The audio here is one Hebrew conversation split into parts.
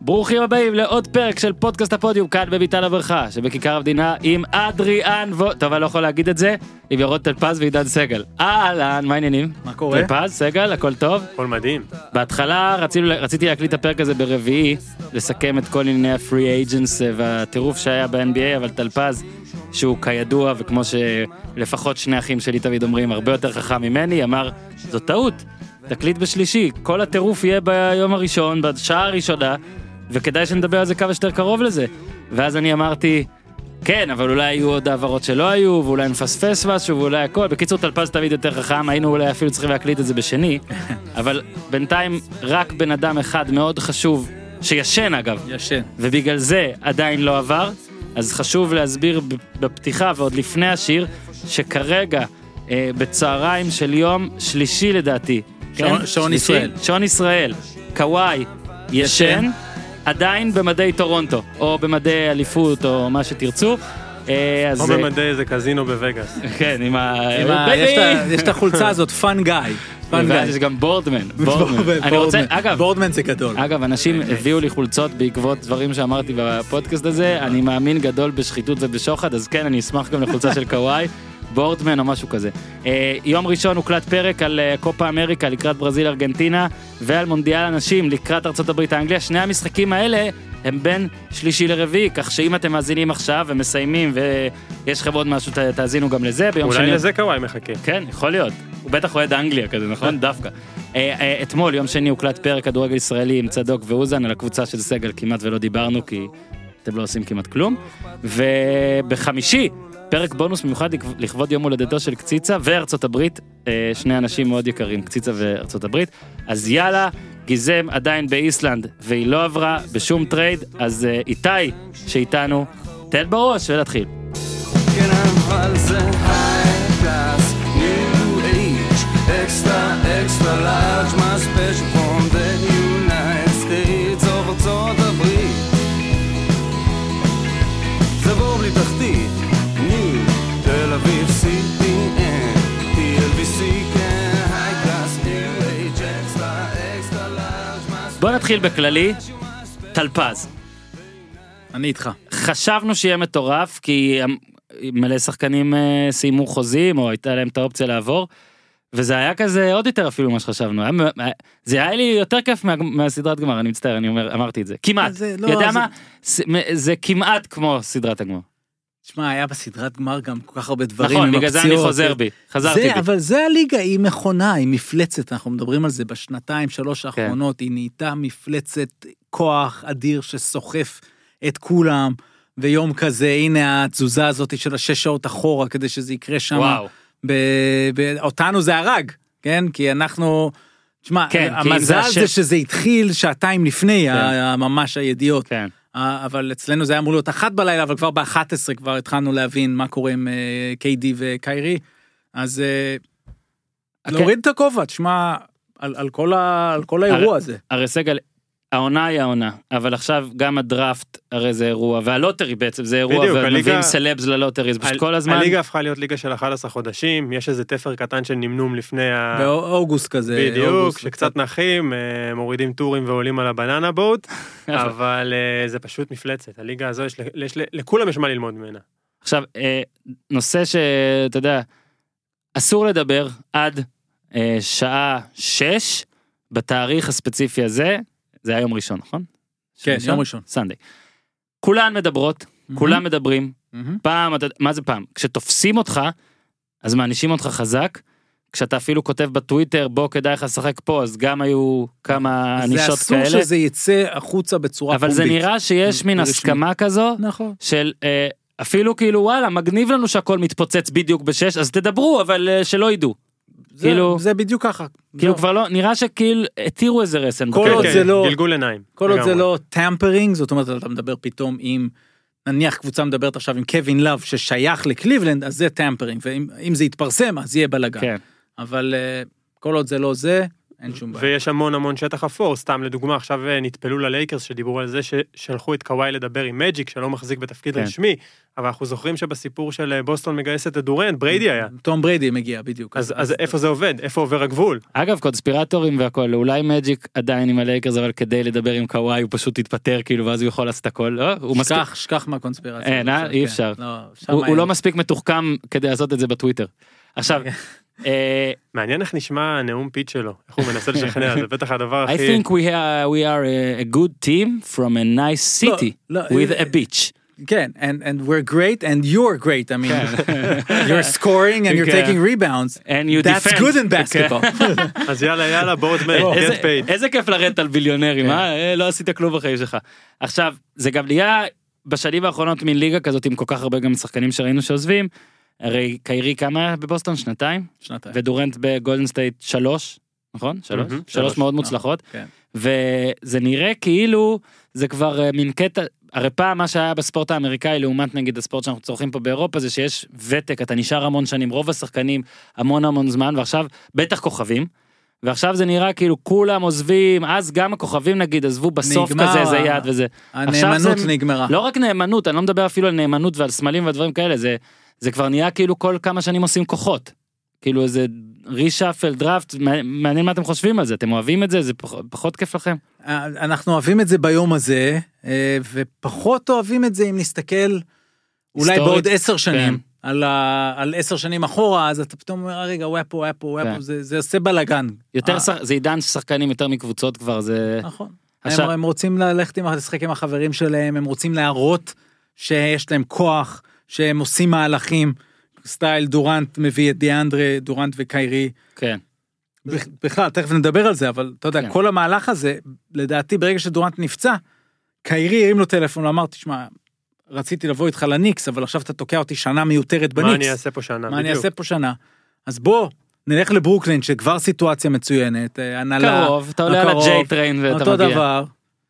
ברוכים הבאים לעוד פרק של פודקאסט הפודיום, כאן בביתן הברכה, שבכיכר המדינה עם אדריאן טוב, אני לא יכול להגיד את זה, עם ירון טלפז ועידן סגל. אהלן, מה העניינים? מה קורה? טלפז, סגל, הכל טוב? הכל מדהים. בהתחלה רציתי להקליט את הפרק הזה ברביעי, לסכם את כל ענייני הפרי אייג'נס והטירוף שהיה ב-NBA, אבל טלפז, שהוא כידוע, וכמו שלפחות שני אחים שלי תמיד אומרים, הרבה יותר חכם ממני, אמר, זו טעות, תקליט בשלישי, כל הטירוף יהיה ביום הראשון, בשעה הראשונה, וכדאי שנדבר על זה כמה שיותר קרוב לזה. ואז אני אמרתי, כן, אבל אולי היו עוד העברות שלא היו, ואולי נפספס משהו, ואולי הכל. בקיצור, טלפז תמיד יותר חכם, היינו אולי אפילו צריכים להקליט את זה בשני, אבל בינתיים רק בן אדם אחד מאוד חשוב, שישן אגב, ישן. ובגלל זה עדיין לא עבר, אז חשוב להסביר בפתיחה ועוד לפני השיר, שכרגע בצהריים של יום שלישי לדעתי, שעון ישראל. שעון ישראל, קוואי ישן, עדיין במדי טורונטו, או במדי אליפות, או מה שתרצו. או במדי איזה קזינו בווגאס. כן, עם יש את החולצה הזאת, פאן גאי. יש גם בורדמן. אגב, בורדמן זה גדול. אגב, אנשים הביאו לי חולצות בעקבות דברים שאמרתי בפודקאסט הזה, אני מאמין גדול בשחיתות ובשוחד, אז כן, אני אשמח גם לחולצה של קוואי. בורדמן או משהו כזה. יום ראשון הוקלט פרק על קופה אמריקה לקראת ברזיל ארגנטינה ועל מונדיאל הנשים לקראת ארצות הברית האנגליה. שני המשחקים האלה הם בין שלישי לרביעי, כך שאם אתם מאזינים עכשיו ומסיימים ויש לכם עוד משהו, תאזינו גם לזה. אולי לזה קוואי מחכה. כן, יכול להיות. הוא בטח אוהד אנגליה כזה, נכון? דווקא. אתמול, יום שני, הוקלט פרק כדורגל ישראלי עם צדוק ואוזן על הקבוצה של סגל, כמעט ולא דיברנו כי אתם לא עושים כמעט כלום. ובחמישי פרק בונוס מיוחד לכבוד יום הולדתו של קציצה וארצות הברית, שני אנשים מאוד יקרים, קציצה וארצות הברית, אז יאללה, גיזם עדיין באיסלנד, והיא לא עברה בשום טרייד, אז איתי שאיתנו, תן בראש ולהתחיל. כן, אבל זה high class, new age, extra large, my special from the United States of ארצות הברית, זה בור בלי תחתית, תל אביב CPN, TLBC, כן, high class, new age, extra large. בוא נתחיל בכללי, טלפז. אני איתך. חשבנו שיהיה מטורף, כי מלא שחקנים סיימו חוזים, או הייתה להם את האופציה לעבור, וזה היה כזה עוד יותר אפילו מה שחשבנו. זה היה לי יותר כיף מהסדרת גמר, אני מצטער, אמרתי את זה. כמעט. יודע מה? זה כמעט כמו סדרת הגמר. תשמע, היה בסדרת גמר גם כל כך הרבה דברים. נכון, בגלל זה אני חוזר בי, חזרתי בי. אבל זה הליגה, היא מכונה, היא מפלצת, אנחנו מדברים על זה בשנתיים, 3 האחרונות, היא נהייתה מפלצת כוח אדיר שסוחף את כולם, ויום כזה, הנה התזוזה הזאת של 6 שעות אחורה, כדי שזה יקרה שם. וואו. אותנו זה הרג, כן? כי אנחנו, תשמע, המזל זה שזה התחיל שעתיים לפני, ממש הידיעות. כן. אבל אצלנו זה היה אמור להיות 1 בלילה, אבל כבר ב-11 כבר התחלנו להבין מה קורה עם KD וקיירי, אז להוריד את הכובע, תשמע, על כל האירוע הזה. הרי סגל, העונה היא העונה, אבל עכשיו גם הדראפט, הרי זה אירוע, והלוטרי בעצם זה אירוע, ומביאים סלבס ללוטרי, זה פשוט כל הזמן. הליגה הפכה להיות ליגה של 11 חודשים, יש איזה תפר קטן של נמנום לפני באוגוסט כזה. בדיוק, שקצת נחים, מורידים טורים ועולים על הבננה בוט, אבל זה פשוט מפלצת, הליגה הזו, לכולם יש מה ללמוד ממנה. עכשיו, נושא שאתה יודע, אסור לדבר עד שעה 6, בתאריך הספציפי הזה, זה היה יום ראשון, נכון? כן, יום ראשון. סנדיי. כולן מדברות, כולם מדברים, פעם, מה זה פעם? כשתופסים אותך, אז מענישים אותך חזק, כשאתה אפילו כותב בטוויטר, בוא כדאי לך לשחק פה, אז גם היו כמה ענישות כאלה. זה אסור שזה יצא החוצה בצורה פומבית. אבל זה נראה שיש מין הסכמה כזו, של אפילו כאילו וואלה, מגניב לנו שהכל מתפוצץ בדיוק ב6, אז תדברו, אבל שלא ידעו. זה בדיוק ככה. כאילו כבר לא, נראה שכאילו התירו איזה רסן. כל עוד זה לא, גלגול עיניים. כל עוד זה לא טמפרינג, זאת אומרת, אתה מדבר פתאום עם, נניח קבוצה מדברת עכשיו עם קווין לב, ששייך לקליבלנד, אז זה טמפרינג, ואם זה יתפרסם, אז יהיה בלגן. אבל כל עוד זה לא זה, אין שום בעיה. ויש המון שטח אפור, סתם לדוגמה, עכשיו נטפלו ללייקרס שדיברו על זה ששלחו את קוואי לדבר עם מג'יק, שלא מחזיק בתפקיד רשמי, אבל אנחנו זוכרים שבסיפור של בוסטון מגייסת את דורנט, בריידי היה. תום בריידי מגיע בדיוק. אז איפה זה עובד? איפה עובר הגבול? אגב, קונספירטורים והכל, אולי מג'יק עדיין עם הלייקרס, אבל כדי לדבר עם קוואי הוא פשוט יתפטר, כאילו, ואז הוא יכול לעשות הכל. שכח מהקונספירציה. אי אפשר. הוא לא מספיק מתוחכם כדי לעשות את זה בטוויטר. עכשיו, מעניין איך נשמע הנאום פיץ' שלו, איך הוא מנסה לשכנע, זה בטח הדבר הכי... I think we are a good team from a nice city with a beach. כן, and we're great and you're great, I mean, you're scoring and you're taking rebounds, and you that's defend. good in basketball. אז יאללה, בורד מייט, get paid. איזה כיף לרדת על ביליונרים, לא עשית כלום בחיים שלך. עכשיו, זה גם נהיה בשנים האחרונות מין ליגה כזאת עם כל כך הרבה גם שחקנים שראינו שעוזבים, הרי קיירי כמה בבוסטון? שנתיים? ודורנט בגולדן סטייט 3, נכון? 3 מאוד מוצלחות. וזה נראה כאילו זה כבר מין קטע, הרי פעם מה שהיה בספורט האמריקאי לעומת נגיד הספורט שאנחנו צורכים פה באירופה זה שיש ותק, אתה נשאר המון שנים, רוב השחקנים המון זמן, ועכשיו בטח כוכבים, ועכשיו זה נראה כאילו כולם עוזבים, אז גם הכוכבים נגיד עזבו בסוף כזה איזה יד וזה. הנאמנות נגמרה. לא רק נאמנות, אני לא מדבר אפילו על נאמנות ועל סמלים ודברים כאלה, זה כבר נהיה כאילו כל כמה שנים עושים כוחות. כאילו איזה רישאפל, דראפט, מעניין מה אתם חושבים על זה, אתם אוהבים את זה, זה פחות כיף לכם? אנחנו אוהבים את זה ביום הזה, ופחות אוהבים את זה אם נסתכל, אולי בעוד 10 שנים, על 10 שנים אחורה, אז אתה פתאום אומר, רגע, הוא היה פה, זה עושה בלגן. זה עידן שחקנים יותר מקבוצות כבר, זה... נכון. הם רוצים ללכת לשחק עם החברים שלהם, הם רוצים להראות שיש להם כוח, שהם עושים מהלכים, סטייל דורנט מביא את דיאנדרה, דורנט וקיירי. כן. בכלל, תכף נדבר על זה, אבל אתה יודע, כל המהלך הזה, לדעתי, ברגע שדורנט נפצע, קיירי הרים לו טלפון, הוא אמר, תשמע, רציתי לבוא איתך לניקס, אבל עכשיו אתה תוקע אותי שנה מיותרת בניקס. מה אני אעשה פה שנה? מה אני אעשה פה שנה? אז בוא, נלך לברוקלין, שכבר סיטואציה מצוינת, הנהלה. קרוב, אתה עולה על הג'יי טריין ואתה מגיע. אותו דבר.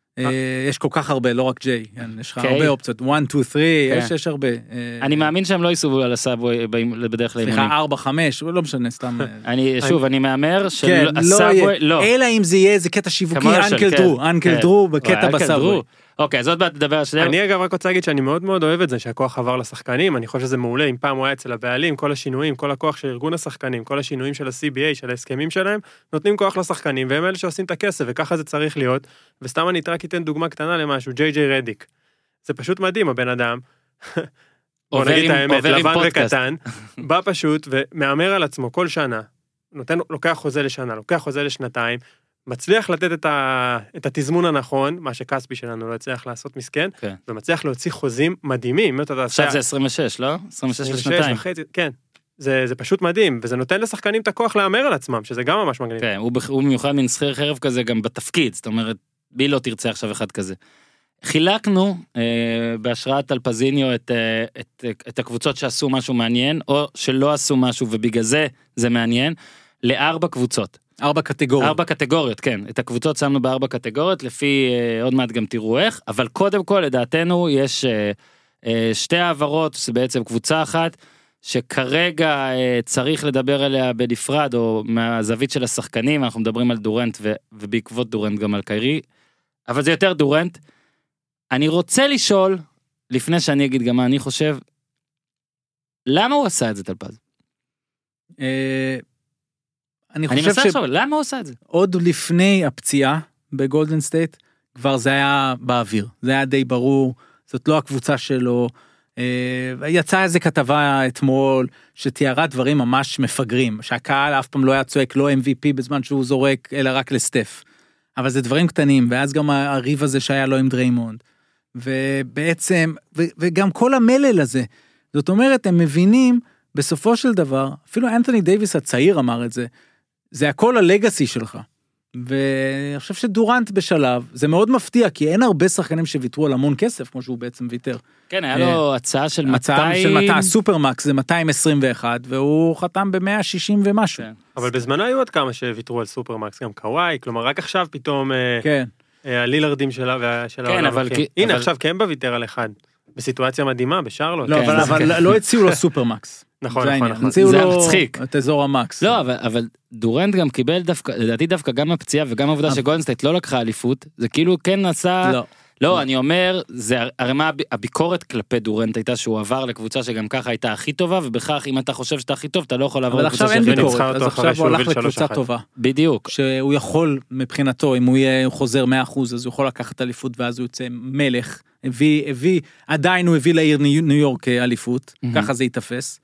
יש כל כך הרבה, לא רק ג'יי, יש לך הרבה אופציות, 1, 2, 3, יש הרבה. אני מאמין שהם לא ייסעו על הסאבווי בדרך כלל אימונים. סליחה, 4, 5, לא משנה, סתם. שוב, אני מאמר שהסאבווי, לא. אלא אם זה יהיה איזה קטע שיווקי, אנקל דרו, בקטע בסאבוי. אוקיי, אז עוד מעט תדבר על שניהם. אני אגב רק רוצה להגיד שאני מאוד אוהב את זה, שהכוח עבר לשחקנים, אני חושב שזה מעולה, אם פעם הוא היה אצל הבעלים, כל השינויים, כל הכוח של ארגון השחקנים, כל השינויים של ה-CBA, של ההסכמים שלהם, נותנים כוח לשחקנים, והם אלה שעושים את הכסף, וככה זה צריך להיות, וסתם אני רק אתן דוגמה קטנה למשהו, ג'יי רדיק. זה פשוט מדהים, הבן אדם, בוא נגיד את האמת, לבן וקטן, בא פשוט ומאמר על עצמו כל שנה, לוקח חוזה לשנה, לוקח חוזה לשנתיים, מצליח לתת את התזמון הנכון, מה שקספי שלנו לא הצליח לעשות מסכן, ומצליח להוציא חוזים מדהימים. עכשיו זה 26, לא? 26 לשנתיים. כן, זה פשוט מדהים, וזה נותן לשחקנים את הכוח לאמר על עצמם, שזה גם ממש מגניב. כן, הוא במיוחד מן שכיר חרב כזה גם בתפקיד, זאת אומרת, בי לא תרצה עכשיו אחד כזה. חילקנו בהשראת אלפזיניו את הקבוצות שעשו משהו מעניין, או שלא עשו משהו, ובגלל זה מעניין, ל4 קבוצות. 4 קטגוריות. 4 קטגוריות, כן. את הקבוצות שמנו ב4 קטגוריות, לפי עוד מעט גם תראו איך, אבל קודם כל, לדעתנו, יש 2 העברות, זה בעצם קבוצה אחת, שכרגע צריך לדבר עליה בנפרד, או מהזווית של השחקנים, אנחנו מדברים על דורנט, ובעקבות דורנט גם על קיירי, אבל זה יותר דורנט. אני רוצה לשאול, לפני שאני אגיד גם מה אני חושב, למה הוא עשה את זה, טלפז? אני חושב למה הוא עושה את זה? עוד לפני הפציעה בגולדן סטייט, כבר זה היה באוויר, זה היה די ברור, זאת לא הקבוצה שלו, יצאה איזה כתבה אתמול, שתיארה דברים ממש מפגרים, שהקהל אף פעם לא היה צועק, לא MVP בזמן שהוא זורק, אלא רק לסטף, אבל זה דברים קטנים, ואז גם הריב הזה שהיה לו עם דריימונד, ובעצם, וגם כל המלל הזה, זאת אומרת, הם מבינים, בסופו של דבר, אפילו אנתוני דייביס הצעיר אמר את זה, זה הכל הלגאסי שלך, ואני חושב שדורנט בשלב, זה מאוד מפתיע, כי אין הרבה שחקנים שוויתרו על המון כסף, כמו שהוא בעצם ויתר. כן, היה לו הצעה של 200... הצעה של 200, סופרמקס זה 221, והוא חתם ב-160 ומשהו. אבל בזמנו היו עוד כמה שוויתרו על סופרמקס, גם קוואי, כלומר רק עכשיו פתאום... כן. הלילרדים שלה כן, אבל... הנה, עכשיו קמבה ויתר על אחד. בסיטואציה מדהימה, בשרלוט. לא, אבל לא הציעו לו סופרמקס. נכון. זה מצחיק. את אזור המקס. לא, אבל דורנט גם קיבל דווקא, לדעתי דווקא גם הפציעה וגם העובדה שגולדן סטייט לא לקחה אליפות, זה כאילו כן נעשה... לא, אני אומר, הרי מה הביקורת כלפי דורנט הייתה שהוא עבר לקבוצה שגם ככה הייתה הכי טובה, ובכך אם אתה חושב שאתה הכי טוב, אתה לא יכול לעבור לקבוצה שהכי טוב. אבל עכשיו אין ביקורת, אז עכשיו הוא הלך לקבוצה טובה. בדיוק. שהוא יכול מבחינתו, אם הוא יהיה חוזר 100%, אז הוא יכול לקחת אליפות, ואז הוא יוצא מלך, עדיין הוא הביא לעיר ניו יורק אליפות, ככה זה יתפס.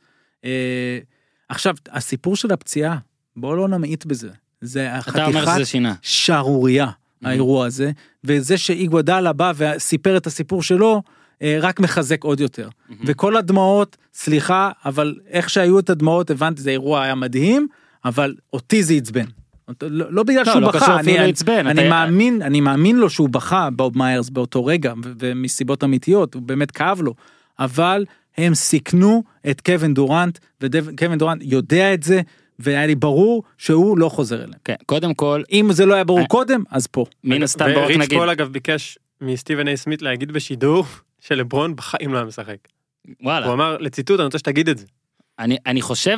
עכשיו, הסיפור של הפציעה, בואו לא נמעיט בזה. זה חתיכת שערוריה. האירוע הזה, וזה שאיגוודאלה בא וסיפר את הסיפור שלו, רק מחזק עוד יותר. וכל הדמעות, סליחה, אבל איך שהיו את הדמעות, הבנתי, זה אירוע היה מדהים, אבל אותי זה עצבן. לא בגלל שהוא בכה, אני מאמין לו שהוא בכה, בוב מיירס באותו רגע, ומסיבות אמיתיות, הוא באמת כאב לו, אבל הם סיכנו את קווין דורנט, וקווין דורנט יודע את זה, והיה לי ברור שהוא לא חוזר אליהם. כן, קודם כל... אם זה לא היה ברור קודם, אז פה. מן הסתם בוא נגיד... וריץ' פול אגב ביקש מסטיבן איי סמית להגיד בשידור שלברון בחיים לא היה משחק. וואלה. הוא אמר לציטוט, אני רוצה שתגיד את זה. אני חושב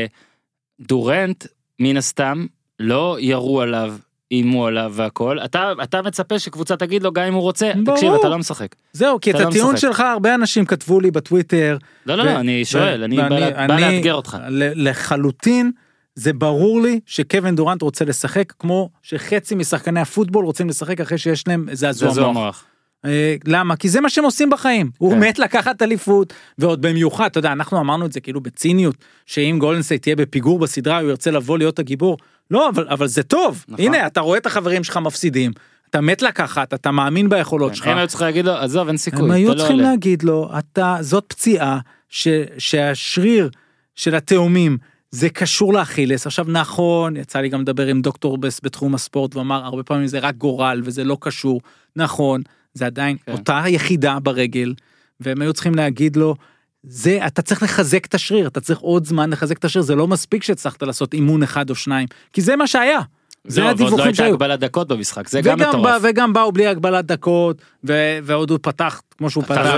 שדורנט מן הסתם לא ירו עליו, אימו עליו והכל. אתה מצפה שקבוצה תגיד לו גם אם הוא רוצה, תקשיב, אתה לא משחק. זהו, כי את הטיעון שלך הרבה אנשים כתבו לי בטוויטר. לא, אני שואל, אני בא לאתגר אותך. לחלוטין, זה ברור לי שקווין דורנט רוצה לשחק, כמו שחצי משחקני הפוטבול רוצים לשחק אחרי שיש להם זעזוע מוח. למה? כי זה מה שהם עושים בחיים. הוא מת לקחת אליפות, ועוד במיוחד, אתה יודע, אנחנו אמרנו את זה כאילו בציניות, שאם גולדן סטייט תהיה בפיגור בסדרה, הוא ירצה לבוא להיות הגיבור. לא, אבל זה טוב. הנה, אתה רואה את החברים שלך מפסידים, אתה מת לקחת, אתה מאמין ביכולות שלך. הם היו צריכים להגיד לו, עזוב, אין סיכוי. הם היו צריכים להגיד לו, זאת פציעה, שהשריר של התאומים, זה קשור לאכילס. עכשיו נכון, יצא לי גם לדבר עם דוקטור בתחום הספורט, ואמר, הרבה פעמים זה רק גורל, וזה לא קשור. נכון, זה עדיין אותה יחידה ברגל, והם היו צריכים להגיד לו, אתה צריך לחזק את השריר, אתה צריך עוד זמן לחזק את השריר, זה לא מספיק שהצלחת לעשות אימון אחד או שניים, כי זה מה שהיה. זה הדיווחים שהיו. ועוד לא הייתה הגבלת דקות במשחק, זה גם מטורף. וגם באו בלי הגבלת דקות, ועוד הוא פתח, כמו שהוא פתח.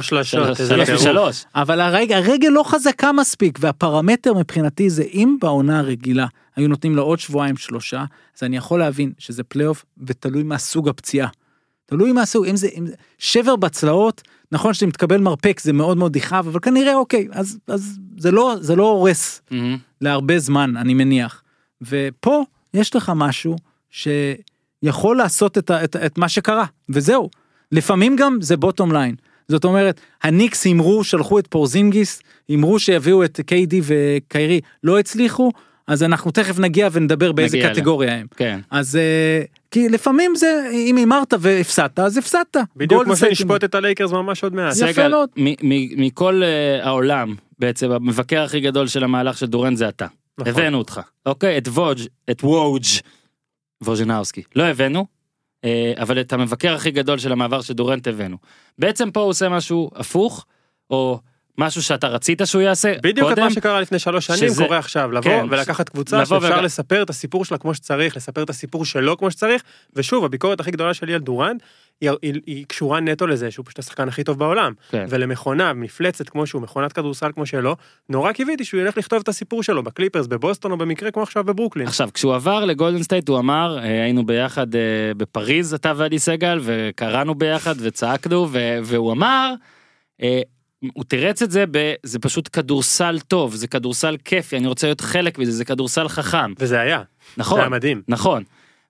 3. אבל הרגל לא חזקה מספיק, והפרמטר מבחינתי זה, אם בעונה הרגילה, היו נותנים לו עוד 2-3 שבועות, אז אני יכול להבין שזה פלייאוף, ותלוי מהסוג הפציעה. תלוי מהסוג, אם זה שבר בצלעות, נכון שאתה מתקבל מרפק, זה מאוד מאוד דיחב, אבל כנראה אוקיי, אז זה לא הורס להרבה זמן, אני מניח. ופה יש לך משהו שיכול לעשות את מה שקרה, וזהו. לפעמים גם זה בוטום ליין. זאת אומרת, הניקס אמרו, שלחו את פורזינגיס, אמרו שיביאו את קיידי וקיירי, לא הצליחו, אז אנחנו תכף נגיע ונדבר באיזה קטגוריה הם. כן. אז כי לפעמים זה, אם אמרת והפסדת, אז הפסדת. בדיוק כמו שנשפוט את הלייקרס ממש עוד מעט. יפה מאוד. מכל העולם, בעצם המבקר הכי גדול של המהלך של דורנט זה אתה. הבאנו אותך. אוקיי, את ווז'נאוסקי. לא הבאנו, אבל את המבקר הכי גדול של המעבר של דורנט הבאנו. בעצם פה הוא עושה משהו הפוך, או משהו שאתה רצית שהוא יעשה. בדיוק את מה שקרה לפני 3 שנים קורה עכשיו, לבוא ולקחת קבוצה שאפשר לספר את הסיפור שלה כמו שצריך, לספר את הסיפור שלו כמו שצריך, ושוב, הביקורת הכי גדולה שלי על דורנט, היא קשורה נטו לזה שהוא פשוט השחקן הכי טוב בעולם, ולמכונה, מפלצת כמו שהוא, מכונת כדורסל כמו שלו, נורא קיוויתי שהוא ילך לכתוב את הסיפור שלו, בקליפרס, בבוסטון או במקרה כמו עכשיו בברוקלין. עכשיו, כשהוא עבר לגולדן סטייט, הוא אמר, היינו ביחד בפריז, אתה ועדי סגל, וקראנו ביחד וצעקנו, והוא אמר, הוא תירץ את זה, זה פשוט כדורסל טוב, זה כדורסל כיפי, אני רוצה להיות חלק מזה, זה כדורסל חכם. וזה היה. נכון. זה היה מדהים. נכון.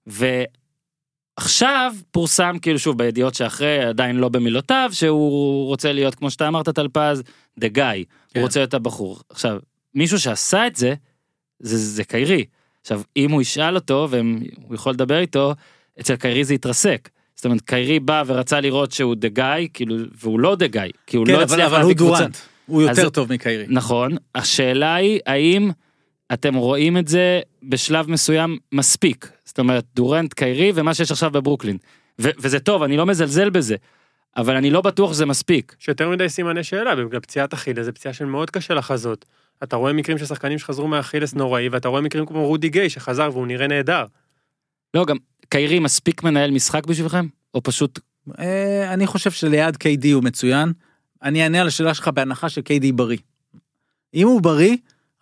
ועכשיו פורסם, כאילו שוב, בידיעות שאחרי, עדיין לא במילותיו, שהוא רוצה להיות, כמו שאתה אמרת טלפז, the guy. כן. הוא רוצה להיות הבחור. עכשיו, מישהו שעשה את זה, זה קיירי. עכשיו, אם הוא ישאל אותו, והוא יכול לדבר איתו, אצל קיירי זה יתרסק. זאת אומרת, קיירי בא ורצה לראות שהוא the guy, כאילו, והוא לא the guy, כי הוא כן, לא הצליח להביא קבוצה. הוא יותר טוב מקיירי. נכון. השאלה היא, האם אתם רואים את זה בשלב מסוים מספיק? זאת אומרת, דורנט, קיירי, ומה שיש עכשיו בברוקלין. וזה טוב, אני לא מזלזל בזה, אבל אני לא בטוח שזה מספיק. שיותר מדי סימני שאלה, בגלל פציעת אכילס, זה פציעה של מאוד קשה לחזות. אתה רואה מקרים של שחקנים שחזרו מאכילס נוראי, ואתה רואה מקרים כמו רודי גיי שחזר והוא נראה נהדר. לא, גם קיירי מספיק מנהל משחק בשבילכם? או פשוט... אני חושב שליד קיידי הוא מצוין. אני אענה על השאלה שלך בהנחה של קיידי בריא. אם הוא בריא,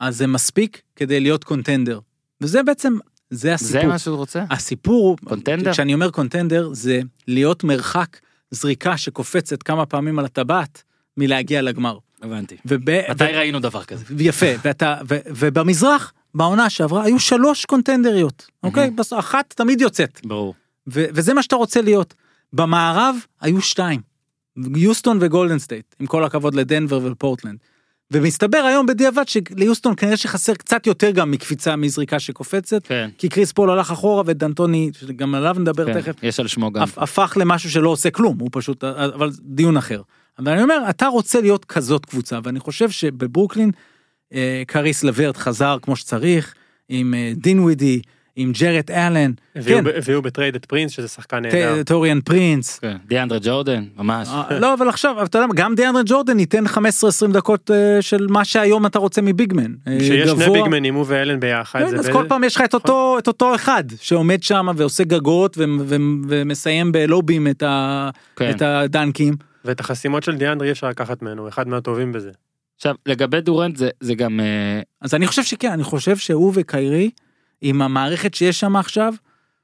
אז זה מספיק כדי להיות קונטנדר. וזה בעצם, זה הסיפור. זה מה שהוא רוצה? הסיפור, קונטנדר? כשאני אומר קונטנדר, זה להיות מרחק זריקה שקופצת כמה פעמים על הטבעת, מלהגיע לגמר. הבנתי. מתי ראינו דבר כזה? יפה, ובמזרח, בעונה שעברה, היו 3 קונטנדריות, אוקיי? אחת תמיד יוצאת. ברור. וזה מה שאתה רוצה להיות. במערב, היו 2. יוסטון וגולדן סטייט, עם כל הכבוד לדנבר ולפורטלנד. ומסתבר היום בדיעבד שליוסטון כנראה שחסר קצת יותר גם מקפיצה מזריקה שקופצת, כן. כי קריס פול הלך אחורה ודנטוני, שגם עליו נדבר כן, תכף, יש על שמו גם. הפך למשהו שלא עושה כלום, הוא פשוט, אבל דיון אחר. אבל אני אומר, אתה רוצה להיות כזאת קבוצה, ואני חושב שבברוקלין, קריס לברט חזר כמו שצריך, עם דין ווידי, עם ג'רט אלן. הביאו בטרייד את פרינס, שזה שחקן נהדר. טוריאן פרינס. דיאנדרה ג'ורדן, ממש. לא, אבל עכשיו, אתה יודע, גם דיאנדרה ג'ורדן ייתן 15-20 דקות של מה שהיום אתה רוצה מביגמן. שיש 2 ביגמנים, הוא ואלן ביחד. אז כל פעם יש לך את אותו אחד, שעומד שם ועושה גגות, ומסיים בלובים את הדנקים. ואת החסימות של דיאנדרה אי אפשר לקחת ממנו, אחד מהטובים בזה. עכשיו, לגבי דורנט זה גם... אז אני חושב שכן, אני חושב שהוא וקיירי, עם המערכת שיש שם עכשיו,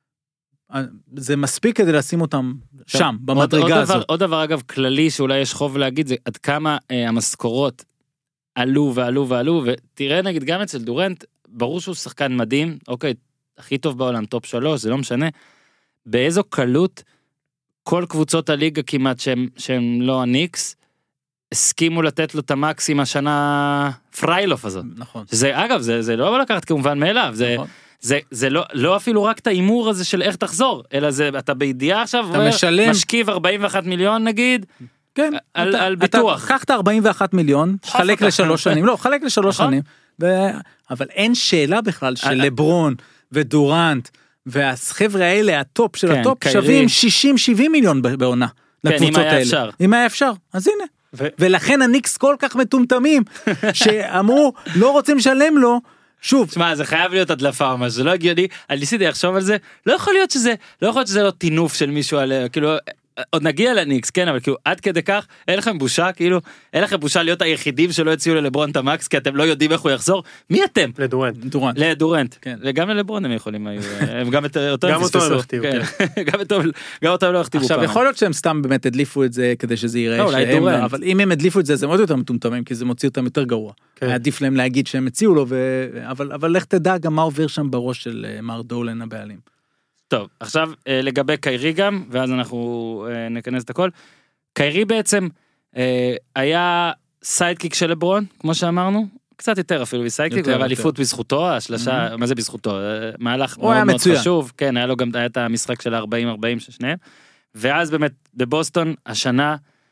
זה מספיק כדי לשים אותם שם, במדרגה הזאת. עוד דבר אגב כללי שאולי יש חוב להגיד, זה עד כמה המשכורות עלו ועלו ועלו, ותראה נגיד גם אצל דורנט, ברור שהוא שחקן מדהים, אוקיי, הכי טוב בעולם, טופ 3, זה לא משנה, באיזו קלות כל קבוצות הליגה כמעט שהם לא הניקס, הסכימו לתת לו את המקסים השנה פריילוף הזאת. נכון. אגב, זה לא לקחת כמובן מאליו, זה לא אפילו רק את האימור הזה של איך תחזור, אלא זה, אתה בידיעה עכשיו, משכיב 41 מיליון נגיד, כן, על ביטוח. קח את 41 מיליון, חלק ל3 שנים, לא, חלק ל3 שנים, אבל אין שאלה בכלל של לברון ודורנט, והחבר'ה האלה, הטופ של הטופ, שווים 60-70 מיליון בעונה, לקבוצות האלה. אם היה אפשר, אז הנה. ולכן הניקס כל כך מטומטמים, שאמרו, לא רוצים לשלם לו, שוב. תשמע, זה חייב להיות הדלפה ממש, זה לא הגיוני, אני ניסיתי לחשוב על זה, לא יכול להיות שזה לא טינוף של מישהו על, כאילו, עוד נגיע לניקס, כן, אבל כאילו, עד כדי כך, אין לכם בושה, כאילו, אין לכם בושה להיות היחידים שלא יציעו ללברון את המקס, כי אתם לא יודעים איך הוא יחזור, מי אתם? לדורנט, כן, וגם ללברון הם יכולים, הם גם אותו הם הכתיבו, גם אותו לא הכתיבו. עכשיו, יכול להיות שהם סתם באמת הדליפו את זה, כדי שזה ייראה שהם, אבל אם הם הדליפו את זה, זה מאוד יותר מטומטמים, כי זה מוציא אותם יותר גרוע. עדיף להם להגיד שהם הציעו לו, אבל לך תדע גם מה עובר שם בראש של מר דולן הבעלים. טוב, עכשיו לגבי קיירי גם, ואז אנחנו נכנס את הכל. קיירי בעצם היה סיידקיק של לברון, כמו שאמרנו, קצת יותר אפילו בסיידקיק, אבל אליפות בזכותו, השלשה, מה זה בזכותו? מהלך מאוד מאוד חשוב, כן, היה לו גם את המשחק של 40-40 של שניהם, ואז באמת בבוסטון השנה,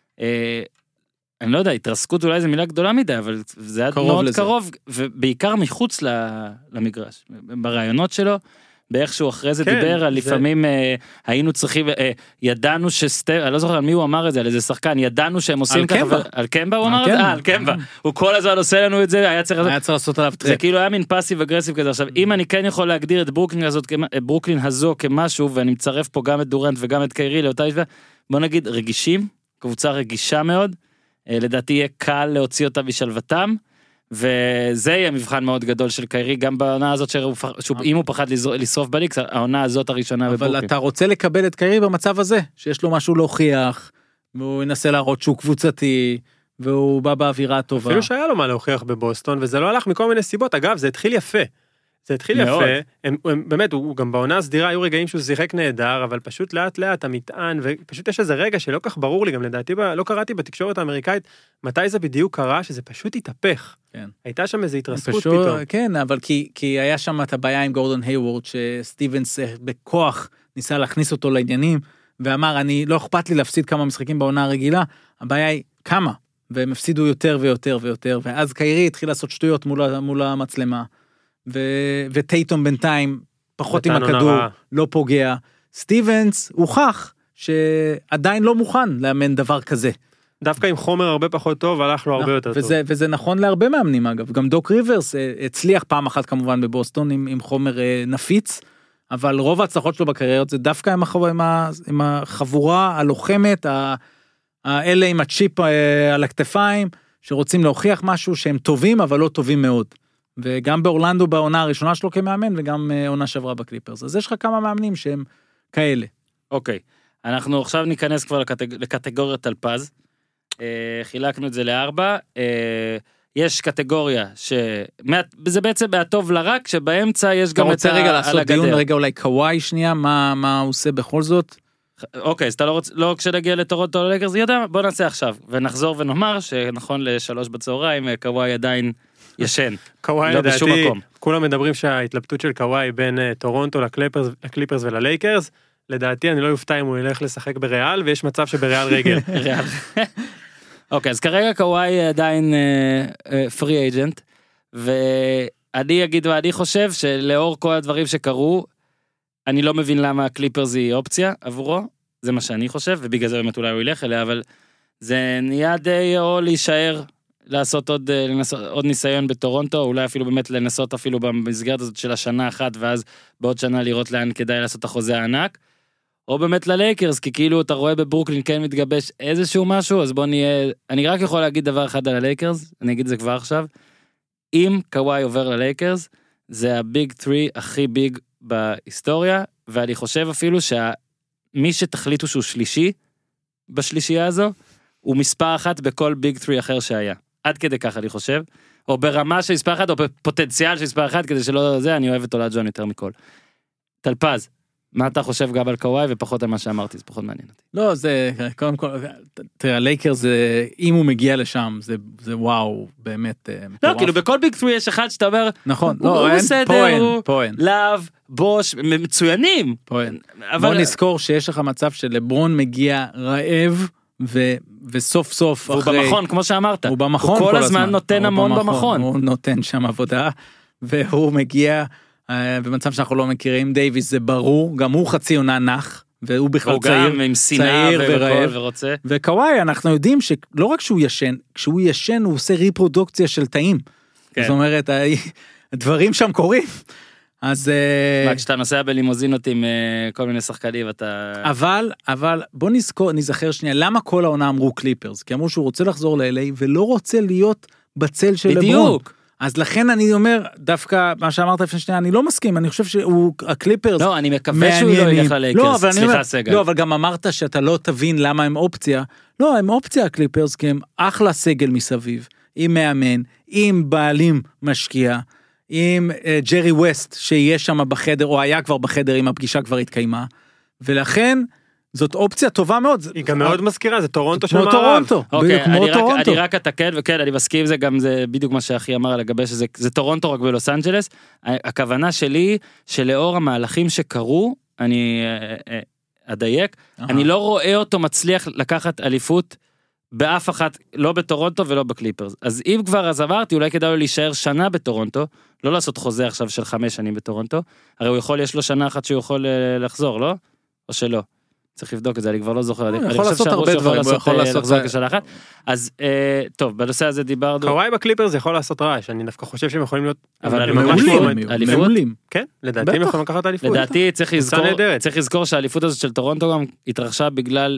אני לא יודע, התרסקות אולי זו מילה גדולה מדי, אבל זה היה מאוד קרוב, ובעיקר מחוץ למגרש, ברעיונות שלו, באיכשהו אחרי זה דיבר על לפעמים היינו צריכים, ידענו אני לא זוכר על מי הוא אמר את זה, על איזה שחקן, ידענו שהם עושים ככה, על קמבה הוא אמר את זה? על קמבה, הוא כל הזמן עושה לנו את זה, היה צריך לעשות עליו טרק. זה כאילו היה מין פאסיב אגרסיב כזה. עכשיו, אם אני כן יכול להגדיר את ברוקלין הזו כמשהו, ואני מצרף פה גם את דורנט וגם את קיירי לאותה ישבה, בוא נגיד רגישים, קבוצה רגישה מאוד, לדעתי יהיה קל להוציא אותה בשלוותם, וזה יהיה מבחן מאוד גדול של קיירי, גם בעונה הזאת, אם הוא פחד לשרוף בליקס, העונה הזאת הראשונה בברוקלין. אבל אתה רוצה לקבל את קיירי במצב הזה, שיש לו משהו להוכיח, והוא ינסה להראות שהוא קבוצתי, והוא בא באווירה טובה. אפילו שהיה לו מה להוכיח בבוסטון, וזה לא הלך מכל מיני סיבות. אגב, זה התחיל יפה. זה התחיל יפה, באמת, הוא גם בעונה הסדירה, היו רגעים שהוא שיחק נהדר, אבל פשוט לאט לאט המטען, ופשוט יש איזה רגע שלא כך ברור לי, גם לדעתי, לא קראתי בתקשורת האמריקאית, מתי זה בדיוק קרה, שזה פשוט התהפך. כן. הייתה שם איזו התרסקות פתאום. כן, אבל כי היה שם את הבעיה עם גורדון היוורד, שסטיבנס בכוח ניסה להכניס אותו לעניינים, ואמר, אני לא אכפת לי להפסיד כמה משחקים בעונה הרגילה, הבעיה היא כמה, והם הפסידו יותר ויותר ויותר, ואז קיירי התחיל לעשות שטויות מול המצלמה. וטייטום בינתיים פחות עם הכדור, לא פוגע. סטיבנס הוכח שעדיין לא מוכן לאמן דבר כזה. דווקא עם חומר הרבה פחות טוב, הלך לו הרבה יותר טוב. וזה נכון להרבה מאמנים אגב, גם דוק ריברס הצליח פעם אחת כמובן בבוסטון עם חומר נפיץ, אבל רוב ההצלחות שלו בקריירות זה דווקא עם החבורה הלוחמת, האלה עם הצ'יפ על הכתפיים, שרוצים להוכיח משהו שהם טובים אבל לא טובים מאוד. וגם באורלנדו בעונה הראשונה שלו כמאמן, וגם עונה שעברה בקליפרס. אז יש לך כמה מאמנים שהם כאלה. אוקיי, אנחנו עכשיו ניכנס כבר לקטגוריית טלפז. חילקנו את זה ל4. יש קטגוריה זה בעצם מהטוב לרק, שבאמצע יש גם את רגע לעשות דיון רגע אולי קוואי שנייה, מה הוא עושה בכל זאת? אוקיי, אז אתה לא כשנגיע לטורונטו או ללייקרס, יודע, בוא נעשה עכשיו, ונחזור ונאמר שנכון ל3 בצהריים, קוואי עדיין ישן. קוואי לדעתי, כולם מדברים שההתלבטות של קוואי בין טורונטו לקליפרס וללייקרס, לדעתי אני לא יופתע אם הוא ילך לשחק בריאל, ויש מצב שבריאל רגל. אוקיי, אז כרגע קוואי עדיין פרי אייג'נט, ואני אגיד ואני חושב שלאור כל הדברים שקרו, אני לא מבין למה הקליפרס היא אופציה עבורו, זה מה שאני חושב, ובגלל זה באמת אולי הוא ילך אליה, אבל זה נהיה די או להישאר, לעשות עוד ניסיון בטורונטו, אולי אפילו באמת לנסות אפילו במסגרת הזאת של השנה אחת, ואז בעוד שנה לראות לאן כדאי לעשות את החוזה הענק, או באמת ללייקרס, כי כאילו אתה רואה בברוקלין כן מתגבש איזשהו משהו, אז בוא נהיה, אני רק יכול להגיד דבר אחד על הלייקרס, אני אגיד את זה כבר עכשיו, אם קוואי עובר ללייקרס, זה הביג 3 הכי ביג בהיסטוריה, ואני חושב אפילו שמי שתחליטו שהוא שלישי, בשלישייה הזו, הוא מספר 1 בכל ביג 3 אחר שהיה. עד כדי כך אני חושב, או ברמה של מספר 1, או בפוטנציאל של מספר 1, כדי שלא זה, אני אוהב את אולד ג'ון יותר מכל. טלפז, מה אתה חושב גם על קוואי, ופחות על מה שאמרתי, זה פחות מעניין אותי. לא, זה, קודם כל, תראה, הלייקר זה, אם הוא מגיע לשם, זה וואו, באמת מטורף. לא, כאילו, בכל ביג 3 יש אחד שאתה אומר, נכון, לא, אין פוין, לאב, בוש, מצוינים. פוין. בוא נזכור שיש לך מצב שלברון מגיע רעב, וסוף סוף הוא במכון, כמו שאמרת. הוא במכון כל הזמן נותן המון במכון. הוא נותן שם עבודה, והוא מגיע במצב שאנחנו לא מכירים, דייביס זה ברור, גם הוא חצי עונה נח, והוא בכלל צעיר ורוצה. וקוואי, אנחנו יודעים שלא רק שהוא ישן, כשהוא ישן הוא עושה ריפרודוקציה של תאים. זאת אומרת, הדברים שם קורים. אז כשאתה נוסע בלימוזינות עם כל מיני שחקנים אתה אבל בוא נזכר שנייה למה כל העונה אמרו קליפרס, כי אמרו שהוא רוצה לחזור ל-LA ולא רוצה להיות בצל של לברון. בדיוק. אז לכן אני אומר דווקא מה שאמרת לפני שנייה, אני לא מסכים, אני חושב שהוא הקליפרס לא, אני מקווה שהוא לא ילך ללייקרס. סליחה סגל. לא, אבל גם אמרת שאתה לא תבין למה הם אופציה. לא, הם אופציה הקליפרס, כי הם אחלה סגל מסביב, עם מאמן, עם בעלים משקיע, עם ג'רי ווסט שיהיה שם בחדר, או היה כבר בחדר אם הפגישה כבר התקיימה, ולכן זאת אופציה טובה מאוד. היא גם מאוד מזכירה, זה טורונטו של מערב. טורונטו, כמו טורונטו. אני רק אתקן, וכן, אני מסכים עם זה, גם זה בדיוק מה שאחי אמר לגבי שזה טורונטו רק בלוס אנג'לס. הכוונה שלי, שלאור המהלכים שקרו, אני אדייק, אני לא רואה אותו מצליח לקחת אליפות באף אחת, לא בטורונטו ולא בקליפרס. אז אם כבר אז אמרתי, אולי כדאי לו להישאר שנה בטורונטו, לא לעשות חוזה עכשיו של 5 שנים בטורונטו, הרי הוא יכול, יש לו שנה אחת שהוא יכול לחזור, לא? או שלא? צריך לבדוק את זה, אני כבר לא זוכר. הוא יכול לעשות הרבה דברים, הוא יכול לעשות כשנה אחת. אז טוב, בנושא הזה דיברנו. קוואי בקליפרס יכול לעשות רעש, אני דווקא חושב שהם יכולים להיות... אבל מעולים. כן, לדעתי הם יכולים לקחת אליפות. לדעתי צריך לזכור שהאליפות הזאת של טורונטו גם התרחשה בגלל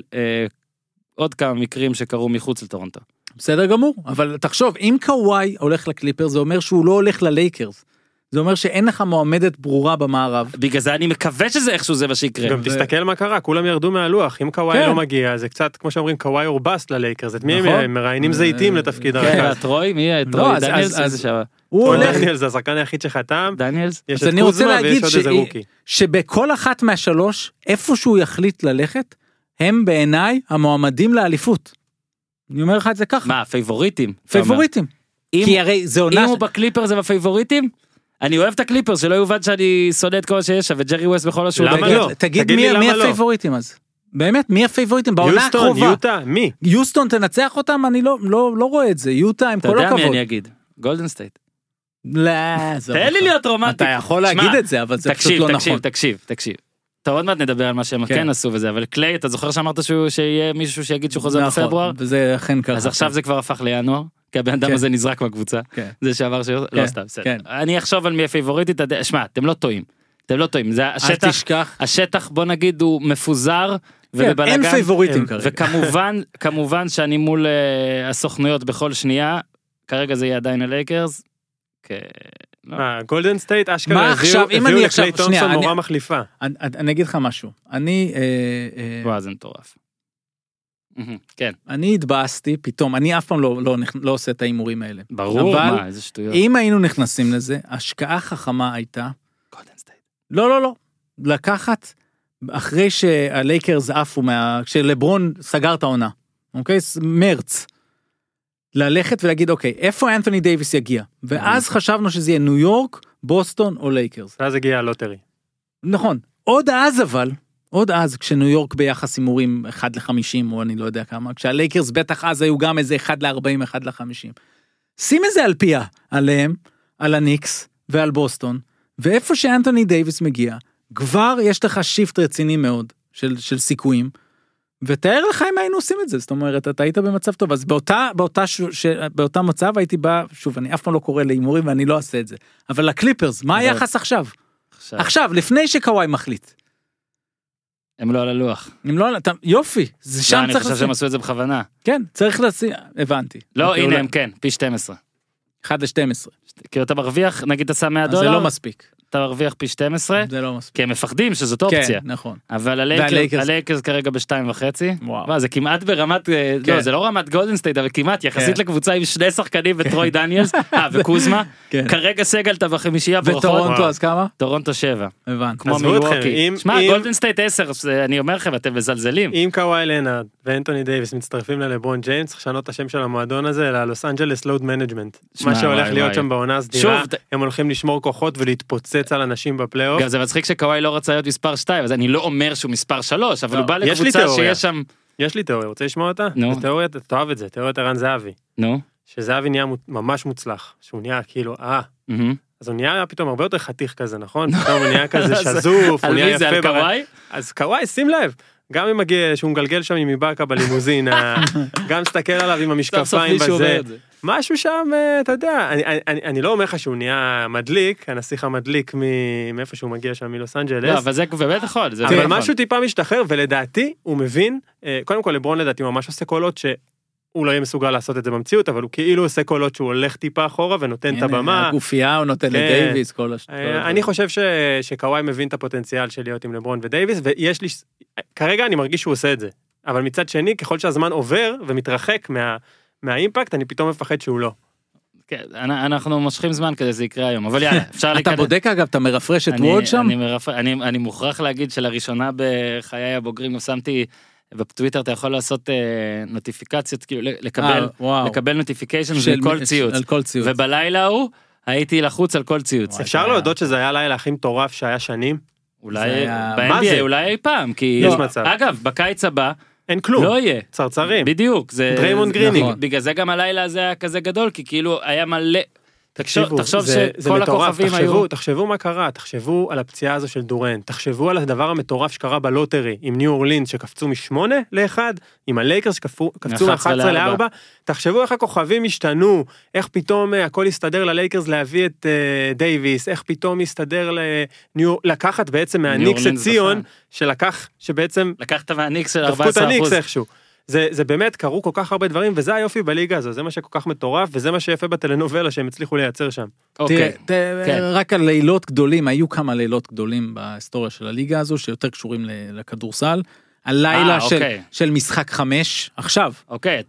עוד כמה מקרים שקרו מחוץ לטורונטו. בסדר גמור, אבל תחשוב, אם קוואי הולך לקליפרס, זה אומר שהוא לא הולך ללייקרס. זה אומר שאין לך מועמדת ברורה במערב. בגלל זה אני מקווה שזה איכשהו זה מה שיקרה. גם תסתכל מה קרה, כולם ירדו מהלוח, אם קוואי לא מגיע, זה קצת כמו שאומרים קוואי או בסט ללייקרס, את מי הם מראיינים זיתים לתפקיד הרכז. כן, טרוי, מי יהיה? טרוי, דניאלס, איזה שווה. דניאלס, זה השחקן היחיד שחתם. דניאלס. יש את קוזמה ויש עוד איזה רוקי. שבכל אחת מהשלוש, איפה שהוא יחליט ללכת, הם בעיניי המועמדים לאליפות. אני אומר לך את זה ככה. מה, פייבוריטים? פייבוריטים. כי הרי זה עונה... אם הוא בקליפר זה בפייבוריטים? אני אוהב את הקליפר, שלא יובן שאני שונא את כל מה שיש שם, וג'רי ווסט בכל השעות. למה לא? תגיד מי הפייבוריטים אז? באמת, מי הפייבוריטים? בעונה הקרובה. יוסטון, יוטה, מי? יוסטון תנצח אותם? אני לא רואה את זה. יוטה עם כל הכבוד. אתה יודע מי אני אגיד? גולדן סטייט. לא, תן לי להיות רומנטי. אתה יכול להגיד את זה, אבל זה פשוט לא נכון. תקשיב. טוב, עוד מעט נדבר על מה שהם כן עשו וזה, אבל קליי, אתה זוכר שאמרת שיהיה מישהו שיגיד שהוא חוזר בפברואר? וזה אכן ככה. אז עכשיו זה כבר הפך לינואר, כי הבן אדם הזה נזרק מהקבוצה. זה שעבר לא סתם, בסדר. אני אחשוב על מי הפייבוריטית, שמע, אתם לא טועים. זה השטח, בוא נגיד, הוא מפוזר, אין פייבוריטים כרגע. וכמובן שאני מול הסוכנויות בכל שנייה, כרגע זה יהיה עדיין הלייקרס, גולדן סטייט אשכרה הביאו לקליי תומפסון מורה מחליפה. אני אגיד לך משהו, וואו, זה מטורף. כן. אני התבאסתי פתאום, אני אף פעם לא עושה את האימורים האלה. ברור, מה, איזה שטויות. אם היינו נכנסים לזה, השקעה חכמה הייתה, גולדן סטייט. לא, לקחת, אחרי שהלייקרס עפו, כשלברון סגר את העונה, אוקיי? מרץ. ללכת ולהגיד, אוקיי, איפה אנתוני דייביס יגיע? ואז חשבנו שזה יהיה ניו יורק, בוסטון או לייקרס. ואז הגיע הלוטרי. נכון. עוד אז, כשניו יורק ביחס הימורים 1-50, או אני לא יודע כמה, כשהלייקרס בטח אז היו גם איזה 1-40, 1-50. שים איזה על פיה, עליהם, על הניקס ועל בוסטון, ואיפה שאנתוני דייביס מגיע, כבר יש לך שיפט רציני מאוד של סיכויים, ותאר לך אם היינו עושים את זה, זאת אומרת, אתה היית במצב טוב, אז באותה מצב הייתי בא, שוב, אני אף פעם לא קורא לאימורים ואני לא אעשה את זה, אבל לקליפרס, מה היחס עכשיו? עכשיו, לפני שקוואי מחליט. הם לא על הלוח. יופי, זה שם צריך... אני חושב שהם עשו את זה בכוונה. כן, צריך לשים, הבנתי. לא, הנה הם כן, פי 12. 1-12. כאילו אתה מרוויח, נגיד אתה שם $100. זה לא מספיק. אתה מרוויח פי 12, זה לא מספיק. כי הם מפחדים שזאת אופציה. כן, נכון. אבל הלייקרס כרגע ב2.5, וואו. זה כמעט ברמת, לא, זה לא רמת גולדן סטייט, אבל כמעט, יחסית לקבוצה עם 2 שחקנים וטרוי דניאלס, וקוזמה, כרגע סגלת בחמישייה ברכות. וטורונטו אז כמה? טורונטו 7. הבנתי. כמו מיווקי. שמע, גולדן סטייט 10, אני אומר לכם, אתם מזלזלים. אם קוואי לנארד ואנטוני דייביס מצטרפים ללברון ג'יימס, צריך לשנות את השם של המועדון הזה ללוס אנג'לס לואוד מנג'מנט. מה שהולך להיות שם בעונה הסדירה, הם הולכים לשמור כוחות ולהתפוצץ על אנשים בפלייאוף. גם זה מצחיק שקוואי לא רצה להיות מספר 2, אז אני לא אומר שהוא מספר 3, אבל הוא בא לקבוצה שיש שם... יש לי תיאוריה, רוצה לשמוע אותה? נו. תיאוריה, אתה אוהב את זה, תיאוריית ערן זהבי. נו. שזהבי נהיה ממש מוצלח, שהוא נהיה כאילו, אז הוא נהיה פתאום הרבה יותר חתיך כזה, נכון? פתאום הוא נהיה כזה שזוף, הוא נהיה יפה. על קוואי? אז קוואי, שים לב, גם אם מגיע שהוא מגלגל שם עם מבקה בלימוזין, גם מסתכל עליו עם המשקפיים בזה. משהו שם, אתה יודע, אני לא אומר לך שהוא נהיה מדליק, הנסיך המדליק מאיפה שהוא מגיע שם מלוס אנג'לס. לא, אבל זה באמת יכול. אבל משהו טיפה משתחרר, ולדעתי הוא מבין, קודם כל לברון לדעתי ממש עושה קולות שהוא לא יהיה מסוגל לעשות את זה במציאות, אבל הוא כאילו עושה קולות שהוא הולך טיפה אחורה ונותן את הבמה. הגופייה הוא נותן לדייביס, כל השטות. אני חושב שקוואי מבין את הפוטנציאל של להיות עם לברון ודייביס, ויש לי, כרגע אני מרגיש שהוא עושה את זה. אבל מצד שני, ככל שהזמן עובר ומתרחק מהאימפקט, אני פתאום מפחד שהוא לא. כן, אנחנו מושכים זמן כדי זה יקרה היום, אבל יאללה, אפשר להיכנס. אתה בודק אגב, אתה מרפרש את ווד שם? אני מוכרח להגיד שלראשונה בחיי הבוגרים, גם שמתי בטוויטר, אתה יכול לעשות נוטיפיקציות, כאילו לקבל נוטיפיקיישן לכל ציוץ. ובלילה הוא, הייתי לחוץ על כל ציוץ. אפשר להודות שזה היה לילה הכי מטורף שהיה שנים? אולי, ב-NBA אולי אי פעם, כי... אגב, בקיץ הבא, אין כלום. לא יהיה. צרצרים. בדיוק. דריימונד גריני. בגלל זה גם הלילה הזה היה כזה גדול, כי כאילו היה מלא... תחשוב שכל הכוכבים היו... תחשבו מה קרה, תחשבו על הפציעה הזו של דורנט, תחשבו על הדבר המטורף שקרה בלוטרי, עם ניו אורלינס שקפצו מ8-1, עם הלייקרס שקפצו מ11-4, תחשבו איך הכוכבים השתנו, איך פתאום הכל הסתדר ללייקרס להביא את דייביס, איך פתאום הסתדר לקחת בעצם מהניקס את ציון, שבעצם... לקחת מהניקס של 14%. דפקו את הניקס איכשהו. זה באמת, קרו כל כך הרבה דברים, וזה היופי בליגה הזו, זה מה שכל כך מטורף, וזה מה שיפה בטלנובלה שהם הצליחו לייצר שם. רק על לילות גדולים, היו כמה לילות גדולים בהיסטוריה של הליגה הזו, שיותר קשורים לכדורסל, הלילה של משחק 5, עכשיו. אוקיי,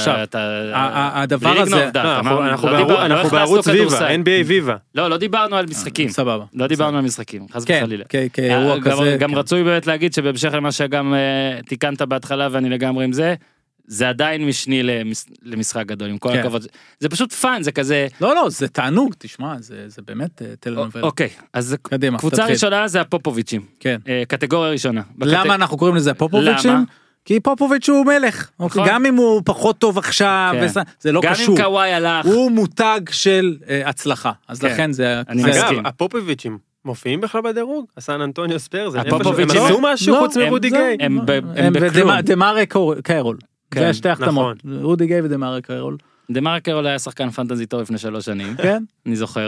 הדבר הזה... אנחנו בערוץ ויבה, NBA ויבה. לא דיברנו על משחקים. סבבה. לא דיברנו על משחקים, חס וחלילה. כאירוע כזה. גם רצוי באמת להגיד שבהמשך למה שגם תיקנת בהתחלה, ואני לגמרי עם זה עדיין משני למשחק גדול, עם כל הכבוד. זה פשוט פאן, זה כזה... לא, זה תענוג, תשמע, זה באמת טלנובלה. אוקיי, אז קבוצה ראשונה זה הפופוביצ'ים. כן. קטגוריה ראשונה. למה אנחנו קוראים לזה הפופוביצ'ים? כי פופוביץ' הוא מלך. גם אם הוא פחות טוב עכשיו, זה לא קשור. גם אם קוואי הלך. הוא מותג של הצלחה. אז לכן זה... אגב, הפופוביצ'ים מופיעים בכלל בדירוג? הסן אנטוניו ספיירס, הם עשו משהו חוץ מרודי גיי? הם בכלום. דמארי קיירול. זה שתי החתמות, רודי גיי ודמארי קיירול. דמארי קיירול היה שחקן פנטזי טוב לפני 3 שנים, כן, אני זוכר.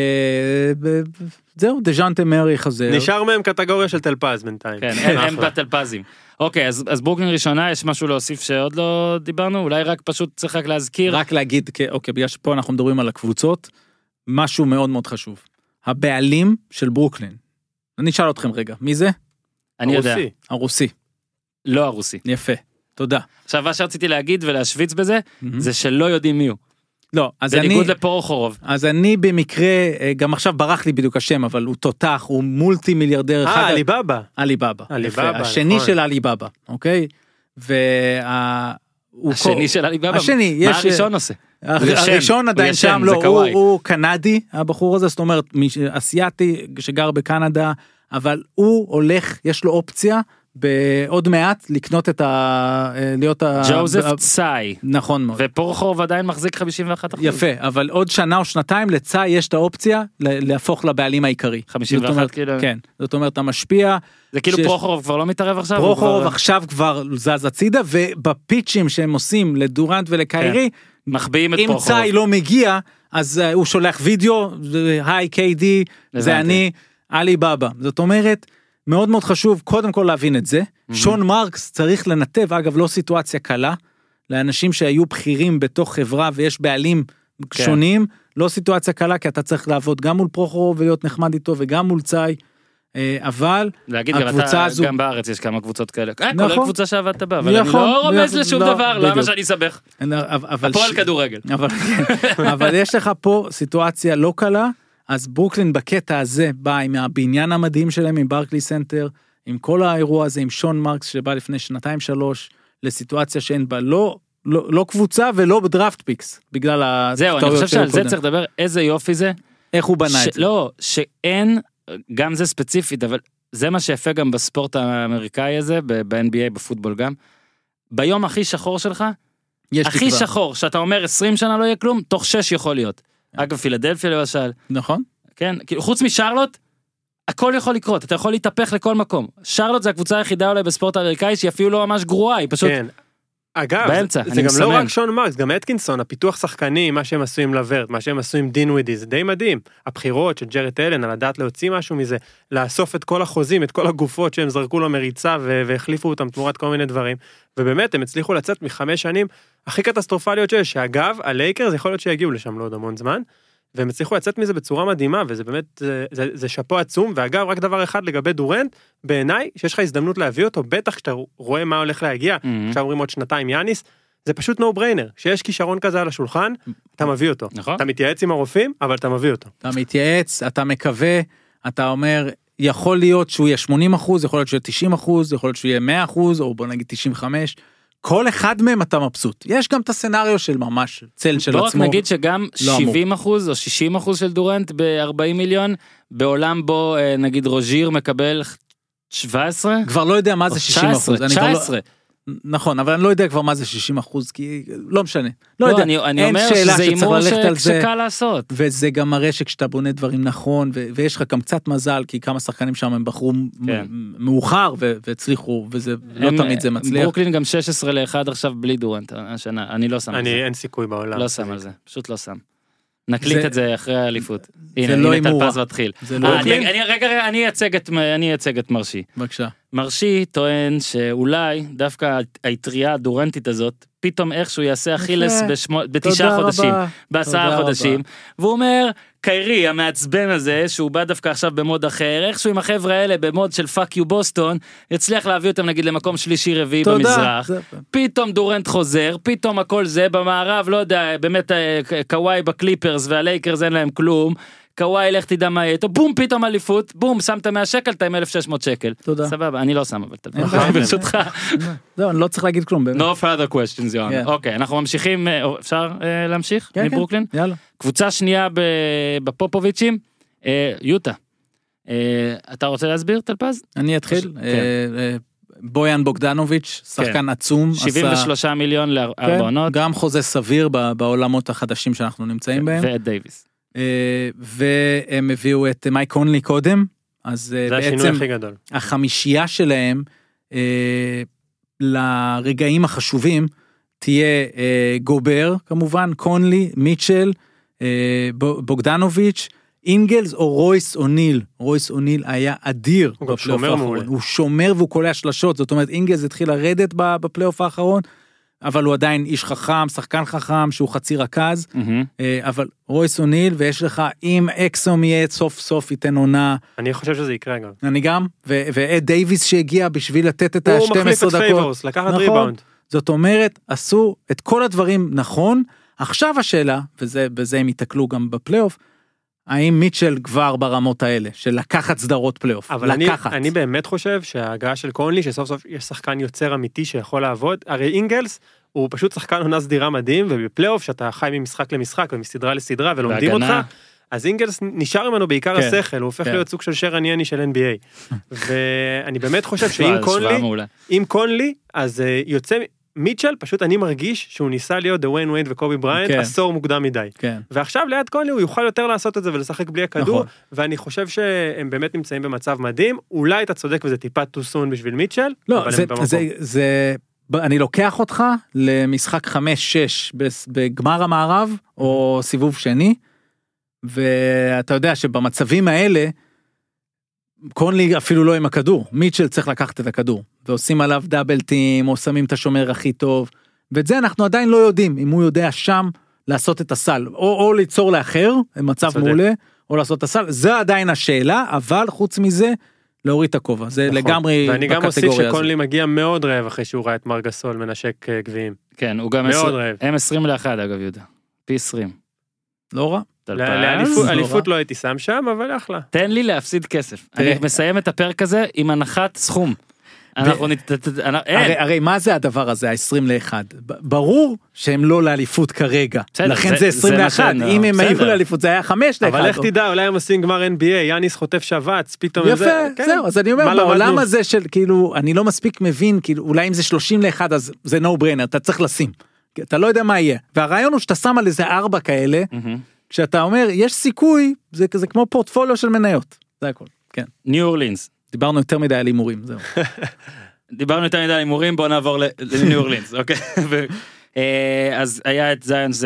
זהו, דז'אנטה מרי חזר. נשאר מהם קטגוריה של תלפז בינתיים. כן, הם בתלפזים. אוקיי, אז ברוקלין ראשונה, יש משהו להוסיף שעוד לא דיברנו? אולי רק פשוט צריך רק להזכיר. רק להגיד, אוקיי, בגלל שפה אנחנו מדברים על הקבוצות, משהו מאוד מאוד חשוב. הבעלים של ברוקלין. אני אשאל אתכם רגע, מי זה? אני יודע. הרוסי. לא הרוסי. יפה, תודה. עכשיו, מה שרציתי להגיד ולהשוויץ בזה, זה שלא יודעים מי הוא. לא, אז אני... בניגוד לפורחורוב. אז אני במקרה, גם עכשיו ברח לי בדיוק השם, אבל הוא תותח, הוא מולטי מיליארדר. עליבאבא. עליבאבא. השני של עליבאבא, אוקיי? השני של עליבאבא? השני, מה הראשון עושה? הראשון עדיין שם, לא, הוא קנדי, הבחור הזה, זאת אומרת, אסיאתי שגר בקנדה, אבל הוא הולך, יש לו אופציה, בעוד מעט לקנות להיות ג'וזף צאי. נכון מאוד. ופורחוב עדיין מחזיק 51%. יפה, אבל עוד שנה או שנתיים לצאי יש את האופציה להפוך לבעלים העיקרי. 51 כאילו. כן, זאת אומרת, אתה משפיע. זה כאילו פורחוב כבר לא מתערב עכשיו? פורחוב עכשיו כבר זז הצידה, ובפיצ'ים שהם עושים לדורנט ולקיירי, מחביאים את פורחוב. אם צאי לא מגיע, אז הוא שולח וידאו, היי KD, זה אני, עליבאבא. זאת אומרת, מאוד מאוד חשוב קודם כל להבין את זה. שון מרקס צריך לנתב, אגב לא סיטואציה קלה, לאנשים שהיו בכירים בתוך חברה ויש בעלים שונים, לא סיטואציה קלה, כי אתה צריך לעבוד גם מול פרוחורוב ולהיות נחמד איתו וגם מול צאי, אבל הקבוצה הזו... גם בארץ יש כמה קבוצות כאלה, כולל קבוצה שעבדת בה, אבל אני לא רומז לשום דבר, למה שאני אסבך? הפועל כדורגל. אבל יש לך פה סיטואציה לא קלה, אז ברוקלין בקטע הזה בא עם הבניין המדהים שלהם, עם ברקלי סנטר, עם כל האירוע הזה, עם שון מרקס שבא לפני 2-3, לסיטואציה שאין בה לא קבוצה ולא בדראפט פיקס, בגלל זהו, אני חושב שעל זה צריך לדבר, איזה יופי זה. איך הוא בנה את זה. לא, שאין, גם זה ספציפית, אבל זה מה שיפה גם בספורט האמריקאי הזה, ב-NBA, בפוטבול גם, ביום הכי שחור שלך, הכי שחור, שאתה אומר 20 שנה לא יהיה כלום, תוך 6 יכול להיות. אגב, פילדלפיה למשל. נכון. כן, כאילו, חוץ משרלוט, הכל יכול לקרות, אתה יכול להתהפך לכל מקום. שרלוט זה הקבוצה היחידה אולי בספורט האמריקאי, שהיא אפילו לא ממש גרועה, היא פשוט כן. אגב, באמצע. זה גם לא רק שון מרקס, גם אתקינסון, הפיתוח שחקני, מה שהם עשו עם לברט, מה שהם עשו עם דין ווידי, זה די מדהים. הבחירות של ג'רד אלן, על הדעת להוציא משהו מזה, לאסוף את כל החוזים, את כל הגופות שהם זרקו למריצה, והחליפו אותם תמורת כל מיני דברים, ובאמת הם הצליחו לצאת מ5 שנים הכי קטסטרופליות שיש, שאגב, הלייקרס יכול להיות שיגיעו לשם לא עוד המון זמן, והם הצליחו לצאת מזה בצורה מדהימה, וזה באמת, זה שפו עצום, ואגב, רק דבר אחד לגבי דורנט, בעיניי, שיש לך הזדמנות להביא אותו, בטח כשאתה רואה מה הולך להגיע, עכשיו אומרים עוד 2 יאניס, זה פשוט no brainer, שיש כישרון כזה על השולחן, אתה מביא אותו. נכון. אתה מתייעץ עם הרופאים, אבל אתה מביא אותו. אתה מתייעץ, אתה מקווה, אתה אומר, יכול להיות שהוא יהיה 80%, יכול להיות שהוא יהיה 90%, יכול להיות שהוא יהיה 100%, או בוא נגיד 95%, כל אחד מהם אתה מבסוט. יש גם את הסצנריו של ממש צל של עצמו. בוא רק נגיד שגם 70% או 60% של דורנט ב-40 מיליון, בעולם בו נגיד רוז'יר מקבל 17? כבר לא יודע מה זה 60%. 19. נכון, אבל אני לא יודע כבר מה זה 60%, כי לא משנה. לא יודע, אני אומר שזה אימור שקל לעשות. וזה גם מראה שכשאתה בונה דברים נכון, ויש לך גם קצת מזל, כי כמה שחקנים שם הם בחרו מאוחר, והצליחו, וזה לא תמיד זה מצליח. ברוקלין גם 16-1 עכשיו בלי דורנט, השנה, אני לא שם על זה. אין סיכוי בעולם. לא שם על זה, פשוט לא שם. נקליט את זה אחרי האליפות. הנה, טלפז מתחיל. אני אייצג את מרשי. בבקשה. מרשי טוען שאולי דווקא האטריה הדורנטית הזאת, פתאום איכשהו יעשה אכילס ב9 חודשים, ב10 חודשים, והוא אומר, קיירי המעצבן הזה, שהוא בא דווקא עכשיו במוד אחר, איכשהו עם החבר'ה האלה במוד של פאק יו בוסטון, יצליח להביא אותם נגיד למקום שלישי רביעי במזרח, פתאום דורנט חוזר, פתאום הכל זה במערב, לא יודע, באמת קוואי בקליפרס והלייקרס אין להם כלום, קוואי לך תדע מה יהיה איתו, בום פתאום אליפות, בום שמת 100 שקל, אתה עם 1,600 שקל. תודה. סבבה, אני לא שם אבל ברשותך. לא, אני לא צריך להגיד כלום. No further questions, יואן. אוקיי, אנחנו ממשיכים, אפשר להמשיך מברוקלין? יאללה. קבוצה שנייה בפופוביצ'ים, יוטה. אתה רוצה להסביר, טלפז? אני אתחיל. בויאן בוגדנוביץ', שחקן עצום. 73 מיליון ל4 עונות. גם חוזה סביר בעולמות החדשים שאנחנו נמצאים בהם. ואת דייביס. והם הביאו את מייק קונלי קודם, אז זה השינוי הכי גדול. החמישייה שלהם לרגעים החשובים תהיה גובר כמובן, קונלי, מיטשל, בוגדנוביץ', אינגלס או רויס אוניל. רויס אוניל היה אדיר בפלייאוף האחרון. הוא שומר והוא קולע שלשות, זאת אומרת אינגלס התחיל לרדת בפלייאוף האחרון, אבל הוא עדיין איש חכם, שחקן חכם, שהוא חצי רכז, אבל רויס אוניל, ויש לך, אם אקסום יהיה סוף סוף ייתן עונה. אני חושב שזה יקרה גם. אני גם, ואד דייביס שהגיע בשביל לתת את ה-12 דקות. הוא מחליף את פייבורס, לקחת ריבאונד. זאת אומרת, עשו את כל הדברים נכון, עכשיו השאלה, ובזה הם יתקלו גם בפלייאוף, האם מיטשל כבר ברמות האלה, של לקחת סדרות פלייאוף, אבל אני באמת חושב שההגעה של קונלי, שסוף סוף יש שחקן יוצר אמיתי שיכול לעבוד, הרי אינגלס הוא פשוט שחקן עונה סדירה מדהים, ובפלייאוף שאתה חי ממשחק למשחק, ומסדרה לסדרה, ולומדים אותך, אז אינגלס נשאר ממנו בעיקר השכל, הוא הופך להיות סוג של שרן יני של NBA, ואני באמת חושב שאם קונלי, אז יוצא מיטשל, פשוט אני מרגיש שהוא ניסה להיות דוויין וייד וקובי בריינט עשור מוקדם מדי. ועכשיו ליד קונלי הוא יוכל יותר לעשות את זה ולשחק בלי הכדור, ואני חושב שהם באמת נמצאים במצב מדהים, אולי אתה צודק וזה טיפה too soon בשביל מיטשל, לא, אני לוקח אותך למשחק 5-6 בגמר המערב, או סיבוב שני, ואתה יודע שבמצבים האלה, קונלי אפילו לא עם הכדור, מיטשל צריך לקחת את הכדור, ועושים עליו דאבל טים, או שמים את השומר הכי טוב, ואת זה אנחנו עדיין לא יודעים, אם הוא יודע שם לעשות את הסל, או ליצור לאחר, מצב מעולה, או לעשות את הסל, זה עדיין השאלה, אבל חוץ מזה, להוריד את הכובע, זה לגמרי ואני גם אוסיף שקונלי מגיע מאוד רעב, אחרי שהוא ראה את מרגסול מנשק גביעים. כן, הוא גם M21 אגב יהודה, פי 20. לא רע. לאליפות לא הייתי שם שם, אבל אחלה. תן לי להפסיד כסף. אני מסיים את הפרק הזה עם הנחת סכום. הרי מה זה הדבר הזה, ה-21? ברור שהם לא לאליפות כרגע. לכן זה 21. אם הם היו לאליפות זה היה 5-1. אבל איך תדע, אולי הם עושים גמר NBA, יאניס חוטף שבץ, פתאום יפה, זהו. אז אני אומר, בעולם הזה של כאילו, אני לא מספיק מבין, כאילו, אולי אם זה 31, אז זה no brainer, אתה צריך לשים. אתה לא יודע מה יהיה. והרעיון הוא שאתה שם על איזה 4 כאלה, כשאתה אומר, יש סיכוי, זה כמו פורטפוליו של מניות. זה הכל, כן. ניו אורלינס. דיברנו יותר מדי על הימורים, זהו. דיברנו יותר מדי על הימורים, בואו נעבור לניו אורלינס, אוקיי? אז היה את זיונס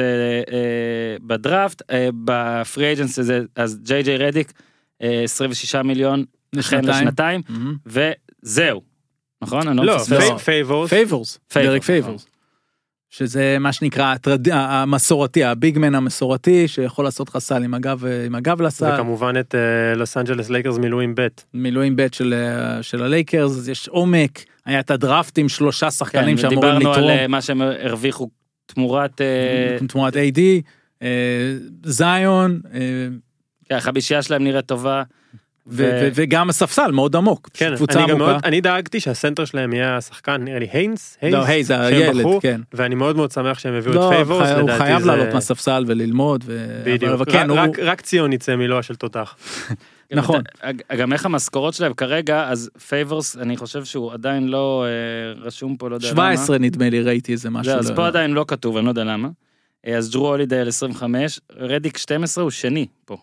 בדראפט, בפרי אג'נס, אז ג'יי ג'יי רדיק, 26 מיליון לשנתיים, וזהו. נכון? לא, פייבורס. דרק פייבורס. שזה מה שנקרא המסורתי, הביגמן המסורתי, שיכול לעשות לך סל עם הגב לסל. וכמובן את לוס אנג'לס לייקרס מילואים בית. מילואים בית של הלייקרס, יש עומק, היה את הדראפט עם 3 שחקנים שאמורים לתרום. דיברנו על מה שהם הרוויחו תמורת AD, זיון. החמישייה שלהם נראית טובה. וגם הספסל מאוד עמוק. כן, אני דאגתי שהסנטר שלהם יהיה השחקן, נראה לי היינס, הילד, כן. ואני מאוד מאוד שמח שהם הביאו את פייבורס. הוא חייב לעלות מהספסל וללמוד. בדיוק, רק ציון יצא מילואה של תותח. נכון. גם איך המשכורות שלהם כרגע, אז פייבורס, אני חושב שהוא עדיין לא רשום פה, לא יודע למה. 17 נדמה לי, ראיתי איזה משהו. אז פה עדיין לא כתוב, אני לא יודע למה. אז ג'רו הולידיי על 25, רדיק 12 הוא שני פה.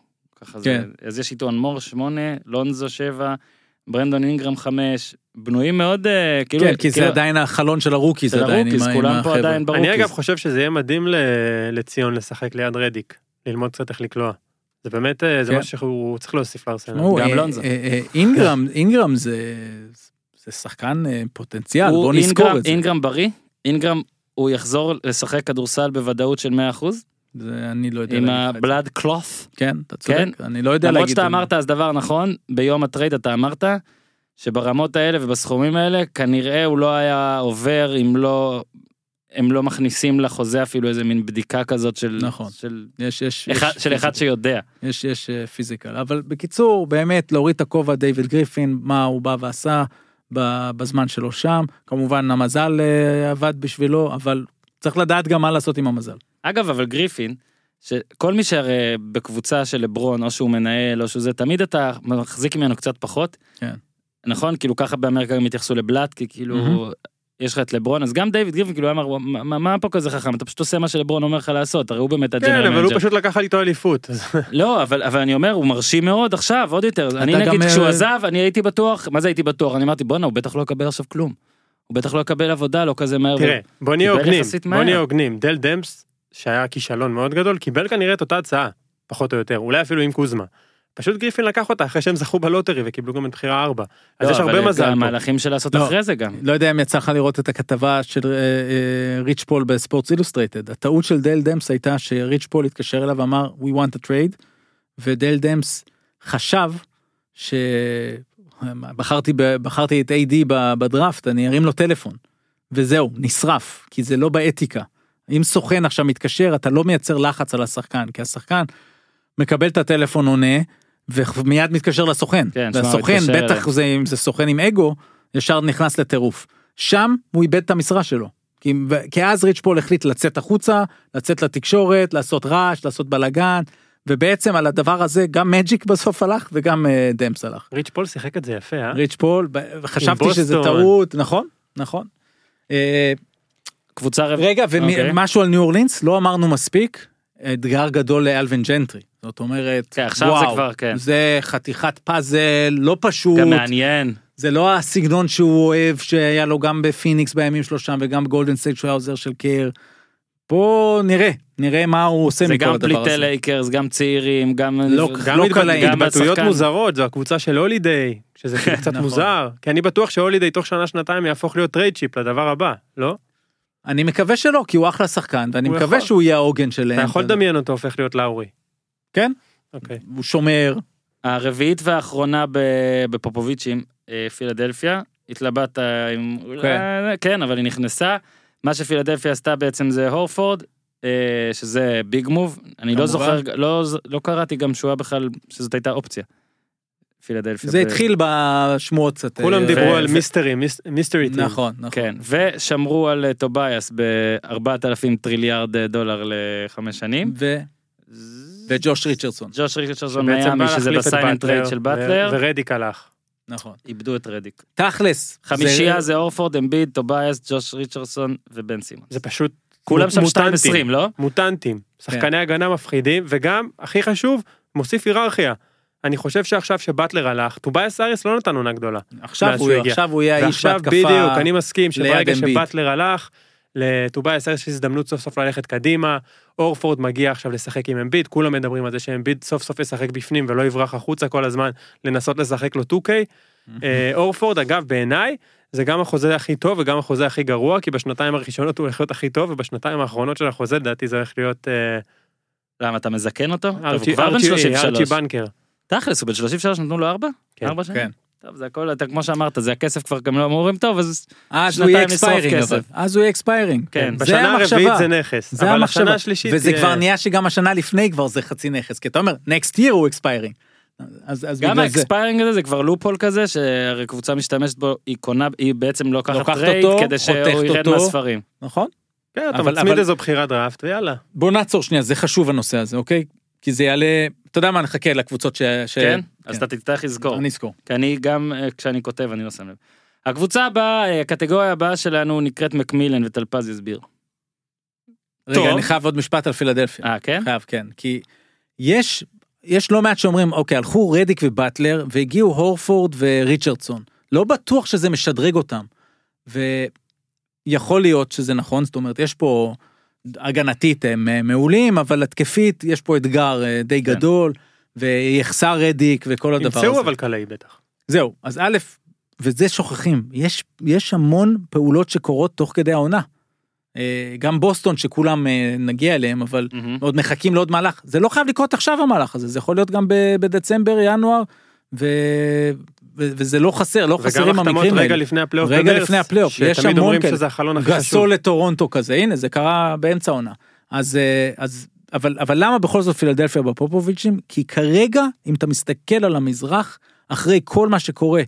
אז יש איתו אנמור 8, לונזו 7, ברנדון אינגרם 5, בנויים מאוד, כאילו... כן, כי זה עדיין החלון של הרוקיז עדיין. כולם פה עדיין ברוקיז. אני אגב חושב שזה יהיה מדהים לציון לשחק ליד רדיק, ללמוד קצת איך לקלוע. זה באמת, זה משהו שהוא צריך להוסיף לארסנל. גם לונזו. אינגרם זה שחקן פוטנציאל, בוא נזכור את זה. אינגרם בריא, אינגרם הוא יחזור לשחק כדורסל בוודאות של 100%. זה אני לא יודע עם הבלד קלוף. כן, אתה צודק, אני לא יודע להגיד. למרות שאתה אמרת אז דבר נכון, ביום הטרייד אתה אמרת, שברמות האלה ובסכומים האלה, כנראה הוא לא היה עובר אם לא, הם לא מכניסים לחוזה אפילו איזה מין בדיקה כזאת של, נכון, של אחד שיודע. יש פיזיקל, אבל בקיצור, באמת להוריד את הכובע דיוויד גריפין, מה הוא בא ועשה בזמן שלו שם, כמובן המזל עבד בשבילו, אבל צריך לדעת גם מה לעשות עם המזל. אגב, אבל גריפין, שכל מי שהרי בקבוצה של לברון, או שהוא מנהל, או שהוא זה, תמיד אתה מחזיק ממנו קצת פחות. כן. נכון? כאילו ככה באמריקה הם התייחסו לבלט, כי כאילו, יש לך את לברון, אז גם דיוויד גריפין כאילו אמר, מה פה כזה חכם? אתה פשוט עושה מה שלברון אומר לך לעשות, הרי הוא באמת הג'נרל מנג'ר. כן, אבל הוא פשוט לקח לי איתו אליפות. לא, אבל אני אומר, הוא מרשים מאוד עכשיו, עוד יותר. אני נגיד, כשהוא עזב, אני הייתי בטוח, מה זה הייתי בטוח? אני אמרתי, בוא'נה, הוא בטח לא יקבל עכשיו כלום. הוא בטח לא יקבל עבודה, לא כזה מהר. תראה, בוא נהיה הוגנים. דל דמפס, שהיה כישלון מאוד גדול, קיבל כנראה את אותה הצעה, פחות או יותר, אולי אפילו עם קוזמה. פשוט גריפין לקח אותה אחרי שהם זכו בלוטרי וקיבלו גם את בחירה 4. אז יש הרבה מזל. אבל מהלכים של לעשות אחרי זה גם. לא יודע אם יצא לך לראות את הכתבה של ריץ' פול בספורטס אילוסטרייטד. הטעות של דייל דמפס הייתה שריץ' פול התקשר אליו ואמר, we want a trade, ודייל דמפס חשב בחרתי את AD בדראפט, אני ארים לו טלפון, וזהו, נשרף, כי זה לא באתיקה. אם סוכן עכשיו מתקשר, אתה לא מייצר לחץ על השחקן, כי השחקן מקבל את הטלפון עונה, ומיד מתקשר לסוכן. כן, והסוכן, בטח אם זה סוכן עם אגו, ישר נכנס לטירוף. שם הוא איבד את המשרה שלו. כי אז ריץ' פול החליט לצאת החוצה, לצאת לתקשורת, לעשות רעש, לעשות בלגן, ובעצם על הדבר הזה גם מג'יק בסוף הלך, וגם דמפס הלך. ריץ' פול שיחק את זה יפה, ריץ' פול, חשבתי שזה טעות, נכון. קבוצה רגע, ומשהו על ניו אורלינס, לא אמרנו מספיק, אתגר גדול לאלווין ג'נטרי. זאת אומרת, וואו, זה חתיכת פאזל, לא פשוט. גם מעניין. זה לא הסגנון שהוא אוהב, שהיה לו גם בפיניקס בימים שלו שם, וגם בגולדן סטייט שהוא היה עוזר של קיר. בוא נראה מה הוא עושה מכל הדבר הזה. זה גם פליטי לייקרס, גם צעירים, גם התבטאויות מוזרות, זו הקבוצה של הולידיי, שזה קצת מוזר, כי אני בטוח שהולידיי תוך שנה-שנתיים יהפוך להיות טרייד צ'יפ לדבר הבא, לא? אני מקווה שלא, כי הוא אחלה שחקן, ואני מקווה שהוא יהיה העוגן שלהם. אתה יכול לדמיין אותו הופך להיות לאורי. כן? הוא שומר. הרביעית והאחרונה בפופוביצ'ים, פילדלפיה, התלבט עם... כן, אבל היא נכנסה. מה שפילדלפיה עשתה בעצם זה הורפורד, שזה ביג מוב. אני לא זוכר, לא קראתי גם שהוא היה בכלל, שזאת הייתה אופציה. פילדלפיה. זה התחיל בשמועות קצת. כולם דיברו על מיסטרי. נכון. כן, ושמרו על טובייס ב$4,000 טריליארד ל5 שנים. וג'וש ריצ'רדסון. ג'וש ריצ'רדסון מיאמי, שזה בסיין טרייד של באטלר. ורדיק הלך. נכון. איבדו את רדיק. תכלס. חמישייה זה אורפורד, אמביד, טובייס, ג'וש ריצ'רדסון ובן סימונס. זה פשוט כולם שם 2-20, לא? מוטנטים. שחקני הגנה מפחידים, וגם, הכי חשוב, מוסיף היררכיה. אני חושב שעכשיו שבאטלר הלך, טובייס אריס לא נתן עונה גדולה. עכשיו הוא יהיה איש בהתקפה. בדיוק, אני מסכים שברגע שבאטלר הלך, לטובייס אריס יש הזדמנות סוף סוף ללכת קדימה, אורפורד מגיע עכשיו לשחק עם אמביד, כולם מדברים על זה שאמביד סוף סוף ישחק בפנים ולא יברח החוצה כל הזמן לנסות לשחק לו 2K. אורפורד אגב בעיניי זה גם החוזה הכי טוב וגם החוזה הכי גרוע, כי בשנתיים הראשונות הוא הולך להיות הכי טוב, ובשנתיים האחרונות של החוזה דעתי זה הולך להיות... למה אתה מזקן אותו? ארצ'י בנקר. תכלס, הוא בן 33 נתנו לו 4? 4 שנים? כן. טוב, זה הכל, אתה כמו שאמרת, זה הכסף כבר גם לא אמורים טוב, אז הוא יהיה אקספיירינג. אז הוא יהיה אקספיירינג. כן. בשנה הרביעית זה נכס, אבל השנה השלישית... וזה כבר נהיה שגם השנה לפני כבר זה חצי נכס, כי אתה אומר, next year הוא אקספיירינג. גם האקספיירינג הזה, זה כבר לופול כזה, שהקבוצה משתמשת בו, היא בעצם לוקחת טרייד, כדי שהוא ירד מהספרים. נכון? כן, אתה מצמיד איזו בחירה דראפט, ויאללה. בוא נעצור שנייה, זה חשוב הנושא הזה, אוקיי? כי זה יעלה, אתה יודע מה, נחכה לקבוצות כן? אז אתה תצטרך לזכור. אני אזכור. כי אני גם, כשאני כותב, אני לא שם לב. הקבוצה הבאה, הקטגוריה הבאה שלנו נקראת מקמילן, וטלפז יסביר. רגע, אני חייב עוד משפט על פילדלפיה. כן? חייב, כן. כי יש לא מעט שאומרים, אוקיי, הלכו רדיק ובטלר, והגיעו הורפורד וריצ'רדסון. לא בטוח שזה משדרג אותם. ויכול להיות שזה נכון, זאת אומרת, יש פה... הגנתית הם מעולים, אבל התקפית יש פה אתגר די גדול, ויחסר רדיק וכל הדבר הזה. ימצאו אבל קלעי בטח. זהו, אז א', וזה שוכחים, יש המון פעולות שקורות תוך כדי העונה. גם בוסטון שכולם נגיע אליהם, אבל עוד מחכים לעוד מהלך. זה לא חייב לקרות עכשיו המהלך הזה, זה יכול להיות גם בדצמבר, ינואר, וזה לא חסר, לא חסרים המקרים האלה. רגע לפני הפלייאוף. רגע לפני הפלייאוף. יש המון כאלה. גסול גסול לטורונטו כזה, הנה, זה קרה באמצע העונה. אבל למה בכל זאת פילדלפיה בפופוביצ'ים? כי כרגע, אם אתה מסתכל על המזרח, אחרי כל מה שקורה,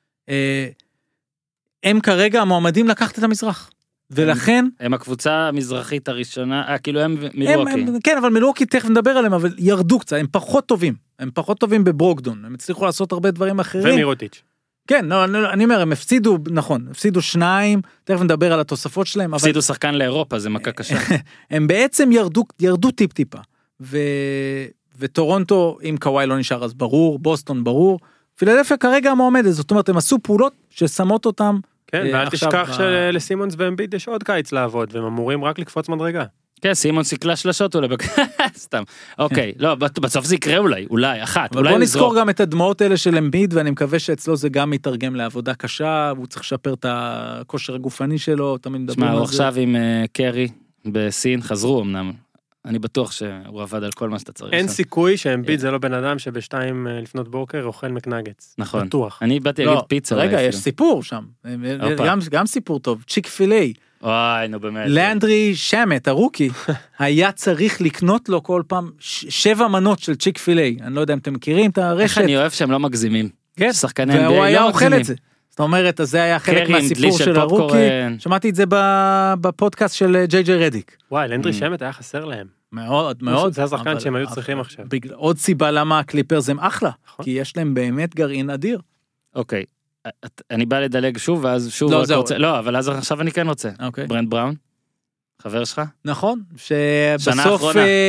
הם כרגע המועמדים לקחת את המזרח. ולכן... הם הקבוצה המזרחית הראשונה, כאילו הם מילווקי. כן, אבל מילווקי תכף נדבר עליהם, אבל ירדו קצת, הם פחות טובים. הם פחות טובים בברוקדון, הם הצליחו לעשות הרבה דברים אחרים. ומירוטיץ'. כן, לא, אני אומר, הם הפסידו, נכון, הפסידו 2, תכף נדבר על התוספות שלהם. הפסידו שחקן לאירופה, זה מכה קשה. הם בעצם ירדו טיפ-טיפה. וטורונטו, אם קוואי לא נשאר, אז ברור, בוסטון ברור. פילדלפיה כרגע המועמדת, זאת אומרת, הם עשו פעולות ששמות אותם. כן, ואל תשכח שלסימונס ואמביד יש עוד קיץ לעבוד, והם אמורים רק לקפוץ מדרגה. כן, סימון סיכלה שלשות אולי, סתם. אוקיי, לא, בסוף זה יקרה אולי, אחת. אבל בוא נזכור גם את הדמעות האלה של אמביד, ואני מקווה שאצלו זה גם מתרגם לעבודה קשה, והוא צריך לשפר את הכושר הגופני שלו, תמיד מדברים על זה. הוא עכשיו עם קרי בסין, חזרו אמנם. אני בטוח שהוא עבד על כל מה שאתה צריך. אין סיכוי שאמביד זה לא בן אדם שבשתיים לפנות בוקר אוכל מקנגץ. נכון. בטוח. אני באתי להגיד פיצה. רגע, יש סיפור שם. גם סיפור טוב. צ'יק פילי. וואי, נו באמת. לאנדרי שמט, הרוקי, היה צריך לקנות לו כל פעם 7 מנות של צ'יק פילי. אני לא יודע אם אתם מכירים את הרשת. איך אני אוהב שהם לא מגזימים. כן. שחקני NBA לא מגזימים. והוא היה אוכל את זה. זאת אומרת, אז זה היה חלק מהסיפור של הרוקי. שמעתי את זה בפודקאסט של ג'יי רדיק. וואי, לאנדרי שמט היה חסר להם. מאוד, מאוד. זה השחקן שהם היו צריכים עכשיו. עוד סיבה למה הקליפרס הם אחלה. כי יש להם באמת גרעין אדיר. אוקיי. אני בא לדלג שוב, ואז שוב... לא, אבל אז עכשיו אני כן רוצה. ברנט בראון, חבר שלך? נכון, שבסוף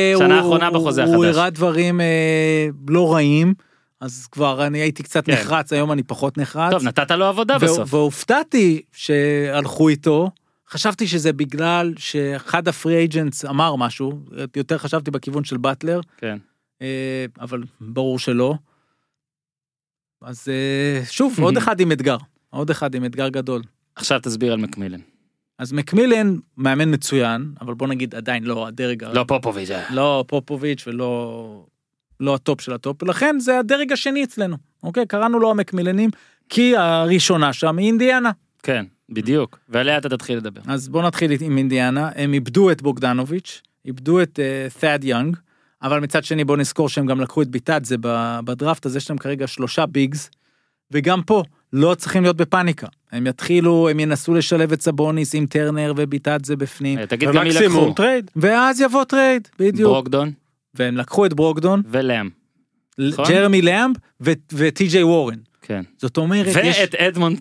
הוא הראה דברים לא רעים, אז כבר אני הייתי קצת נחרץ, היום אני פחות נחרץ. טוב, נתת לו עבודה בסוף. והופתעתי שהלכו איתו, חשבתי שזה בגלל שאחד הפרי אייג'נטס אמר משהו, יותר חשבתי בכיוון של באטלר, אבל ברור שלא. אז שוב, עוד אחד עם אתגר גדול. עכשיו תסביר על מקמילן. אז מקמילן מאמן מצוין, אבל בוא נגיד עדיין לא הדרג... לא פופוביץ'. לא פופוביץ' ולא הטופ של הטופ, ולכן זה הדרג השני אצלנו. אוקיי? קראנו לו המקמילנים, כי הראשונה שם היא אינדיאנה. כן, בדיוק. ועליה אתה תתחיל לדבר. אז בוא נתחיל עם אינדיאנה. הם איבדו את בוגדנוביץ', איבדו את ת'אד יאנג, אבל מצד שני בוא נזכור שהם גם לקחו את ביטת זה בדראפט, אז יש להם כרגע 3 ביגס, וגם פה לא צריכים להיות בפאניקה. הם ינסו לשלב את סבוניס עם טרנר וביטת זה בפנים. תגיד גם מי לקחו. ואז יבוא טרייד, בדיוק. ברוקדון. והם לקחו את ברוקדון. ולאם. ג'רמי לאמב וטי.ג'יי וורן. כן. זאת אומרת... ואת אדמונד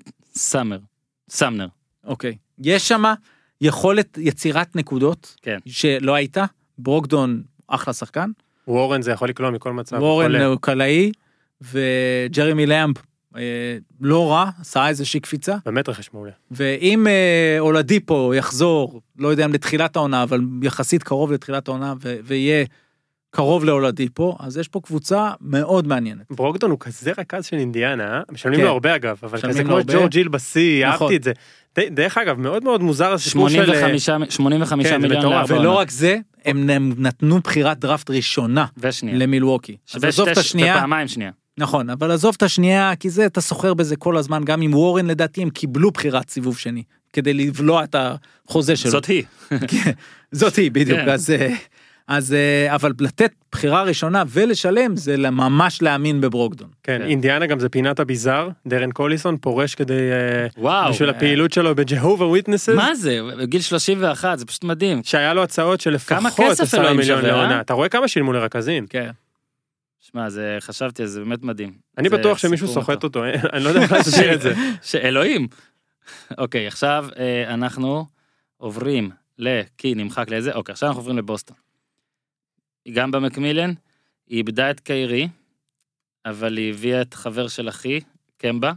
סמנר. אוקיי. יש שם יכולת יצירת נקודות. כן. שלא הייתה. ברוקדון אחלה שחקן. וורן זה יכול לקלוע מכל מצב. וורן הוא קלעי, וג'רמי לאמב לא רע, עשה איזושהי קפיצה. באמת רכש מעולה. ואם אולדיפו יחזור, לא יודע אם לתחילת העונה, אבל יחסית קרוב לתחילת העונה, ויהיה קרוב לאולדיפו, אז יש פה קבוצה מאוד מעניינת. ברוקדון הוא כזה רכז של אינדיאנה, משלמים לו הרבה אגב, אבל כזה כמו ג'ורג' בסי, אהבתי את זה. דרך אגב, מאוד מאוד מוזר הסיפור של... 85 מיליון. ולא רק זה, הם נתנו בחירת דראפט ראשונה למילווקי. פעמיים שנייה. נכון, אבל עזוב את השנייה, כי זה, אתה סוחר בזה כל הזמן, גם עם וורן לדעתי הם קיבלו בחירת סיבוב שני, כדי לבלוע את החוזה שלו. זאת היא. זאת היא, בדיוק. אז, אבל לתת בחירה ראשונה ולשלם, זה ממש להאמין בברוקדון. כן, אינדיאנה גם זה פינת הביזר, דרן קוליסון פורש כדי, בשביל הפעילות שלו בג'הובה וויטנסס. מה זה? בגיל 31, זה פשוט מדהים. שהיה לו הצעות של לפחות 10 מיליון לעונה. אתה רואה כמה שילמו לרכזים? כן. שמע, חשבתי, זה באמת מדהים. אני בטוח שמישהו סוחט אותו, אני לא יודע איך להסביר את זה. שאלוהים. אוקיי, עכשיו אנחנו עוברים כי נמחק לאיזה, אוקיי, עכשיו אנחנו עוברים לבוסטון. גם במקמילן, היא איבדה את קיירי, אבל היא הביאה את חבר של אחי, קמבה,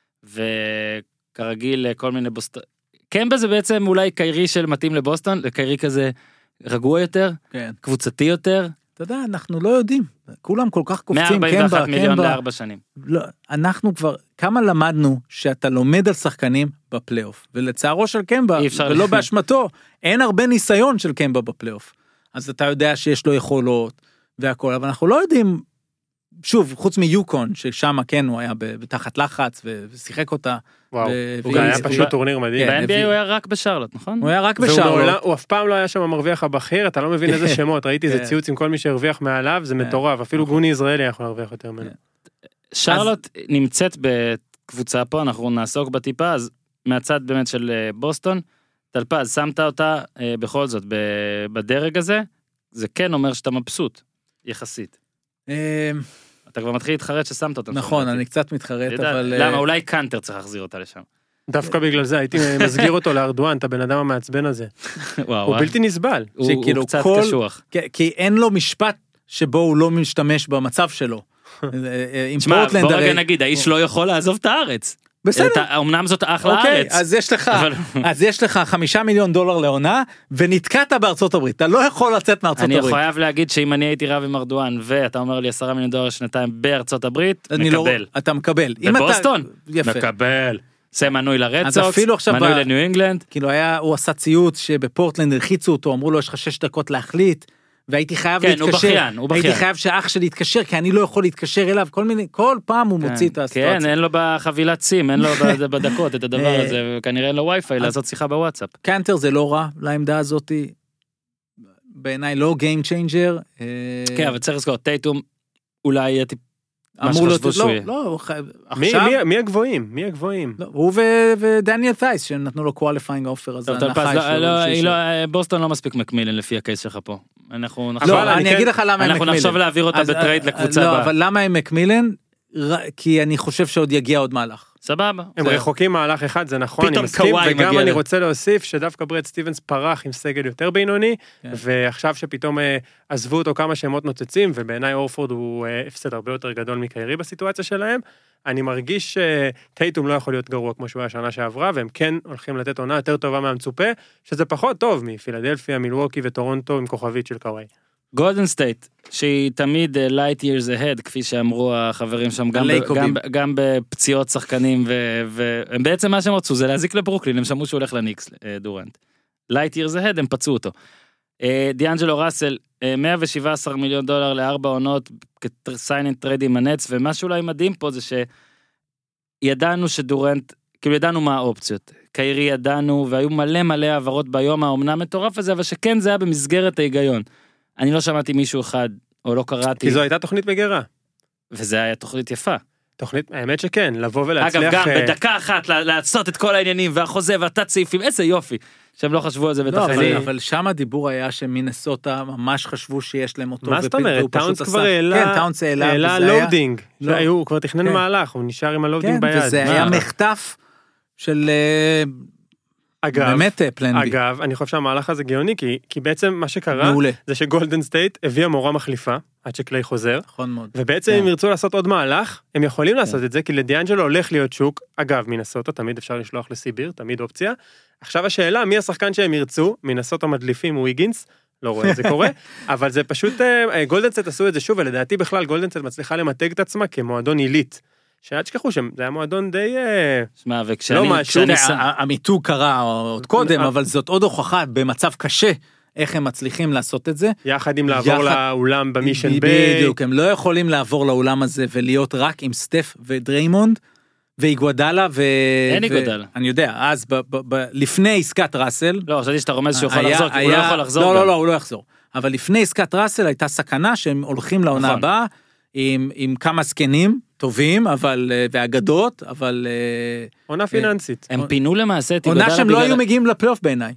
וכרגיל כל מיני בוסטון. קמבה זה בעצם אולי קיירי של מתאים לבוסטון, לקיירי כזה רגוע יותר, קבוצתי יותר. אתה יודע, אנחנו לא יודעים, כולם כל כך קופצים, 141 מיליון ל4 שנים. לא, אנחנו כבר, כמה למדנו שאתה לומד על שחקנים בפלייאוף, ולצערו של קמבה, ולא באשמתו, אין הרבה ניסיון של קמבה בפלייאוף. אז אתה יודע שיש לו יכולות והכל, אבל אנחנו לא יודעים, שוב, חוץ מיוקון, ששם כן הוא היה בתחת לחץ ושיחק אותה. וואו, הוא היה פשוט טורניר מדהים. ב-NBA הוא היה רק בשרלוט, נכון? הוא היה רק בשרלוט. הוא אף פעם לא היה שם המרוויח הבכיר, אתה לא מבין איזה שמות, ראיתי איזה ציוץ עם כל מי שהרוויח מעליו, זה מטורף, אפילו גוני ישראלי יכול להרוויח יותר ממנו. שרלוט נמצאת בקבוצה פה, אנחנו נעסוק בטיפה, אז מהצד באמת של בוסטון, טלפז, שמת אותה בכל זאת בדרג הזה, זה כן אומר שאתה מבסוט, יחסית. אתה כבר מתחיל להתחרט ששמת אותה. נכון, אני קצת מתחרט, אבל... למה? אולי קאנטר צריך להחזיר אותה לשם. דווקא בגלל זה, הייתי מסגיר אותו לארדואן, את הבן אדם המעצבן הזה. הוא בלתי נסבל. הוא קצת קשוח. כי אין לו משפט שבו הוא לא משתמש במצב שלו. שמע, בוא רגע נגיד, האיש לא יכול לעזוב את הארץ. בסדר. אמנם זאת אחלה הארץ. אז יש לך $5 מיליון לעונה, ונתקעת בארצות הברית, אתה לא יכול לצאת מארצות הברית. אני חייב להגיד שאם אני הייתי רב עם ארדואן, ואתה אומר לי $10 מיליון שנתיים בארצות הברית, מקבל. אתה מקבל. בבוסטון? מקבל. זה מנוי לרדסוקס, מנוי לניו אינגלנד. כאילו הוא עשה ציוץ שבפורטלנד הרחיצו אותו, אמרו לו יש לך 6 דקות להחליט, והייתי חייב להתקשר, הייתי חייב שאח שלי יתקשר, כי אני לא יכול להתקשר אליו, כל פעם הוא מוציא את הסיטואציה. כן, אין לו בחבילת סים, אין לו בדקות את הדבר הזה, וכנראה אין לו וי-פיי לעשות שיחה בוואטסאפ. קנטר זה לא רע לעמדה הזאת, בעיניי לא Game Changer. כן, אבל צריך לזכור, טייטום אולי יהיה מה שחשבו שהוא יהיה. לא, עכשיו... מי הגבוהים? מי הגבוהים? הוא ודניאל טייס, שנתנו לו qualifying offer, אז בוסטון לא מספיק מקמילן לפי הקייס שלך פה. אני אגיד לך למה הם מקמילן. אנחנו נחשוב להעביר אותה בטרייד לקבוצה הבאה. לא, אבל למה הם מקמילן? כי אני חושב שעוד יגיע עוד מהלך. סבבה. הם רחוקים מהלך אחד, זה נכון, אני מסכים, וגם אני רוצה להוסיף שדווקא ברד סטיבנס פרח עם סגל יותר בינוני, ועכשיו שפתאום עזבו אותו כמה שמות נוצצים, ובעיניי אורפורד הוא הפסד הרבה יותר גדול מקיירי בסיטואציה שלהם, אני מרגיש שטייטום לא יכול להיות גרוע כמו שהוא היה השנה שעברה, והם כן הולכים לתת עונה יותר טובה מהמצופה, שזה פחות טוב מפילדלפיה, מילווקי וטורונטו עם כוכבית של קוואי. גולדן סטייט, שהיא תמיד light years ahead, כפי שאמרו החברים שם, גם בפציעות שחקנים, והם בעצם מה שהם רצו, זה להזיק לברוקלין, הם שמעו שהוא הולך לניקס, דורנט. light years ahead, הם פצעו אותו. דיאנג'לו ראסל, $117 מיליון ל4 עונות, sign and trade עם הנץ, ומה שאולי מדהים פה זה שידענו שדורנט, כאילו ידענו מה האופציות. קיירי ידענו, והיו מלא העברות ביום האומנם מטורף הזה, אבל שכן זה היה במסגרת ההיגיון. אני לא שמעתי מישהו אחד, או לא קראתי. כי זו הייתה תוכנית מגרה. וזה היה תוכנית יפה. תוכנית, האמת שכן, לבוא ולהצליח... אגב, גם בדקה אחת לעשות את כל העניינים, והחוזה והתת סעיפים, איזה יופי, שהם לא חשבו על זה בטח. אבל שם הדיבור היה שמינסוטה ממש חשבו שיש להם אותו. מה זאת אומרת? טאונס כבר העלה לואודינג. הוא כבר תכנן מהלך, הוא נשאר עם הלואודינג ביד. וזה היה מחטף של... אגב, אני חושב שהמהלך הזה גאוני, כי בעצם מה שקרה, זה שגולדן סטייט הביאה מורה מחליפה, עד שקליי חוזר, ובעצם אם ירצו לעשות עוד מהלך, הם יכולים לעשות את זה, כי לדיאנג'לו הולך להיות שוק, אגב, מינסוטה, תמיד אפשר לשלוח לסיביר, תמיד אופציה, עכשיו השאלה, מי השחקן שהם ירצו, מינסוטה מדליפים הוא היגינס, לא רואה את זה קורה, אבל זה פשוט, גולדן סטייט עשו את זה שוב, ולדעתי בכלל גולדן סטייט מצליחה למתג את עצמה כמועדון עילית, שעד שכחו שם, זה היה מועדון די... שמע, וכשאני... המיתוג קרה עוד קודם, אבל זאת עוד הוכחה במצב קשה, איך הם מצליחים לעשות את זה. יחד עם לעבור לאולם במישן ביי. בדיוק, הם לא יכולים לעבור לאולם הזה ולהיות רק עם סטף ודריימונד, ואיגוודלה אין איגוודלה. אני יודע, אז לפני עסקת ראסל... לא, חשבתי שאתה רומז שהוא יכול לחזור, כי הוא לא יכול לחזור. לא, הוא לא יחזור. אבל לפני עסקת ראסל הייתה סכנה שהם הולכים לעונה הבאה, עם כמה סקנים טובים, אבל, ואגדות, אבל... עונה פיננסית. הם פינו למעשה את איגוודלה. עונה שהם לא היו מגיעים לפלייאוף בעיניי,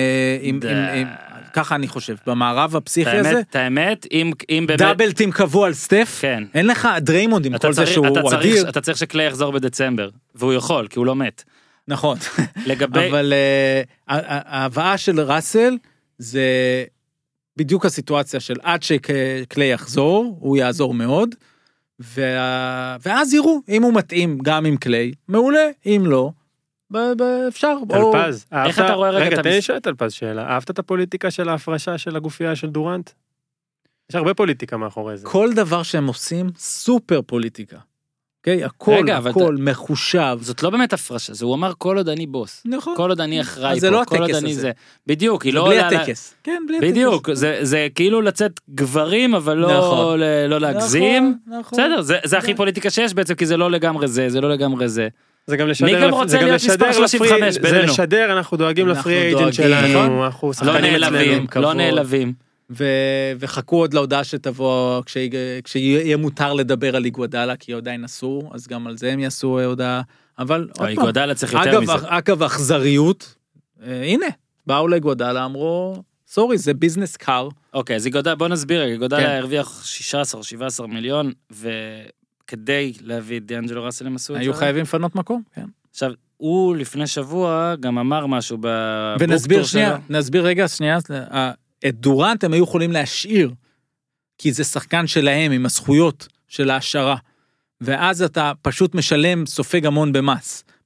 ככה אני חושב, במערב הפסיכי הזה. את האמת, אם באמת... דאבל טים קבוע על סטף, אין לך דריימונד עם כל זה שהוא אדיר. אתה צריך שקלי יחזור בדצמבר, והוא יכול, כי הוא לא מת. נכון. אבל ההבאה של ראסל, זה בדיוק הסיטואציה של עד שקלי יחזור, הוא יעזור מאוד, ואז יראו, אם הוא מתאים גם עם קלי, מעולה, אם לא, אפשר. טלפז, איך אתה רואה רגע... רגע, תן לי שואל טלפז שאלה, אהבת את הפוליטיקה של ההפרשה של הגופייה של דורנט? יש הרבה פוליטיקה מאחורי זה. כל דבר שהם עושים, סופר פוליטיקה. הכל מחושב. זאת לא באמת הפרשה, זה הוא אמר כל עוד אני בוס. נכון. כל עוד אני אחראי פה, כל עוד אני זה. בדיוק, היא לא... בלי הטקס. כן, בלי הטקס. בדיוק, זה כאילו לצאת גברים, אבל לא להגזים. בסדר, זה הכי פוליטיקה שיש בעצם, כי זה לא לגמרי זה, זה לא לגמרי זה. זה גם לשדר, מי גם רוצה להיות מספר 35 בינינו? זה לשדר, אנחנו דואגים לפרי אייג'נט שלנו, לא נעלבים. וחכו עוד להודעה שתבוא, כשיהיה מותר לדבר על איגוודלה, כי עדיין אסור, אז גם על זה הם יעשו הודעה, אבל איגוודלה צריך יותר מזה. אגב, אכזריות, הנה, באו לאיגוודלה, אמרו, סורי, זה ביזנס קאר. אוקיי, אז איגוודלה, בוא נסביר, איגוודלה הרוויח 16 או 17 מיליון, וכדי להביא את דיאנג'לו ראסל הם עשו את זה. היו חייבים לפנות מקום, כן. עכשיו, הוא לפני שבוע גם אמר משהו ונסביר רגע, שנייה, את דורנט הם היו יכולים להשאיר, כי זה שחקן שלהם עם הזכויות של ההשארה, ואז אתה פשוט משלם סופג המון במס.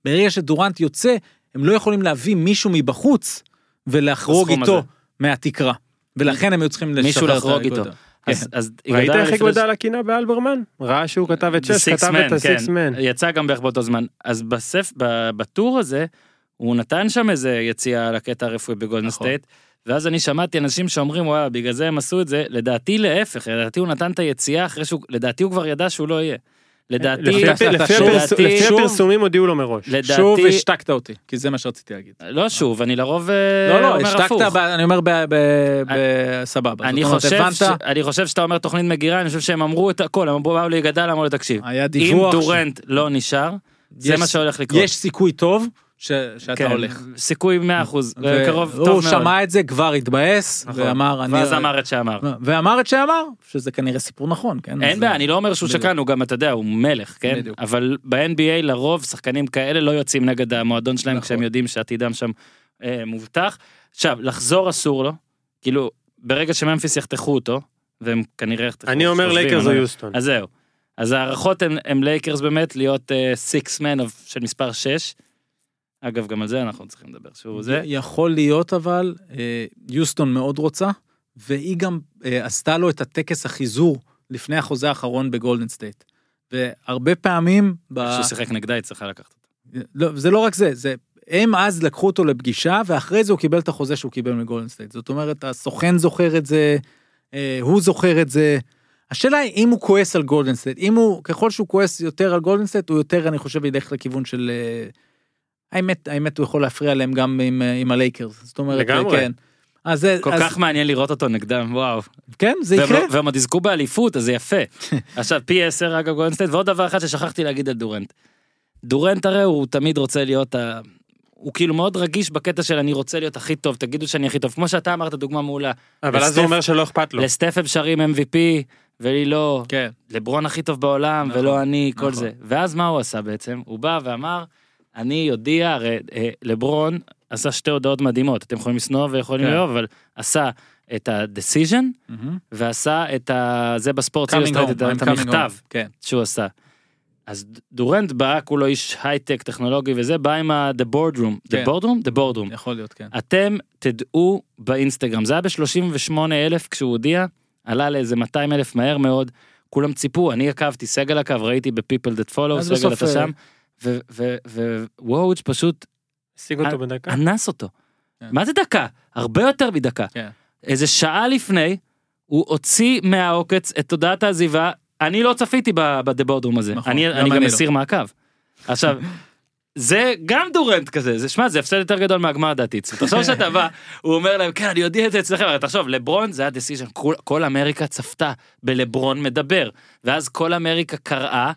ברגע שדורנט יוצא, הם לא יכולים להביא מישהו מבחוץ, ולחרוג איתו מהתקרה. ולכן הם היו צריכים לשחרר מישהו לחרוג איתו. ראית איך יגודה על הקינה באלברמן? ראה שהוא כתב את 6, כתב את ה-6 man. יצא גם בערך באותו זמן. אז בטור הזה, הוא נתן שם איזה יציאה לקטע הרפואי בגולדן סטייט, ואז אני שמעתי אנשים שאומרים, וואלה, בגלל זה הם עשו את זה, לדעתי להפך, לדעתי הוא נתן את היציאה אחרי שהוא, לדעתי הוא כבר ידע שהוא לא יהיה. לדעתי, לפי הפרסומים הודיעו לו מראש. שוב השתקת אותי, כי זה מה שרציתי להגיד. לא שוב, אני לרוב אומר הפוך. אני אומר בסבבה. אני חושב שאתה אומר תוכנית מגירה, אני חושב שהם אמרו את הכל, הם אמרו לי גדל, אמרו לי תקשיב. אם דורנט לא נשאר, זה מה שהולך לקרות. יש סיכוי טוב שאתה הולך. סיכוי 100%, קרוב טוב מאוד. הוא שמע את זה, כבר התבאס, ואמר... ואז אמר את שאמר. ואמר את שאמר, שזה כנראה סיפור נכון, כן? אין בעיה, אני לא אומר שהוא שקן, הוא גם, אתה יודע, הוא מלך, כן? אבל ב-NBA לרוב, שחקנים כאלה לא יוצאים נגד המועדון שלהם, כשהם יודעים שעתידם שם מובטח. עכשיו, לחזור אסור לו, כאילו, ברגע שממפיס יחתכו אותו, והם כנראה יחתכו... אני אומר לייקרס או יוסטון. אז זהו. אז הערכות הם לייקרס באמת להיות 6 man של מספר 6, אגב, גם על זה אנחנו צריכים לדבר. יכול להיות אבל, יוסטון מאוד רוצה, והיא גם עשתה לו את הטקס החיזור לפני החוזה האחרון בגולדן סטייט. והרבה פעמים... ששיחק נגדה היא צריכה לקחת אותו. לא, זה לא רק זה, הם אז לקחו אותו לפגישה, ואחרי זה הוא קיבל את החוזה שהוא קיבל מגולדן סטייט. זאת אומרת, הסוכן זוכר את זה, הוא זוכר את זה. השאלה היא אם הוא כועס על גולדן סטייט, ככל שהוא כועס יותר על גולדן סטייט, הוא יותר, אני חושב, ילך לכיוון של... האמת הוא יכול להפריע להם גם עם הלייקרס, זאת אומרת, כן. כל כך מעניין לראות אותו נגדם, וואו. כן, זה יקרה. והם עוד יזכו באליפות, אז זה יפה. עכשיו, פי 10 אגב גולדן סטייט, ועוד דבר אחד ששכחתי להגיד על דורנט. דורנט הרי הוא תמיד רוצה להיות, הוא כאילו מאוד רגיש בקטע של אני רוצה להיות הכי טוב, תגידו שאני הכי טוב, כמו שאתה אמרת, דוגמה מעולה. אבל אז הוא אומר שלא אכפת לו. לסטף אפשרים MVP, ולי לא, לברון הכי טוב בעולם, ולא אני, כל זה. ואז מה הוא עשה בעצם? הוא בא ואמר, אני יודיע, הרי לברון עשה שתי הודעות מדהימות, אתם יכולים לסנוע ויכולים לאהוב, אבל עשה את ה-decision, ועשה את זה בספורט, את המכתב שהוא עשה. אז דורנט בא, כולו איש הייטק, טכנולוגי וזה, בא עם ה-the boardroom, the boardroom, יכול להיות, כן. אתם תדעו באינסטגרם, זה היה ב-38,000 כשהוא הודיע, עלה לאיזה 200,000 מהר מאוד, כולם ציפו, אני עקבתי, סגל עקב, ראיתי ב-people that follow, סגל אתה שם, ווואוץ' פשוט אנס אותו. מה זה דקה? הרבה יותר מדקה. איזה שעה לפני, הוא הוציא מהעוקץ את תודעת העזיבה, אני לא צפיתי בדבורדרום הזה, אני גם מסיר מעקב. עכשיו, זה גם דורנט כזה, שמע, זה הפסד יותר גדול מהגמר דעתי. תחשוב שאתה בא, הוא אומר להם, כן, אני יודע את זה אצלכם, אבל תחשוב, לברון זה היה דיסיז'ן, כל אמריקה צפתה בלברון מדבר, ואז כל אמריקה קראה,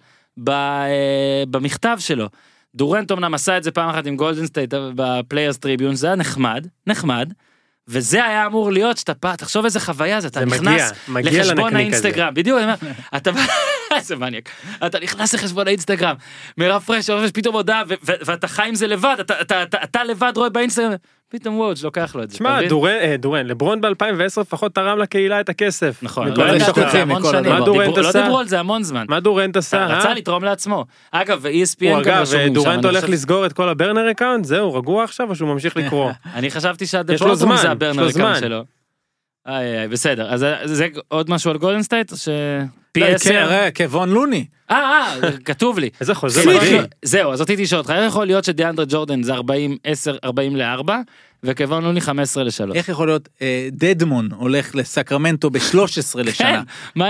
במכתב שלו. דורנט אמנם עשה את זה פעם אחת עם גולדן סטייט בפליירס טריביון, זה היה נחמד, וזה היה אמור להיות שאתה בא, תחשוב איזה חוויה זה, אתה נכנס לחשבון האינסטגרם, בדיוק, אתה בא, איזה מניאק, אתה נכנס לחשבון האינסטגרם, מרפרש, פתאום הודעה, ואתה חי עם זה לבד, אתה לבד רואה באינסטגרם, פתאום וואץ' לוקח לו את זה. שמע, דורן, לברון ב-2010 לפחות תרם לקהילה את הכסף. נכון, לא דיברו על זה המון זמן. מה דורנט עשה? רצה לתרום לעצמו. אגב, ESPN אגב, דורנט הולך לסגור את כל הברנר אקאונט, זהו, רגוע עכשיו או שהוא ממשיך לקרוא? אני חשבתי שהדפורטום זה הברנר אקאונט שלו. בסדר, אז זה עוד משהו על גולדן סטייט? כבון לוני. כתוב לי. איזה חוזה מדהים. זהו, אז רציתי לשאול אותך, איך יכול להיות שדיאנדרה ג'ורדן זה 40-4, וכבון לוני 15-3? איך יכול להיות דדמון הולך לסקרמנטו ב-13 לשנה? מה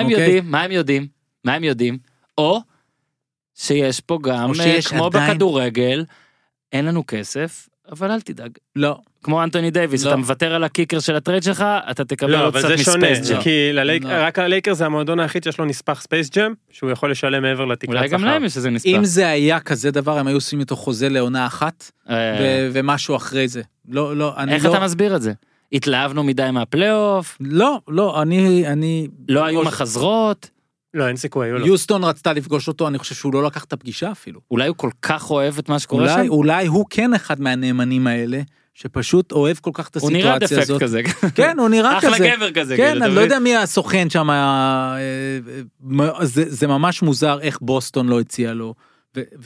הם יודעים? או שיש פה גם, כמו בכדורגל, אין לנו כסף, אבל אל תדאג. לא. כמו אנטוני דייביס, אתה מוותר על הקיקר של הטרייד שלך, אתה תקבל עוד קצת מספייס ג'ם. כי רק הלייקר זה המועדון היחיד שיש לו נספח ספייס ג'ם, שהוא יכול לשלם מעבר לתקרת שכר. אולי גם להם יש איזה נספח. אם זה היה כזה דבר, הם היו עושים איתו חוזה לעונה אחת, ומשהו אחרי זה. איך אתה מסביר את זה? התלהבנו מדי מהפלייאוף? לא, אני... לא היו מחזרות? לא, אין סיכוי, היו לו. יוסטון רצתה לפגוש אותו, אני חושב שהוא לא לקח את הפגישה אפילו. אולי הוא כל כך אוהב את מה שקורה שם? אולי הוא כן אחד מהנאמנים האלה, שפשוט אוהב כל כך את הסיטואציה הזאת. הוא נראה דפקט כזה. כן, הוא נראה כזה. אחלה גבר כזה. כן, אני לא יודע מי הסוכן שם, זה ממש מוזר איך בוסטון לא הציע לו,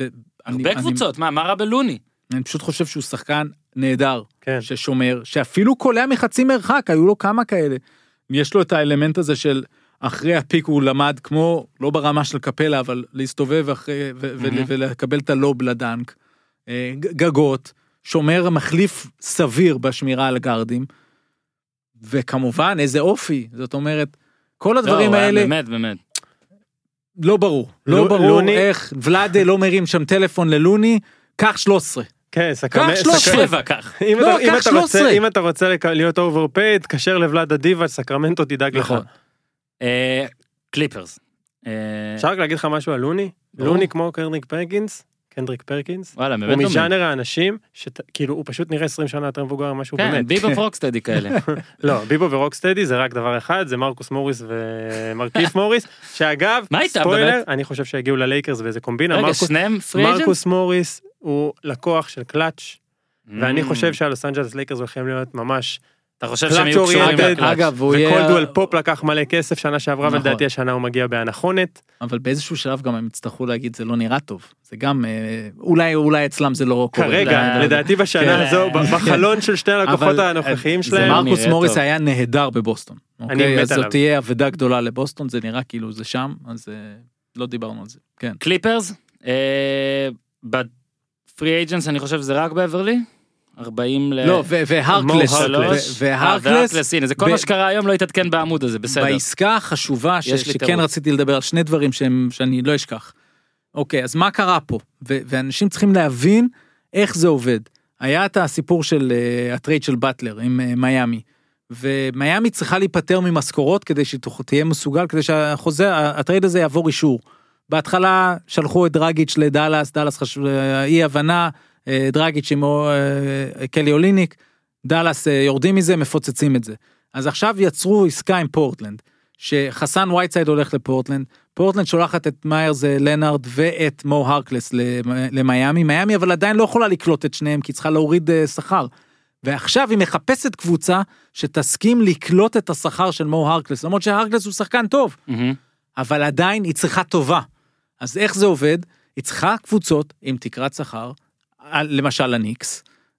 הרבה קבוצות, מה רע בלוני? אני פשוט חושב שהוא שחקן נהדר, ששומר, שאפילו קולע מחצי מרחק, היו לו כמה כאלה. יש לו את האלמנט הזה של אחרי הפיק הוא למד, כמו, לא ברמה של קפלה, אבל להסתובב ולקבל את הלוב לדנק. גגות, שומר מחליף סביר בשמירה על גארדים, וכמובן איזה אופי, זאת אומרת, כל הדברים האלה, באמת. לא ברור, לא ברור איך ולאדה לא מרים שם טלפון ללוני, קח 13. כן, קח 13. אם אתה רוצה להיות אוברפייד, תקשר לוולאדה דיבה, סקרמנטו תדאג לך. קליפרס. אפשר רק להגיד לך משהו על לוני? לוני כמו קנדריק פרקינס, הוא מז'אנר האנשים, כאילו הוא פשוט נראה 20 שנה יותר מבוגר משהו באמת. כן, ביבו ורוקסטדי כאלה. לא, ביבו ורוקסטדי זה רק דבר אחד, זה מרקוס מוריס ומרקיף מוריס, שאגב, ספוילר, אני חושב שהגיעו ללייקרס באיזה קומבינה, מרקוס מוריס הוא לקוח של קלאץ', ואני חושב שהלוס אנג'לס לייקרס הולכים להיות ממש אתה חושב שהם יהיו קשורים לקלאץ'. וכל דואל פופ לקח מלא כסף שנה שעברה, ולדעתי השנה הוא מגיע בהנחונת. אבל באיזשהו שלב גם הם יצטרכו להגיד, זה לא נראה טוב. זה גם, אולי אצלם זה לא קורה. כרגע, לדעתי בשנה הזו, בחלון של שני הלקוחות הנוכחיים שלהם. מרקוס מוריס היה נהדר בבוסטון. אז זאת תהיה עבודה גדולה לבוסטון, זה נראה כאילו זה שם, אז לא דיברנו על זה. קליפרס, בפרי אייג'נס אני חושב שזה רק באברלי. 40 לא, והרקלס, הנה, זה כל מה שקרה היום לא יתעדכן בעמוד הזה, בסדר. בעסקה החשובה שכן רציתי לדבר על שני דברים שאני לא אשכח. אוקיי, אז מה קרה פה? ואנשים צריכים להבין איך זה עובד. היה את הסיפור של הטרייד של באטלר עם מיאמי, ומיימי צריכה להיפטר ממשכורות כדי שתהיה מסוגל, כדי שהטרייד הזה יעבור אישור. בהתחלה שלחו את דרגיץ' לדלס, דלס אי הבנה, דרגיץ' עם קלי אוליניק, דלס יורדים מזה, מפוצצים את זה. אז עכשיו יצרו עסקה עם פורטלנד, שחסן וייטסייד הולך לפורטלנד, פורטלנד שולחת את מיירס לנארד ואת מו הרקלס למיימי, מיימי אבל עדיין לא יכולה לקלוט את שניהם, כי צריכה להוריד שכר. ועכשיו היא מחפשת קבוצה שתסכים לקלוט את השכר של מו הרקלס, למרות שהרקלס הוא שחקן טוב, אבל עדיין היא צריכה טובה. אז איך זה עובד? היא צריכה קבוצות עם תקרת שכר, למשל הניקס,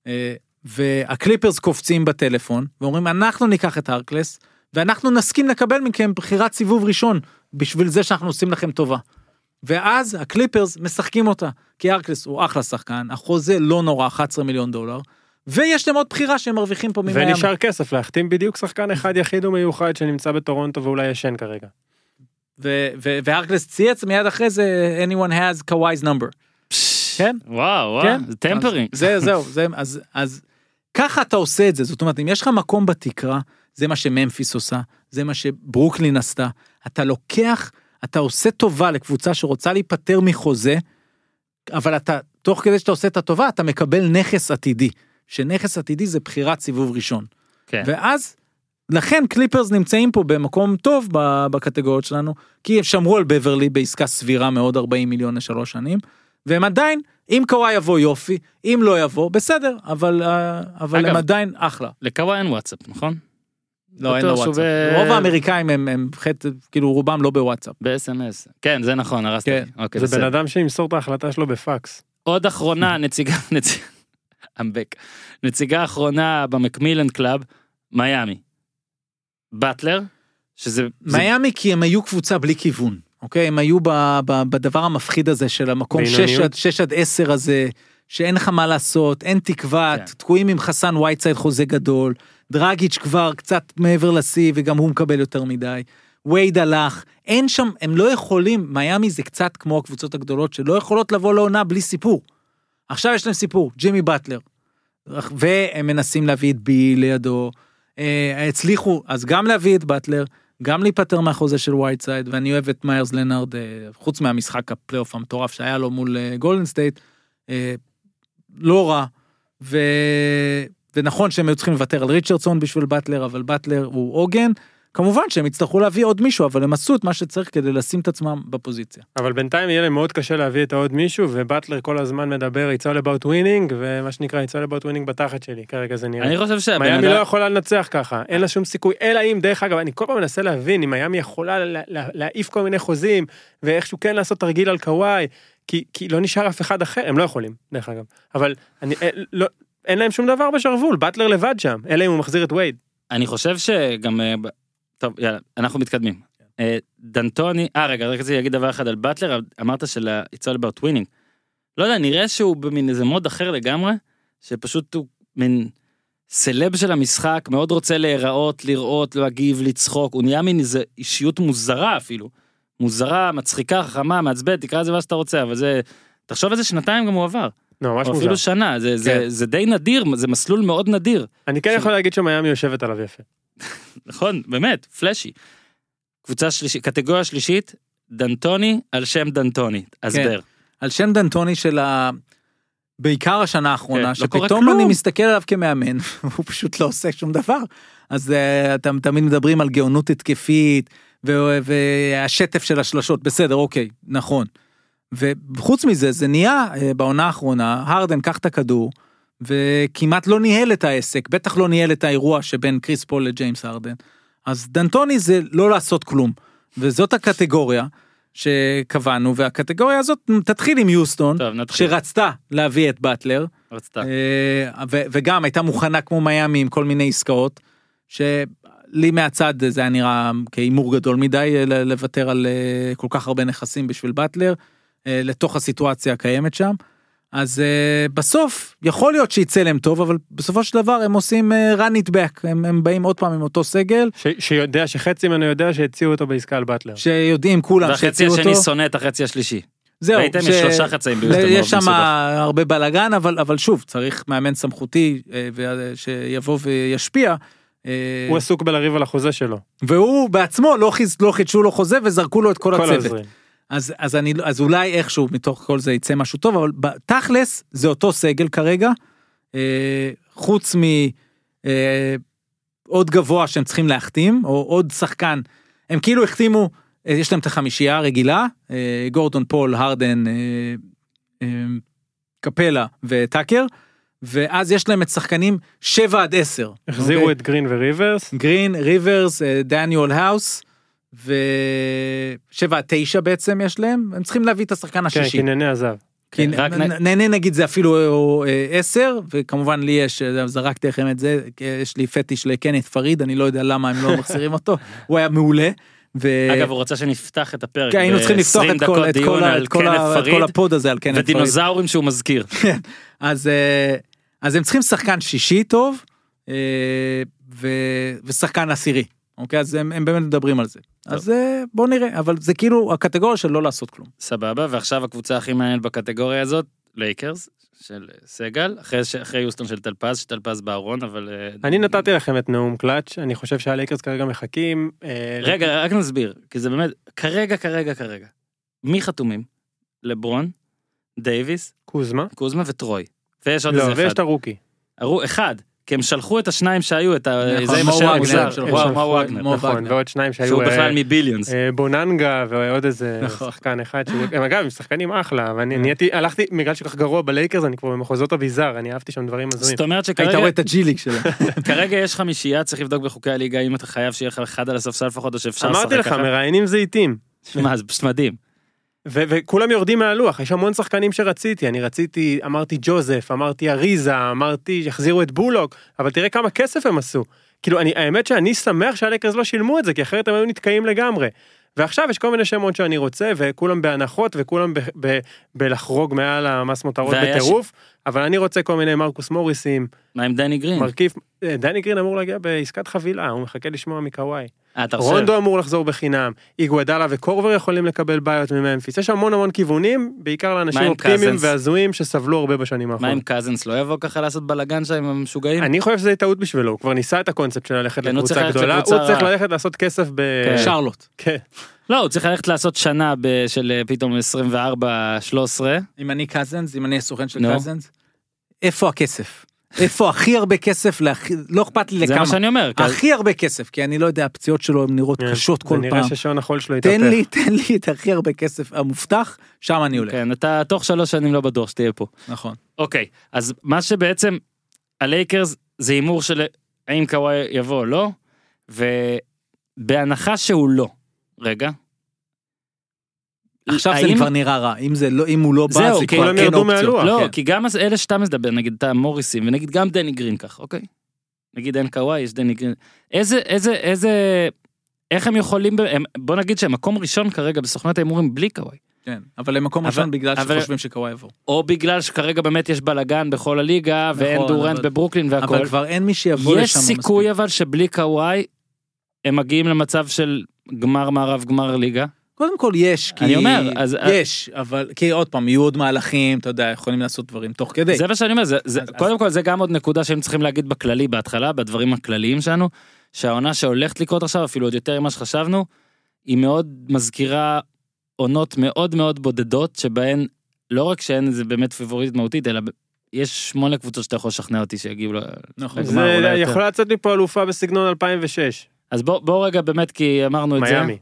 והקליפרס קופצים בטלפון, ואומרים, אנחנו ניקח את הרקלס, ואנחנו נסכים לקבל מכם בחירת סיבוב ראשון, בשביל זה שאנחנו עושים לכם טובה. ואז הקליפרס משחקים אותה, כי הרקלס הוא אחלה שחקן, החוזה לא נורא, $11 מיליון, ויש להם עוד בחירה שהם מרוויחים פה ממיים. ונשאר כסף להחתים בדיוק שחקן אחד יחיד ומיוחד שנמצא בטורונטו ואולי ישן כרגע. והרקלס צייץ מיד אחרי זה, anyone has Kawhi's number. כן? וואו, זה טמפרינג. זהו, אז ככה אתה עושה את זה, זאת אומרת, אם יש לך מקום בתקרה, זה מה שממפיס עושה, זה מה שברוקלין עשתה, אתה לוקח, אתה עושה טובה לקבוצה שרוצה להיפטר מחוזה, אבל אתה, תוך כדי שאתה עושה את הטובה, אתה מקבל נכס עתידי, שנכס עתידי זה בחירת סיבוב ראשון. ואז, לכן קליפרס נמצאים פה במקום טוב בקטגוריות שלנו, כי הם שמרו על בברלי בעסקה סבירה מאוד 40 מיליון ל3 שנים, והם עדיין, אם קוואי יבוא יופי, אם לא יבוא, בסדר, אבל הם עדיין אחלה. לקוואי אין וואטסאפ, נכון? לא, אין לו וואטסאפ. רוב האמריקאים הם כאילו רובם לא בוואטסאפ. ב-SMS. כן, זה נכון, הרסתי. זה בן אדם שימסור את ההחלטה שלו בפקס. עוד אחרונה, נציגה אחרונה במקמילן קלאב, מיימי. באטלר, שזה... מיימי כי הם היו קבוצה בלי כיוון. אוקיי, הם היו בדבר המפחיד הזה של המקום 6-10 הזה, שאין לך מה לעשות, אין תקווה, תקועים עם חסן וייטסייד חוזה גדול, דרגיץ' כבר קצת מעבר לשיא, וגם הוא מקבל יותר מדי, וייד הלך, אין שם, הם לא יכולים, מיימי זה קצת כמו הקבוצות הגדולות, שלא יכולות לבוא לעונה בלי סיפור. עכשיו יש להם סיפור, ג'ימי באטלר, והם מנסים להביא את בי לידו, הצליחו, אז גם להביא את באטלר, גם להיפטר מהחוזה של וייטסייד, ואני אוהב את מיירס לנארד, חוץ מהמשחק הפלייאוף המטורף שהיה לו מול גולדן סטייט, לא רע, ונכון שהם היו צריכים לוותר על ריצ'רדסון בשביל באטלר, אבל באטלר הוא עוגן, כמובן שהם יצטרכו להביא עוד מישהו, אבל הם עשו את מה שצריך כדי לשים את עצמם בפוזיציה. אבל בינתיים יהיה להם מאוד קשה להביא את העוד מישהו, ובאטלר כל הזמן מדבר, it's all about winning, ומה שנקרא, it's all about winning בתחת שלי, כרגע זה נראה. אני חושב מיימי לא יכולה לנצח ככה, אין לה שום סיכוי, אלא אם, דרך אגב, אני כל פעם מנסה להבין, אם מיימי יכולה להעיף כל מיני חוזים, ואיכשהו כן לעשות תרגיל על קוואי, כי לא נשאר אף אחד אחר, הם לא יכולים, דרך אגב, אבל אין להם שום דבר בשרבול, באטלר לבד שם, אלא אם הוא מחזיר את וייד. אני חושב שגם, טוב, יאללה, אנחנו מתקדמים. דנטוני, רגע, רק רציתי להגיד דבר אחד על באטלר, אמרת של It's all about winning. לא יודע, נראה שהוא במין איזה מוד אחר לגמרי, שפשוט הוא מין סלב של המשחק, מאוד רוצה להיראות, לראות, להגיב, לצחוק, הוא נהיה מין איזו אישיות מוזרה אפילו, מוזרה, מצחיקה, חכמה, מעצבנת, תקרא לזה מה שאתה רוצה, אבל זה, תחשוב איזה שנתיים גם הוא עבר. לא, ממש מוזר. אפילו שנה, זה די נדיר, זה מסלול מאוד נדיר. אני כן יכול להגיד שמיימי יושבת עליו יפה. נכון, באמת, פלשי. קבוצה שלישית, קטגוריה שלישית, דנטוני על שם דנטוני, הסבר. על שם דנטוני של בעיקר השנה האחרונה, שפתאום אני מסתכל עליו כמאמן, הוא פשוט לא עושה שום דבר. אז אתם תמיד מדברים על גאונות התקפית, והשטף של השלשות, בסדר, אוקיי, נכון. וחוץ מזה, זה נהיה בעונה האחרונה, הרדן קח את הכדור, וכמעט לא ניהל את העסק, בטח לא ניהל את האירוע שבין קריס פול לג'יימס הרדן. אז דנטוני זה לא לעשות כלום, וזאת הקטגוריה שקבענו, והקטגוריה הזאת תתחיל עם יוסטון, שרצתה להביא את באטלר, וגם הייתה מוכנה כמו מיימי עם כל מיני עסקאות, שלי מהצד זה היה נראה כאימור גדול מדי לוותר על כל כך הרבה נכסים בשביל באטלר, לתוך הסיטואציה הקיימת שם, אז בסוף יכול להיות שיצא להם טוב, אבל בסופו של דבר הם עושים run it back, הם באים עוד פעם עם אותו סגל. שיודע, שחצי ממנו יודע שהציעו אותו בעסקה על באטלר. שיודעים כולם שהציעו אותו. והחצי השני שונא את החצי השלישי. זהו. ראיתם שלושה חצאים ביוסטון. יש שם הרבה בלגן, אבל שוב, צריך מאמן סמכותי שיבוא וישפיע. הוא עסוק בלריב על החוזה שלו. והוא בעצמו לא חידשו לו חוזה וזרקו לו את כל הצוות. אז אולי איכשהו מתוך כל זה יצא משהו טוב, אבל בתכלס זה אותו סגל כרגע, חוץ מעוד גבוה שהם צריכים להחתים, או עוד שחקן, הם כאילו החתימו, יש להם את החמישייה הרגילה, גורדון, פול, הרדן, קפלה וטאקר, ואז יש להם את שחקנים 7 עד 10. החזירו את גרין וריברס. גרין, ריברס, דניאל האוס, ו7 עד 9 בעצם יש להם, הם צריכים להביא את השחקן השישי. כן, כי נהנה עזב. נהנה נגיד זה אפילו 10, וכמובן לי יש, זרקתי לכם את זה, יש לי פטיש לקנת פריד, אני לא יודע למה הם לא מחזירים אותו, הוא היה מעולה. אגב, הוא רוצה שנפתח את הפרק, כן, היינו צריכים לפתוח את כל הפוד הזה על קנת פריד. ודינוזאורים שהוא מזכיר. אז הם צריכים שחקן שישי טוב, ושחקן עשירי. אוקיי, אז הם באמת מדברים על זה. אז בוא נראה, אבל זה כאילו הקטגוריה של לא לעשות כלום. סבבה, ועכשיו הקבוצה הכי מעניינת בקטגוריה הזאת, לייקרס, של סגל, אחרי יוסטון של טלפז, שטלפז בארון, אבל... אני נתתי לכם את נאום קלאץ', אני חושב שהלייקרס כרגע מחכים... רגע, רק נסביר, כי זה באמת, כרגע, מי חתומים? לברון, דייביס, קוזמה וטרוי. ויש עוד איזה אחד. ויש את הרוקי. אחד. כי הם שלחו את השניים שהיו, את זה עם השם המוזר, נכון, ועוד שניים שהיו, שהוא בכלל מביליונס, בוננגה ועוד איזה שחקן אחד, הם אגב, הם שחקנים אחלה, ואני הלכתי, בגלל שכך גרוע בלייקרס, אני כבר במחוזות הביזר, אני אהבתי שם דברים הזויים. זאת אומרת שכרגע, היית רואה את הג'יליק שלה. כרגע יש חמישייה, צריך לבדוק בחוקי הליגה, אם אתה חייב שיהיה לך אחד על הספסל לפחות, או שאפשר לשחק ככה. אמרתי לך, מראיינים זיתים. מה, זה פשוט מדהים. וכולם יורדים מהלוח, יש המון שחקנים שרציתי, אמרתי ג'וזף, אמרתי אריזה, אמרתי יחזירו את בולוק, אבל תראה כמה כסף הם עשו. כאילו, האמת שאני שמח שהלייקרס לא שילמו את זה, כי אחרת הם היו נתקעים לגמרי. ועכשיו יש כל מיני שמות שאני רוצה, וכולם בהנחות, וכולם בלחרוג מעל המס מותרות בטירוף, אבל אני רוצה כל מיני מרקוס מוריסים. מה עם דני גרין? דני גרין אמור להגיע בעסקת חבילה, הוא מחכה לשמוע מקוואי. רונדו אמור לחזור בחינם, איגוודלה וקורבר יכולים לקבל בעיות מממפיס, יש המון כיוונים, בעיקר לאנשים אופטימיים והזויים שסבלו הרבה בשנים האחרונות. מה עם קזנס, לא יבוא ככה לעשות בלגן שם עם המשוגעים? אני חושב שזה טעות בשבילו, הוא כבר ניסה את הקונספט של ללכת לקבוצה גדולה, הוא צריך ללכת לעשות כסף בשרלוט. כן. לא, הוא צריך ללכת לעשות שנה של פתאום 24-13. אם אני קזנס, אם אני הסוכן של קזנס, איפה הכסף? איפה הכי הרבה כסף, לא אכפת לי לכמה. זה מה שאני אומר. הכי הרבה כסף, כי אני לא יודע, הפציעות שלו הן נראות קשות כל פעם. נראה ששעון החול שלו יתהפך. תן לי את הכי הרבה כסף המובטח, שם אני הולך. כן, אתה תוך 3 שנים לא בטוח שתהיה פה. נכון. אוקיי, אז מה שבעצם, הלייקרס זה הימור של האם קוואי יבוא או לא, ובהנחה שהוא לא, רגע, עכשיו זה כבר נראה רע, אם הוא לא בא, זה כבר כן אופציות. לא, כי גם אלה שאתה מדבר, נגיד את המוריסים, ונגיד גם דני גרין כך, אוקיי? נגיד אין קוואי, יש דני גרין. איך הם יכולים, בוא נגיד שהם מקום ראשון כרגע בסוכנות ההימורים בלי קוואי. כן, אבל הם מקום ראשון בגלל שחושבים שקוואי יבוא. או בגלל שכרגע באמת יש בלגן בכל הליגה, ואין דורנט בברוקלין והכל. אבל כבר אין מי שיבוא לשם. יש סיכוי אבל שבלי קוואי, הם מגיעים למצב של גמר מערב, גמר ליגה. קודם כל יש, כי... אני אומר, אז... יש, אבל... כי עוד פעם, יהיו עוד מהלכים, אתה יודע, יכולים לעשות דברים תוך כדי. זה מה שאני אומר, קודם כל זה גם עוד נקודה שהם צריכים להגיד בכללי, בהתחלה, בדברים הכלליים שלנו, שהעונה שהולכת לקרות עכשיו, אפילו עוד יותר ממה שחשבנו, היא מאוד מזכירה עונות מאוד מאוד בודדות, שבהן לא רק שאין איזה באמת פיבוריטית מהותית, אלא יש 8 קבוצות שאתה יכול לשכנע אותי שיגיעו לגמר. זה יכול לצאת מפה אלופה בסגנון 2006. אז בואו רגע באמת, כי אמרנו את זה. מיאמי.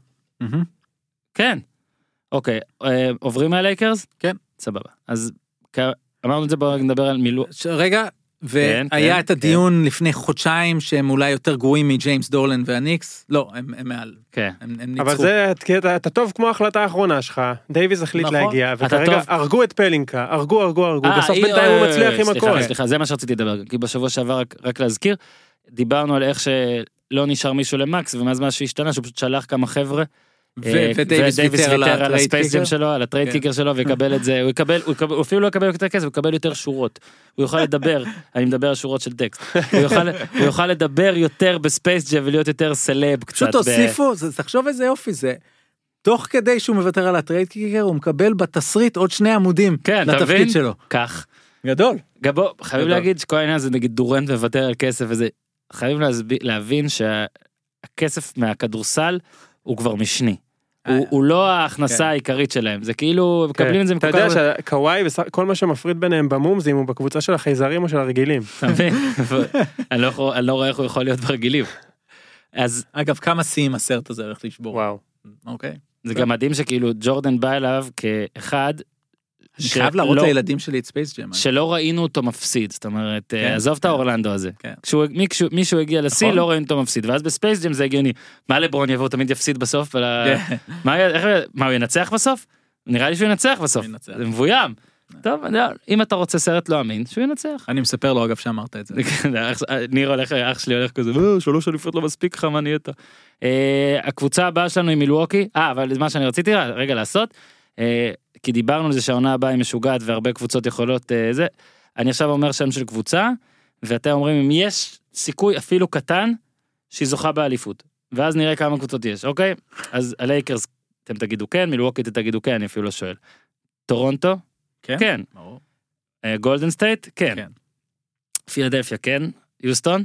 כן. אוקיי, עוברים מהלייקרס? כן. סבבה. אז אמרנו את זה, בואו נדבר על מילוא. רגע, והיה את הדיון לפני חודשיים שהם אולי יותר גרועים מג'יימס דורלן והניקס. לא, הם מעל. כן. הם ניצחו. אבל זה, אתה טוב כמו ההחלטה האחרונה שלך, דייוויס החליט להגיע, וכרגע הרגו את פלינקה, הרגו, בסוף בינתיים הוא מצליח עם הכל. סליחה, זה מה שרציתי לדבר, כי בשבוע שעבר רק להזכיר, דיברנו על איך שלא נשאר מישהו למקס, ומאז מה שהשתנה, שהוא פשוט שלח כמה חבר'ה, ודייוויס ויתר על הספייס ג'ם שלו, על הטרייד קיקר שלו, ויקבל את זה, הוא אפילו לא יקבל יותר כסף, הוא יקבל יותר שורות, הוא יוכל לדבר, אני מדבר על שורות של טקסט, הוא יוכל לדבר יותר בספייס ג'ם, ולהיות יותר סלב קצת. פשוט תוסיפו, תחשוב איזה יופי זה, תוך כדי שהוא מוותר על הטרייד קיקר, הוא מקבל בתסריט עוד 2 עמודים לתפקיד שלו. כך. גדול. חייבים להגיד שכל העניין הזה נגיד דורנט מוותר על כסף, וזה חייבים להבין שהכסף מהכדורסל הוא כבר משני. הוא לא ההכנסה העיקרית שלהם, זה כאילו, מקבלים את זה אתה יודע שקוואי, כל מה שמפריד ביניהם במום, זה אם הוא בקבוצה של החייזרים או של הרגילים. אני לא רואה איך הוא יכול להיות ברגילים. אז אגב, כמה שיאים הסרט הזה הולך לשבור. וואו. אוקיי. זה גם מדהים שכאילו ג'ורדן בא אליו כאחד, אני חייב להראות לילדים שלי את ספייס ג'ם. שלא ראינו אותו מפסיד, זאת אומרת, עזוב את האורלנדו הזה. מישהו הגיע לסי, לא ראינו אותו מפסיד, ואז בספייס ג'ם זה הגיוני. מה לברון יבוא, תמיד יפסיד בסוף? מה, הוא ינצח בסוף? נראה לי שהוא ינצח בסוף. זה מבוים. טוב, אם אתה רוצה סרט לא אמין, שהוא ינצח. אני מספר לו אגב שאמרת את זה. ניר הולך, אח שלי הולך כזה, 3 אליפות לא מספיק לך, מה נהיית? הקבוצה הבאה שלנו היא מילווקי, אבל מה שאני רציתי רגע לעשות, כי דיברנו על זה שהעונה הבאה היא משוגעת והרבה קבוצות יכולות זה, אני עכשיו אומר שם של קבוצה, ואתם אומרים אם יש סיכוי אפילו קטן שהיא זוכה באליפות, ואז נראה כמה קבוצות יש, אוקיי? אז הלייקרס אתם תגידו כן, מילווקי תגידו כן, אני אפילו לא שואל. טורונטו? כן. כן. גולדן סטייט? כן. פילדלפיה? כן. יוסטון?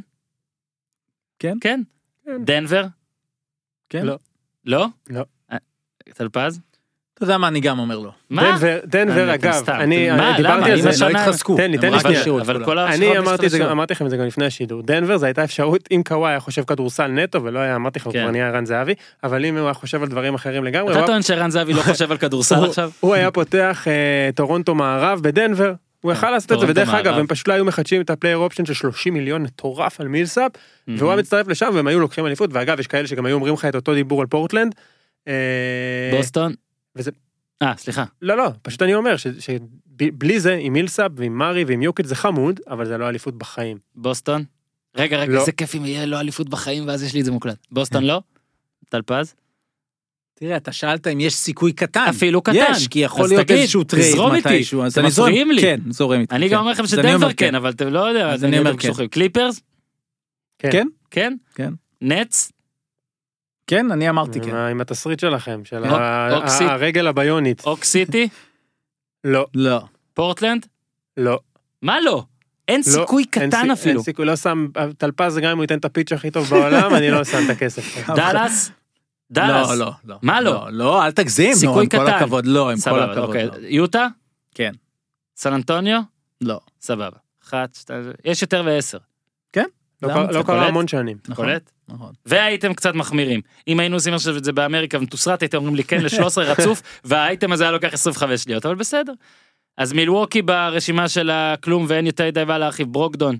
כן. כן. דנבר? כן. לא. לא? לא. תלפז? אתה יודע מה אני גם אומר לו. דנבר אגב, אני דיברתי על זה, לא התחזקו. תן לי שנייה. אני אמרתי לכם את זה גם לפני השידור, דנבר זה הייתה אפשרות, אם קוואי היה חושב כדורסל נטו, ולא היה, אמרתי לכם, כבר נהיה ערן זהבי, אבל אם הוא היה חושב על דברים אחרים לגמרי, אתה טוען שערן זהבי לא חושב על כדורסל עכשיו? הוא היה פותח טורונטו מערב בדנבר, הוא יכל לעשות את זה, ודרך אגב, הם פשוט לא היו מחדשים את הפלייר אופשן של 30 מיליון מטורף על מילסאפ, והוא היה מצטרף לשם, והם היו לוקחים אליפות, ואגב, יש כאלה שגם היו אומרים לך את אותו דיבור על פורטלנד. בוסטון? סליחה. לא, פשוט אני אומר שבלי זה, עם מילסאפ ועם מארי ועם יוקיץ' זה חמוד, אבל זה לא אליפות בחיים. בוסטון? רגע, איזה כיף אם יהיה לא אליפות בחיים, ואז יש לי את זה מוקלט. בוסטון לא? טלפז? תראה, אתה שאלת אם יש סיכוי קטן. אפילו קטן. יש, כי יכול להיות איזשהו טרייד מתישהו. אתם מפריעים לי. כן, זורם איתי. אני גם אומר לכם שדנבר כן, אבל אתם לא יודע. אז אני אומר כן. קליפרס? כן. כן? כן. נטס? כן, אני אמרתי כן. עם התסריט שלכם, של הרגל הביונית. אוק סיטי? לא. לא. פורטלנד? לא. מה לא? אין סיכוי קטן אפילו. אין סיכוי, לא שם, תלפז גם אם הוא ייתן את הפיץ' הכי טוב בעולם, אני לא שם את הכסף. דלס? דלס? לא. מה לא? לא, אל תגזים. סיכוי קטן. עם כל הכבוד, לא, עם כל הכבוד. יוטה? כן. סן אנטוניו? לא. סבבה. 1, 2, יש יותר ו10. כן. לא קרה המון שנים. קולט? נכון. והייתם קצת מחמירים. אם היינו עושים עכשיו את זה באמריקה ותוסרט, הייתם אומרים לי כן ל-13 רצוף, והאייטם הזה היה לוקח 25 שניות, אבל בסדר. אז מילווקי ברשימה של הכלום, ואין יותר די להרחיב, ברוקדון,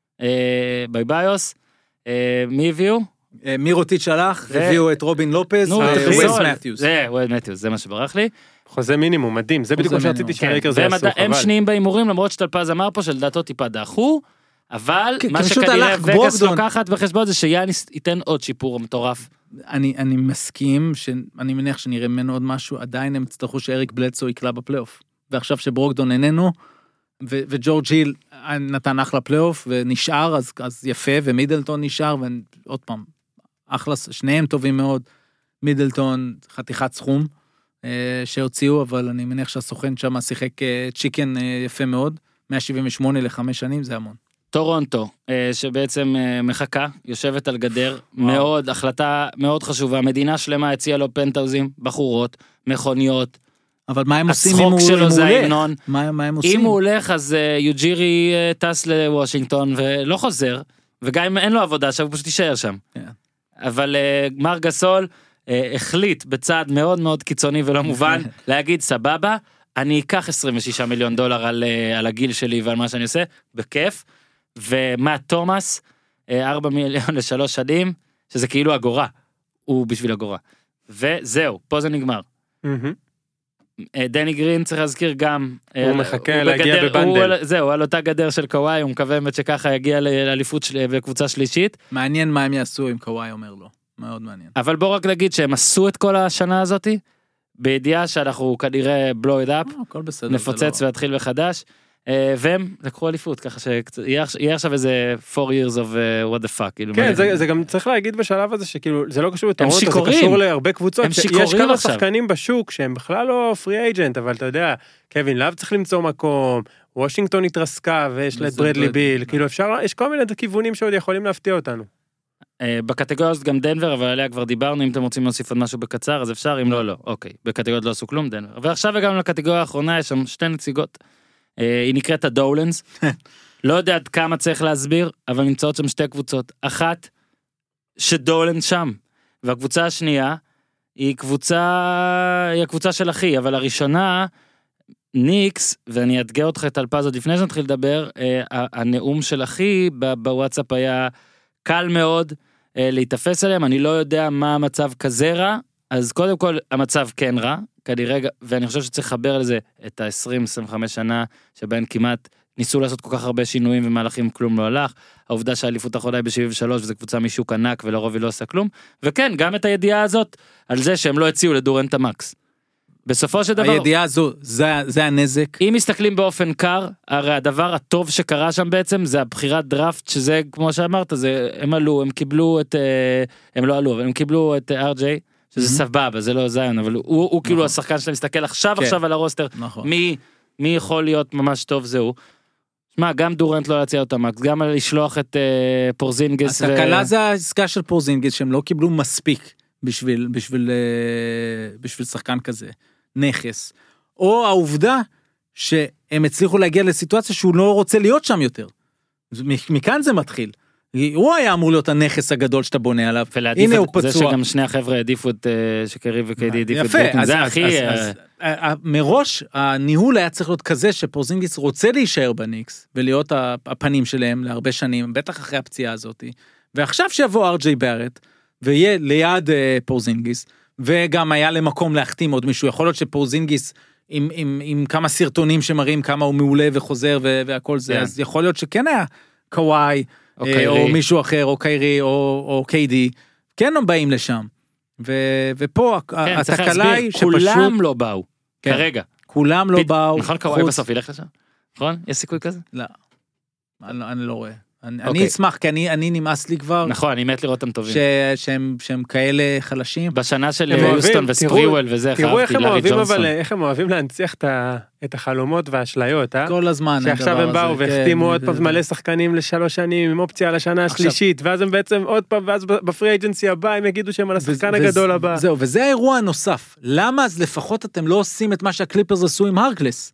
ביביוס, מי הביאו? מירוטיץ' הלך, הביאו את רובין לופז, ווייז מתיוס. זה ווייז מתיוס, זה מה שברח לי. חוזה מינימום, מדהים, זה בדיוק מה שרציתי שהלייקרס יעשו. הם שניים בהימורים, למרות שטלפז אמר פה שלדעתו טיפה דחו, אבל מה שכנראה וגאס לוקחת בחשבון זה שיאניס ייתן עוד שיפור מטורף. אני מסכים, אני מניח שנראה ממנו עוד משהו, עדיין הם יצטרכו שאריק בלדסו יקלה בפלייאוף, ועכשיו שברוקדון איננו, וג'ורג' היל נתן אחלה פלייאוף, ונשאר, אז יפה, ומידלטון נשאר, ועוד פעם, אחלה, שניהם טובים מאוד, מידלטון חתיכת סכום, שהוציאו, אבל אני מניח שהסוכן שם שיחק צ'יקן יפה מאוד, 178 ל5 שנים, זה המון. טורונטו, שבעצם מחכה, יושבת על גדר, מאוד, החלטה מאוד חשובה, מדינה שלמה הציעה לו פנטאוזים, בחורות, מכוניות, אבל מה הם עושים אם הוא הולך? מה הם עושים? אם הוא הולך, אז יוג'ירי טס לוושינגטון ולא חוזר, וגם אם אין לו עבודה, עכשיו הוא פשוט יישאר שם. אבל מר גסול החליט בצעד מאוד מאוד קיצוני ולא מובן, להגיד סבבה, אני אקח $26 מיליון על הגיל שלי ועל מה שאני עושה, בכיף, ומה תומאס, 4 מיליון ל3 שנים, שזה כאילו אגורה, הוא בשביל אגורה. וזהו, פה זה נגמר. דני גרין צריך להזכיר גם, הוא מחכה להגיע בבנדל. זהו, על אותה גדר של קוואי, הוא מקווה שככה יגיע לאליפות בקבוצה שלישית. מעניין מה הם יעשו אם קוואי אומר לו, מאוד מעניין. אבל בוא רק נגיד שהם עשו את כל השנה הזאת, בידיעה שאנחנו כנראה blow it up, נפוצץ והתחיל מחדש, והם לקחו אליפות, ככה שיהיה עכשיו איזה 4 years of what the fuck. כן, זה גם צריך להגיד בשלב הזה, שכאילו, זה לא קשור לטורונטו, זה קשור להרבה קבוצות, יש כמה שחקנים בשוק, שהם בכלל לא פרי אייג'נט, אבל אתה יודע, קווין לאב צריך למצוא מקום, וושינגטון התרסקה, ויש לה את ברדלי ביל, כאילו אפשר, יש כל מיני כיוונים שעוד יכולים להפתיע אותנו. בקטגוריה הזאת גם דנבר, אבל עליה כבר דיברנו, אם אתם רוצים להוסיף עוד משהו בקצר, אז אפשר, אם לא, לא. אוקיי, בקטגוריות לא עשו כלום, דנבר. ועכשיו הגענו לקטגוריה האחרונה, יש שם 2 נציגות. היא נקראת הדולנס. לא יודע עד כמה צריך להסביר, אבל נמצאות שם 2 קבוצות. אחת, שדולנס שם. והקבוצה השנייה, היא הקבוצה של אחי, אבל הראשונה, ניקס, ואני אתגר אותך את אלפז עוד לפני שנתחיל לדבר, הנאום של אחי בוואטסאפ היה קל מאוד להתאפס עליהם, אני לא יודע מה המצב כזה רע, אז קודם כל המצב כן רע, כנראה, ואני חושב שצריך לחבר לזה את ה-20-25 שנה, שבהן כמעט ניסו לעשות כל כך הרבה שינויים ומהלכים, כלום לא הלך, העובדה שהאליפות האחרונה היא ב-73, וזו קבוצה משוק ענק, ולרוב היא לא עושה כלום, וכן, גם את הידיעה הזאת, על זה שהם לא הציעו לדורנט המקס. בסופו של דבר... הידיעה הזו, זה הנזק. אם מסתכלים באופן קר, הרי הדבר הטוב שקרה שם בעצם, זה הבחירת דראפט, שזה, כמו שאמרת, הם עלו, הם קיבלו את... הם לא עלו, אבל הם קיבלו את RJ, שזה סבבה, זה לא זיון, אבל הוא כאילו השחקן שאתה מסתכל עכשיו על הרוסטר, מי יכול להיות ממש טוב זהו. שמע, גם דורנט לא להציע אותה מקס, גם לשלוח את פורזינגיס. התקלה זה העסקה של פורזינגיס, שהם לא קיבלו מספיק בשביל שחקן כזה, נכס. או העובדה שהם הצליחו להגיע לסיטואציה שהוא לא רוצה להיות שם יותר. מכאן זה מתחיל. הוא היה אמור להיות הנכס הגדול שאתה בונה עליו. הנה הוא פצוע. זה שגם שני החבר'ה העדיפו את שקרי וקיידי העדיפו את בוקינג, זה הכי... מראש הניהול היה צריך להיות כזה שפורזינגיס רוצה להישאר בניקס, ולהיות הפנים שלהם להרבה שנים, בטח אחרי הפציעה הזאת, ועכשיו שיבוא אר-ג'יי בארט, ויהיה ליד פורזינגיס, וגם היה למקום להחתים עוד מישהו, יכול להיות שפורזינגיס, עם כמה סרטונים שמראים כמה הוא מעולה וחוזר והכל זה, אז יכול להיות שכן היה קוואי, או מישהו אחר, או קיירי, או קיידי, כן הם באים לשם. ופה התקלה היא שפשוט... כולם לא באו, כרגע. כולם לא באו. נכון, קוואי בסוף ילך לשם? נכון? יש סיכוי כזה? לא. אני לא רואה. אני אשמח, כי אני נמאס לי כבר. נכון, אני מת לראות אותם טובים. שהם כאלה חלשים. בשנה של יוסטון וספריוול וזה, תראו איך הם אוהבים, אבל איך הם אוהבים להנציח את החלומות והאשליות, כל הזמן. שעכשיו הם באו והחתימו עוד פעם מלא שחקנים ל3 שנים, עם אופציה לשנה השלישית, ואז הם בעצם עוד פעם, ואז בפרי אייג'נסי הבא, הם יגידו שהם על השחקן הגדול הבא. זהו, וזה האירוע הנוסף. למה אז לפחות אתם לא עושים את מה שהקליפרס עשו עם הרקלס?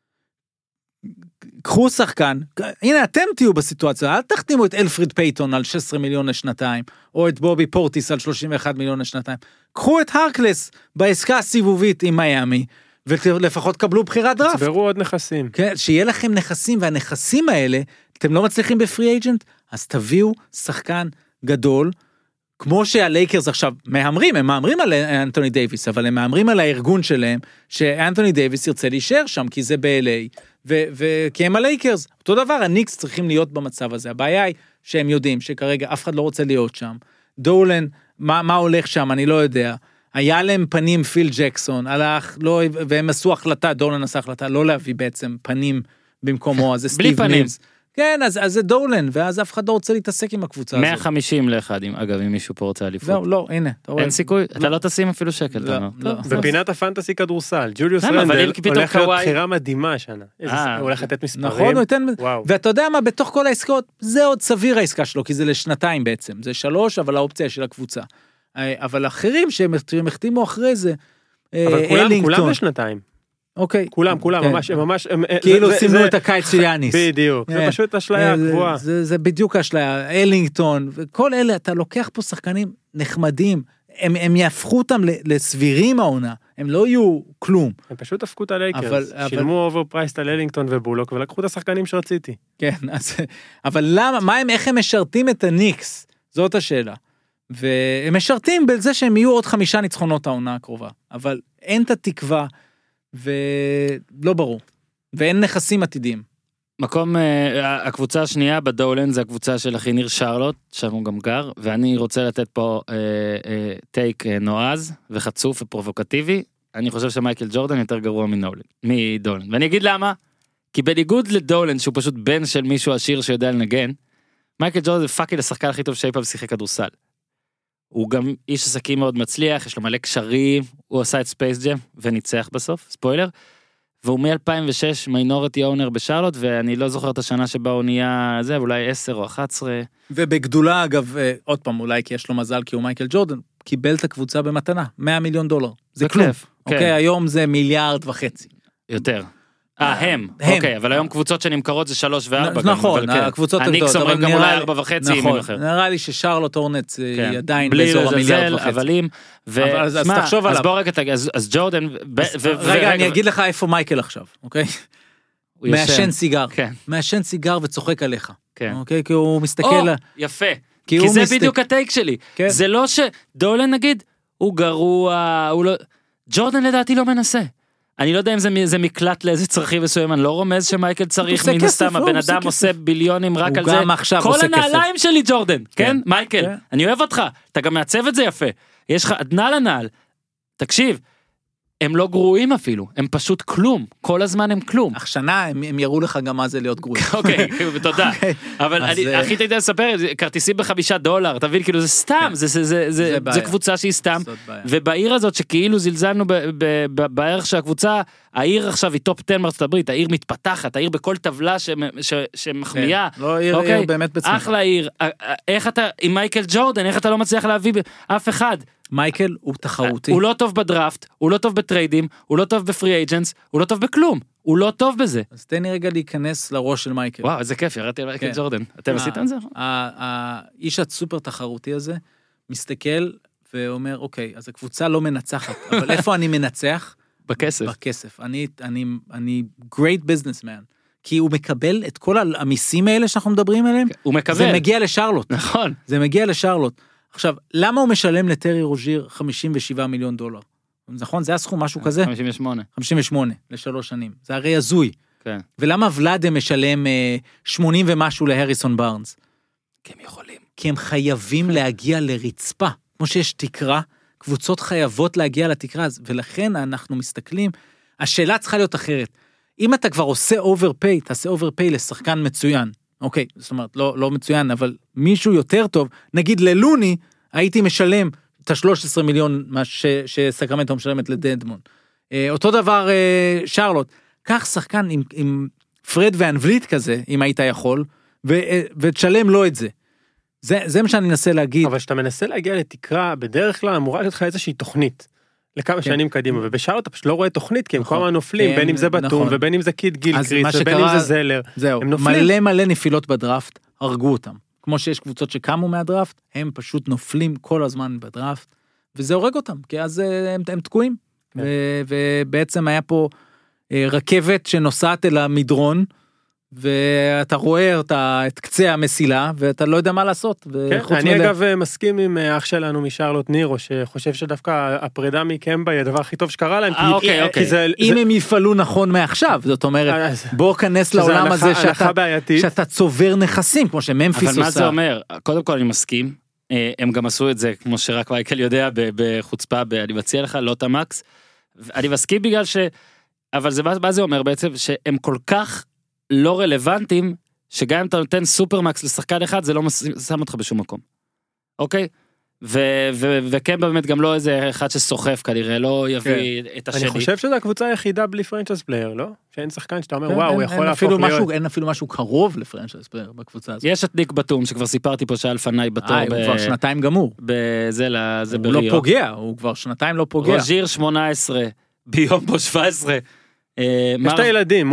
קחו שחקן, הנה אתם תהיו בסיטואציה, אל תחתימו את אלפריד פייטון על 16 מיליון לשנתיים, או את בובי פורטיס על 31 מיליון לשנתיים, קחו את הרקלס בעסקה הסיבובית עם מיאמי, ולפחות קבלו בחירת דראפט. תצברו עוד נכסים. כן, שיהיה לכם נכסים, והנכסים האלה, אתם לא מצליחים בפרי אייג'נט, אז תביאו שחקן גדול, כמו שהלייקרס עכשיו מהמרים, הם מהמרים על אנטוני דייביס, אבל הם מהמרים על הארגון שלהם, שאנטוני דייביס ירצה להישאר שם, כי זה ב-LA, וכי הם הלייקרס. אותו דבר, הניקס צריכים להיות במצב הזה. הבעיה היא שהם יודעים שכרגע אף אחד לא רוצה להיות שם. דולן, מה הולך שם, אני לא יודע. היה להם פנים פיל ג'קסון, הלך, לא, והם עשו החלטה, דולן עשה החלטה, לא להביא בעצם פנים במקומו, אז זה סטיב מילס. כן, אז זה דולן, ואז אף אחד לא רוצה להתעסק עם הקבוצה הזאת. 150 לאחד, אגב, אם מישהו פה רוצה אליפות. לא, הנה. אין סיכוי, אתה לא תשים אפילו שקל. בפינת הפנטסי כדורסל, ג'וליוס רנדל הולך להיות בחירה מדהימה השנה. הוא הולך לתת מספרים. נכון, הוא ייתן, ואתה יודע מה, בתוך כל העסקאות, זה עוד סביר העסקה שלו, כי זה לשנתיים בעצם, זה 3, אבל האופציה של הקבוצה. אבל אחרים שהם החתימו אחרי זה, אבל כולם לשנתיים. אוקיי. כולם, ממש. כאילו סימנו את הקיץ של יאניס. בדיוק, זה פשוט אשליה קבועה. זה בדיוק אשליה, אלינגטון, וכל אלה, אתה לוקח פה שחקנים נחמדים, הם יהפכו אותם לסבירים העונה, הם לא יהיו כלום. הם פשוט הפכו את הלייקרס, שילמו אוברפרייסט על אלינגטון ובולוק, ולקחו את השחקנים שרציתי. כן, אבל למה, איך הם משרתים את הניקס? זאת השאלה. והם משרתים בזה שהם יהיו עוד 5 ניצחונות העונה הקרובה, אבל אין את התקווה, ולא ברור, ואין נכסים עתידיים. מקום, הקבוצה השנייה בדולן, זה הקבוצה של אחי ניר שרלוט, שם הוא גם גר, ואני רוצה לתת פה טייק נועז, וחצוף ופרובוקטיבי, אני חושב שמייקל ג'ורדן יותר גרוע מדולן, ואני אגיד למה, כי בניגוד לדולן, שהוא פשוט בן של מישהו עשיר שיודע לנגן, מייקל ג'ורדן זה פאקי לשחקן הכי טוב שאי פעם שיחק כדורסל. הוא גם איש עסקים מאוד מצליח, יש לו מלא קשרים, הוא עשה את ספייס ג'ם וניצח בסוף, ספוילר, והוא מ-2006 מיינורטי אונר בשרלוט, ואני לא זוכר את השנה שבה הוא נהיה זה, אולי 10 או 11. ובגדולה אגב, עוד פעם, אולי כי יש לו מזל, כי הוא מייקל ג'ורדן, קיבל את הקבוצה במתנה, $100 מיליון. זה כלום. אוקיי, היום זה 1.5 מיליארד. יותר. הם, אוקיי, אבל היום קבוצות שנמכרות זה 3 ו4. נכון, הקבוצות הגדולות. הניקס אומרים גם אולי 4.5. נכון, נראה לי ששרלוט הורנטס היא עדיין באזור 1.5 מיליארד. אז תחשוב עליו. אז בוא רגע תגיד, אז ג'ורדן... רגע, אני אגיד לך איפה מייקל עכשיו, אוקיי? מעשן סיגר וצוחק עליך. אוקיי, כי הוא מסתכל... יפה, כי זה בדיוק הטייק שלי. זה לא שדולן נגיד, הוא גרוע, ג'ורדן לדעתי לא מנסה. אני לא יודע אם זה מקלט לאיזה צרכים מסוים, אני לא רומז שמייקל צריך מן הסתם, הבן אדם עושה ביליונים רק על זה, כל הנעליים שלי ג'ורדן, כן? מייקל, אני אוהב אותך, אתה גם מעצב את זה יפה, יש לך עדנה לנעל, תקשיב, הם לא גרועים אפילו, הם פשוט כלום, כל הזמן הם כלום. השנה הם יראו לך גם מה זה להיות גרועים. אוקיי, תודה. אבל הכי תדע לספר, כרטיסים $5, תבין, כאילו זה סתם, זה קבוצה שהיא סתם, ובעיר הזאת שכאילו זלזלנו בערך שהקבוצה, העיר עכשיו היא טופ 10 מארצות הברית, העיר מתפתחת, העיר בכל טבלה שמחמיאה. לא עיר באמת בצמחה. אחלה עיר, איך אתה, עם מייקל ג'ורדן, איך אתה לא מצליח להביא אף אחד? מייקל הוא תחרותי. הוא לא טוב בדראפט, הוא לא טוב בטריידים, הוא לא טוב בפרי אייג'נס, הוא לא טוב בכלום, הוא לא טוב בזה. אז תן לי רגע להיכנס לראש של מייקל. וואו, איזה כיף, ירדתי על מייקל ג'ורדן. אתם עשיתם זה? האיש הסופר תחרותי הזה, מסתכל ואומר, אוקיי, אז הקבוצה לא מנצחת, אבל איפה אני מנצח? בכסף. בכסף. אני great businessman. כי הוא מקבל את כל המיסים האלה שאנחנו מדברים עליהם. הוא מקבל. זה מגיע לשרלוט. נכון. זה מגיע לשרלוט. עכשיו, למה הוא משלם לטרי רוז'יר $57 מיליון? נכון? זה הסכום, משהו כזה? 58 ל3 שנים. זה הרי הזוי. כן. ולמה ולאדם משלם 80 ומשהו להריסון בארנס? כי הם יכולים. כי הם חייבים להגיע לרצפה. כמו שיש תקרה, קבוצות חייבות להגיע לתקרה, ולכן אנחנו מסתכלים, השאלה צריכה להיות אחרת. אם אתה כבר עושה אוברפיי, תעשה אוברפיי לשחקן מצוין. אוקיי, זאת אומרת, לא מצוין, אבל מישהו יותר טוב, נגיד ללוני, הייתי משלם את ה-13 מיליון שסקרמנטו משלמת לדדמון. אותו דבר שרלוט, קח שחקן עם פרד ואנבליט כזה, אם היית יכול, ותשלם לו את זה. זה מה שאני מנסה להגיד. אבל שאתה מנסה להגיע לתקרה, בדרך כלל אמורה להיות לך איזושהי תוכנית, לכמה שנים קדימה, ובשאר אתה פשוט לא רואה תוכנית, כי הם כל הזמן נופלים, בין אם זה בטום, ובין אם זה קיד גילקריס, ובין אם זה זלר, זהו, מלא נפילות בדראפט, הרגו אותם, כמו שיש קבוצות שקמו מהדראפט, הם פשוט נופלים כל הזמן בדראפט, וזה הורג אותם, כי אז הם תקועים, ובעצם היה פה רכבת שנוסעת אל המדרון, ואתה רואה את קצה המסילה, ואתה לא יודע מה לעשות. כן, אני אגב מסכים עם אח שלנו משרלוט נירו, שחושב שדווקא הפרידה מקמבה היא הדבר הכי טוב שקרה להם. אם הם יפעלו נכון מעכשיו, זאת אומרת, בוא כנס לעולם הזה שאתה צובר נכסים, כמו שממפיס עושה. אבל מה זה אומר? קודם כל אני מסכים, הם גם עשו את זה, כמו שרק מייקל יודע, בחוצפה, אני מציע לך, לא תמקס, אני מסכים בגלל אבל מה זה אומר בעצם? שהם כל כך לא רלוונטיים, שגם אם אתה נותן סופרמקס לשחקן אחד, זה לא שם אותך בשום מקום. אוקיי? וכן באמת גם לא איזה אחד שסוחף כנראה, לא יביא את השני. אני חושב שזו הקבוצה היחידה בלי פרנצ'ייז פלייר, לא? שאין שחקן שאתה אומר, וואו, הוא יכול להפוך להיות. אין אפילו משהו קרוב לפרנצ'ייז פלייר בקבוצה הזאת. יש את ניק בתום, שכבר סיפרתי פה שהיה לפניי בתור. הוא כבר שנתיים גמור. זה בריו. הוא לא פוגע, הוא כבר שנתיים לא פוגע. רוז'יר 18, ביומבו 17. יש את הילדים,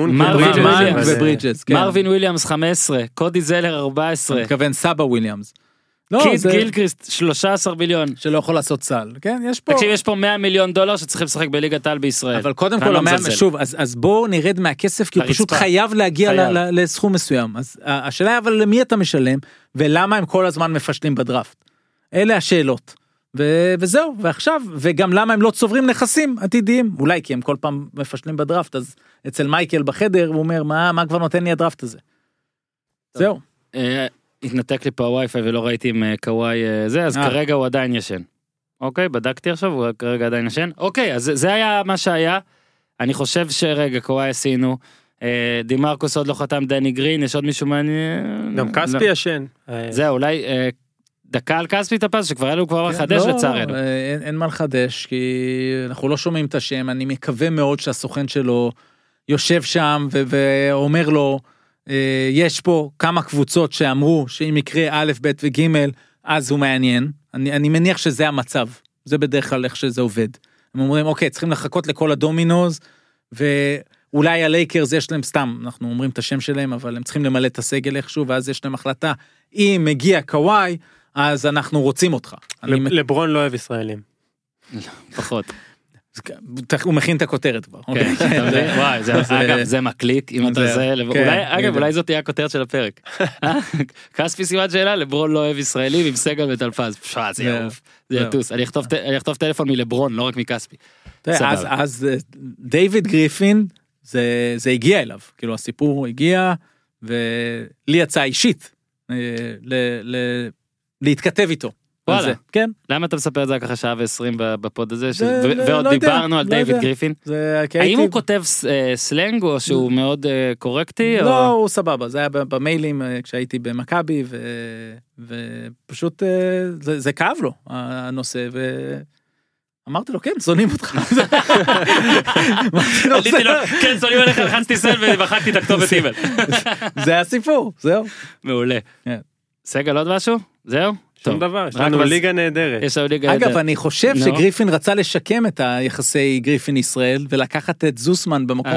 מרווין וויליאמס 15, קודי זלר 14. אני מתכוון סבא וויליאמס. קיד גילקריסט 13 מיליון. שלא יכול לעשות סל, כן? תקשיב, יש פה $100 מיליון שצריכים לשחק בליגת העל בישראל. אבל קודם כל, שוב, אז בואו נרד מהכסף, כי הוא פשוט חייב להגיע לסכום מסוים. אז השאלה היא, אבל למי אתה משלם, ולמה הם כל הזמן מפשלים בדראפט? אלה השאלות. וזהו, ועכשיו, וגם למה הם לא צוברים נכסים עתידיים, אולי כי הם כל פעם מפשלים בדראפט, אז אצל מייקל בחדר, הוא אומר, מה כבר נותן לי הדראפט הזה? זהו. התנתק לי פה הווי-פיי ולא ראיתי עם קוואי זה, אז כרגע הוא עדיין ישן. אוקיי, בדקתי עכשיו, הוא כרגע עדיין ישן. אוקיי, אז זה היה מה שהיה. אני חושב שרגע, קוואי עשינו, דימרקוס עוד לא חתם, דני גרין, יש עוד מישהו מעניין? גם כספי ישן. זהו, אולי דקה על כספי תפס, שכבר היה לו כבר לחדש לצערנו. אין מה לחדש, כי אנחנו לא שומעים את השם, אני מקווה מאוד שהסוכן שלו יושב שם ואומר לו, יש פה כמה קבוצות שאמרו שאם יקרה א', ב' וג' אז הוא מעניין. אני מניח שזה המצב. זה בדרך כלל איך שזה עובד. הם אומרים, אוקיי, צריכים לחכות לכל הדומינוז, ואולי הלייקרס יש להם סתם, אנחנו אומרים את השם שלהם, אבל הם צריכים למלא את הסגל איכשהו, ואז יש להם החלטה, אם מגיע קוואי, אז אנחנו רוצים אותך. לברון לא אוהב ישראלים. פחות. הוא מכין את הכותרת כבר. וואי, אגב, זה מקליק, אם אתה זה, אגב, אולי זאת תהיה הכותרת של הפרק. כספי סימן שאלה, לברון לא אוהב ישראלים עם סגל וטלפז. זה יעוף, זה יטוס. אני אכתוב טלפון מלברון, לא רק מכספי. אז דיוויד גריפין, זה הגיע אליו, כאילו הסיפור הגיע, ולי יצא אישית, להתכתב איתו. וואלה, כן. למה אתה מספר את זה ככה 1:20 בפוד הזה, ועוד דיברנו על דיוויד גריפין? האם הוא כותב סלנג או שהוא מאוד קורקטי? לא, הוא סבבה, זה היה במיילים כשהייתי במכבי, ופשוט זה כאב לו, הנושא, אמרתי לו, כן, שונאים אותך. כן, שונאים עליך, לחצתי סל ובחקתי את הכתובת אימייל. זה הסיפור, זהו. מעולה. סגל עוד משהו? זהו? שום דבר, יש לנו ליגה נהדרת. אגב, אני חושב שגריפין רצה לשקם את היחסי גריפין ישראל, ולקחת את זוסמן במקום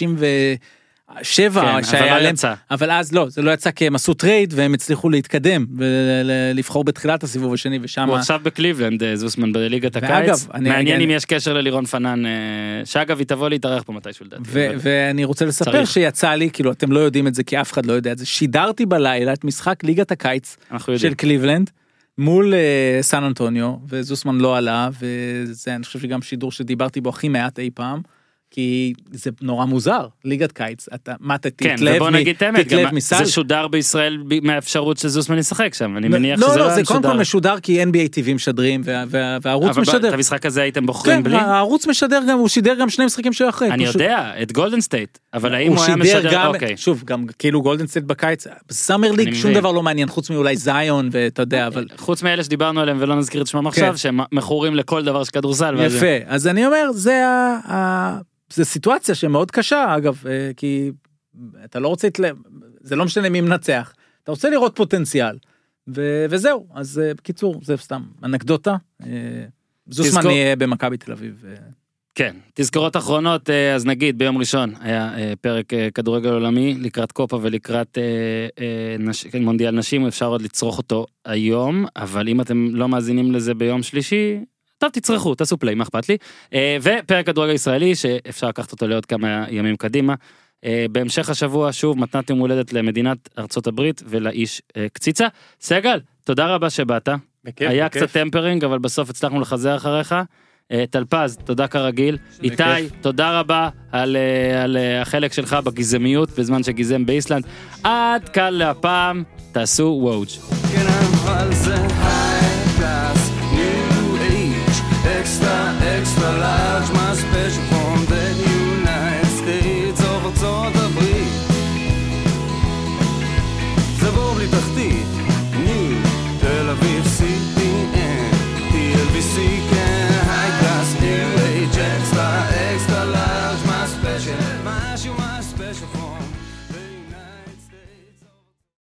57, אבל אז לא, זה לא יצא כי הם עשו טרייד, והם הצליחו להתקדם, ולבחור בתחילת הסיבוב השני, ושם... הוא עכשיו בקליבלנד, זוסמן בליגת הקיץ, מעניין אם יש קשר ללירון פנן, שאגב, היא תבוא להתארח פה מתישהו לדעתי. ואני רוצה לספר שיצא לי, כאילו, אתם לא יודעים את זה, כי אף אחד לא יודע את זה, שידרתי בלילה את משחק ליגת הקיץ של קליבלנד, מול סן אנטוניו, וזוסמן לא עלה, וזה אני חושב שגם שידור שדיברתי בו הכי מעט אי פעם, כי זה נורא מוזר, ליגת קיץ, מה אתה תתלב מסל? זה שודר בישראל מהאפשרות שזוסמן ישחק שם, אני מניח שזה לא שודר. לא, זה קודם כל משודר כי NBA TV משדרים, והערוץ משדר. אבל את המשחק הזה הייתם בוחרים בלי? כן, הערוץ משדר גם, הוא שידר גם 2 משחקים שהוא אחרי. אני יודע, את גולדן סטייט, אבל האם הוא היה משדר, אוקיי. שוב, גם כאילו גולדן סטייט בקיץ, בסאמר ליג שום דבר לא מעניין, חוץ מאולי זיון, ואתה יודע, אבל... חוץ מאלה שדיברנו עליהם ולא נזכיר את שמם עכשיו, שהם מכורים לכל דבר שכדורסל. יפה, אז אני אומר, זה סיטואציה שמאוד קשה, אגב, כי אתה לא רוצה, זה לא משנה מי מנצח, אתה רוצה לראות פוטנציאל, וזהו, אז בקיצור, זה סתם אנקדוטה, זוסמן יהיה במכבי תל אביב. כן, תזכורות אחרונות, אז נגיד ביום ראשון היה פרק כדורגל עולמי, לקראת קופה ולקראת מונדיאל נשים, אפשר עוד לצרוך אותו היום, אבל אם אתם לא מאזינים לזה ביום שלישי, טוב, תצרכו, תעשו פליי, מה אכפת לי. ופרק כדורגל ישראלי, שאפשר לקחת אותו לעוד כמה ימים קדימה, בהמשך השבוע שוב מתנת יום הולדת למדינת ארצות הברית ולאיש קציצה. סגל, תודה רבה שבאת. היה קצת טמפרינג, אבל בסוף הצלחנו לחזר אחריך. תלפז, תודה כרגיל. איתי, תודה רבה על החלק שלך בגזמיות, בזמן שגזם באיסלנד. עד כאן להפעם, תעשו וואוג'.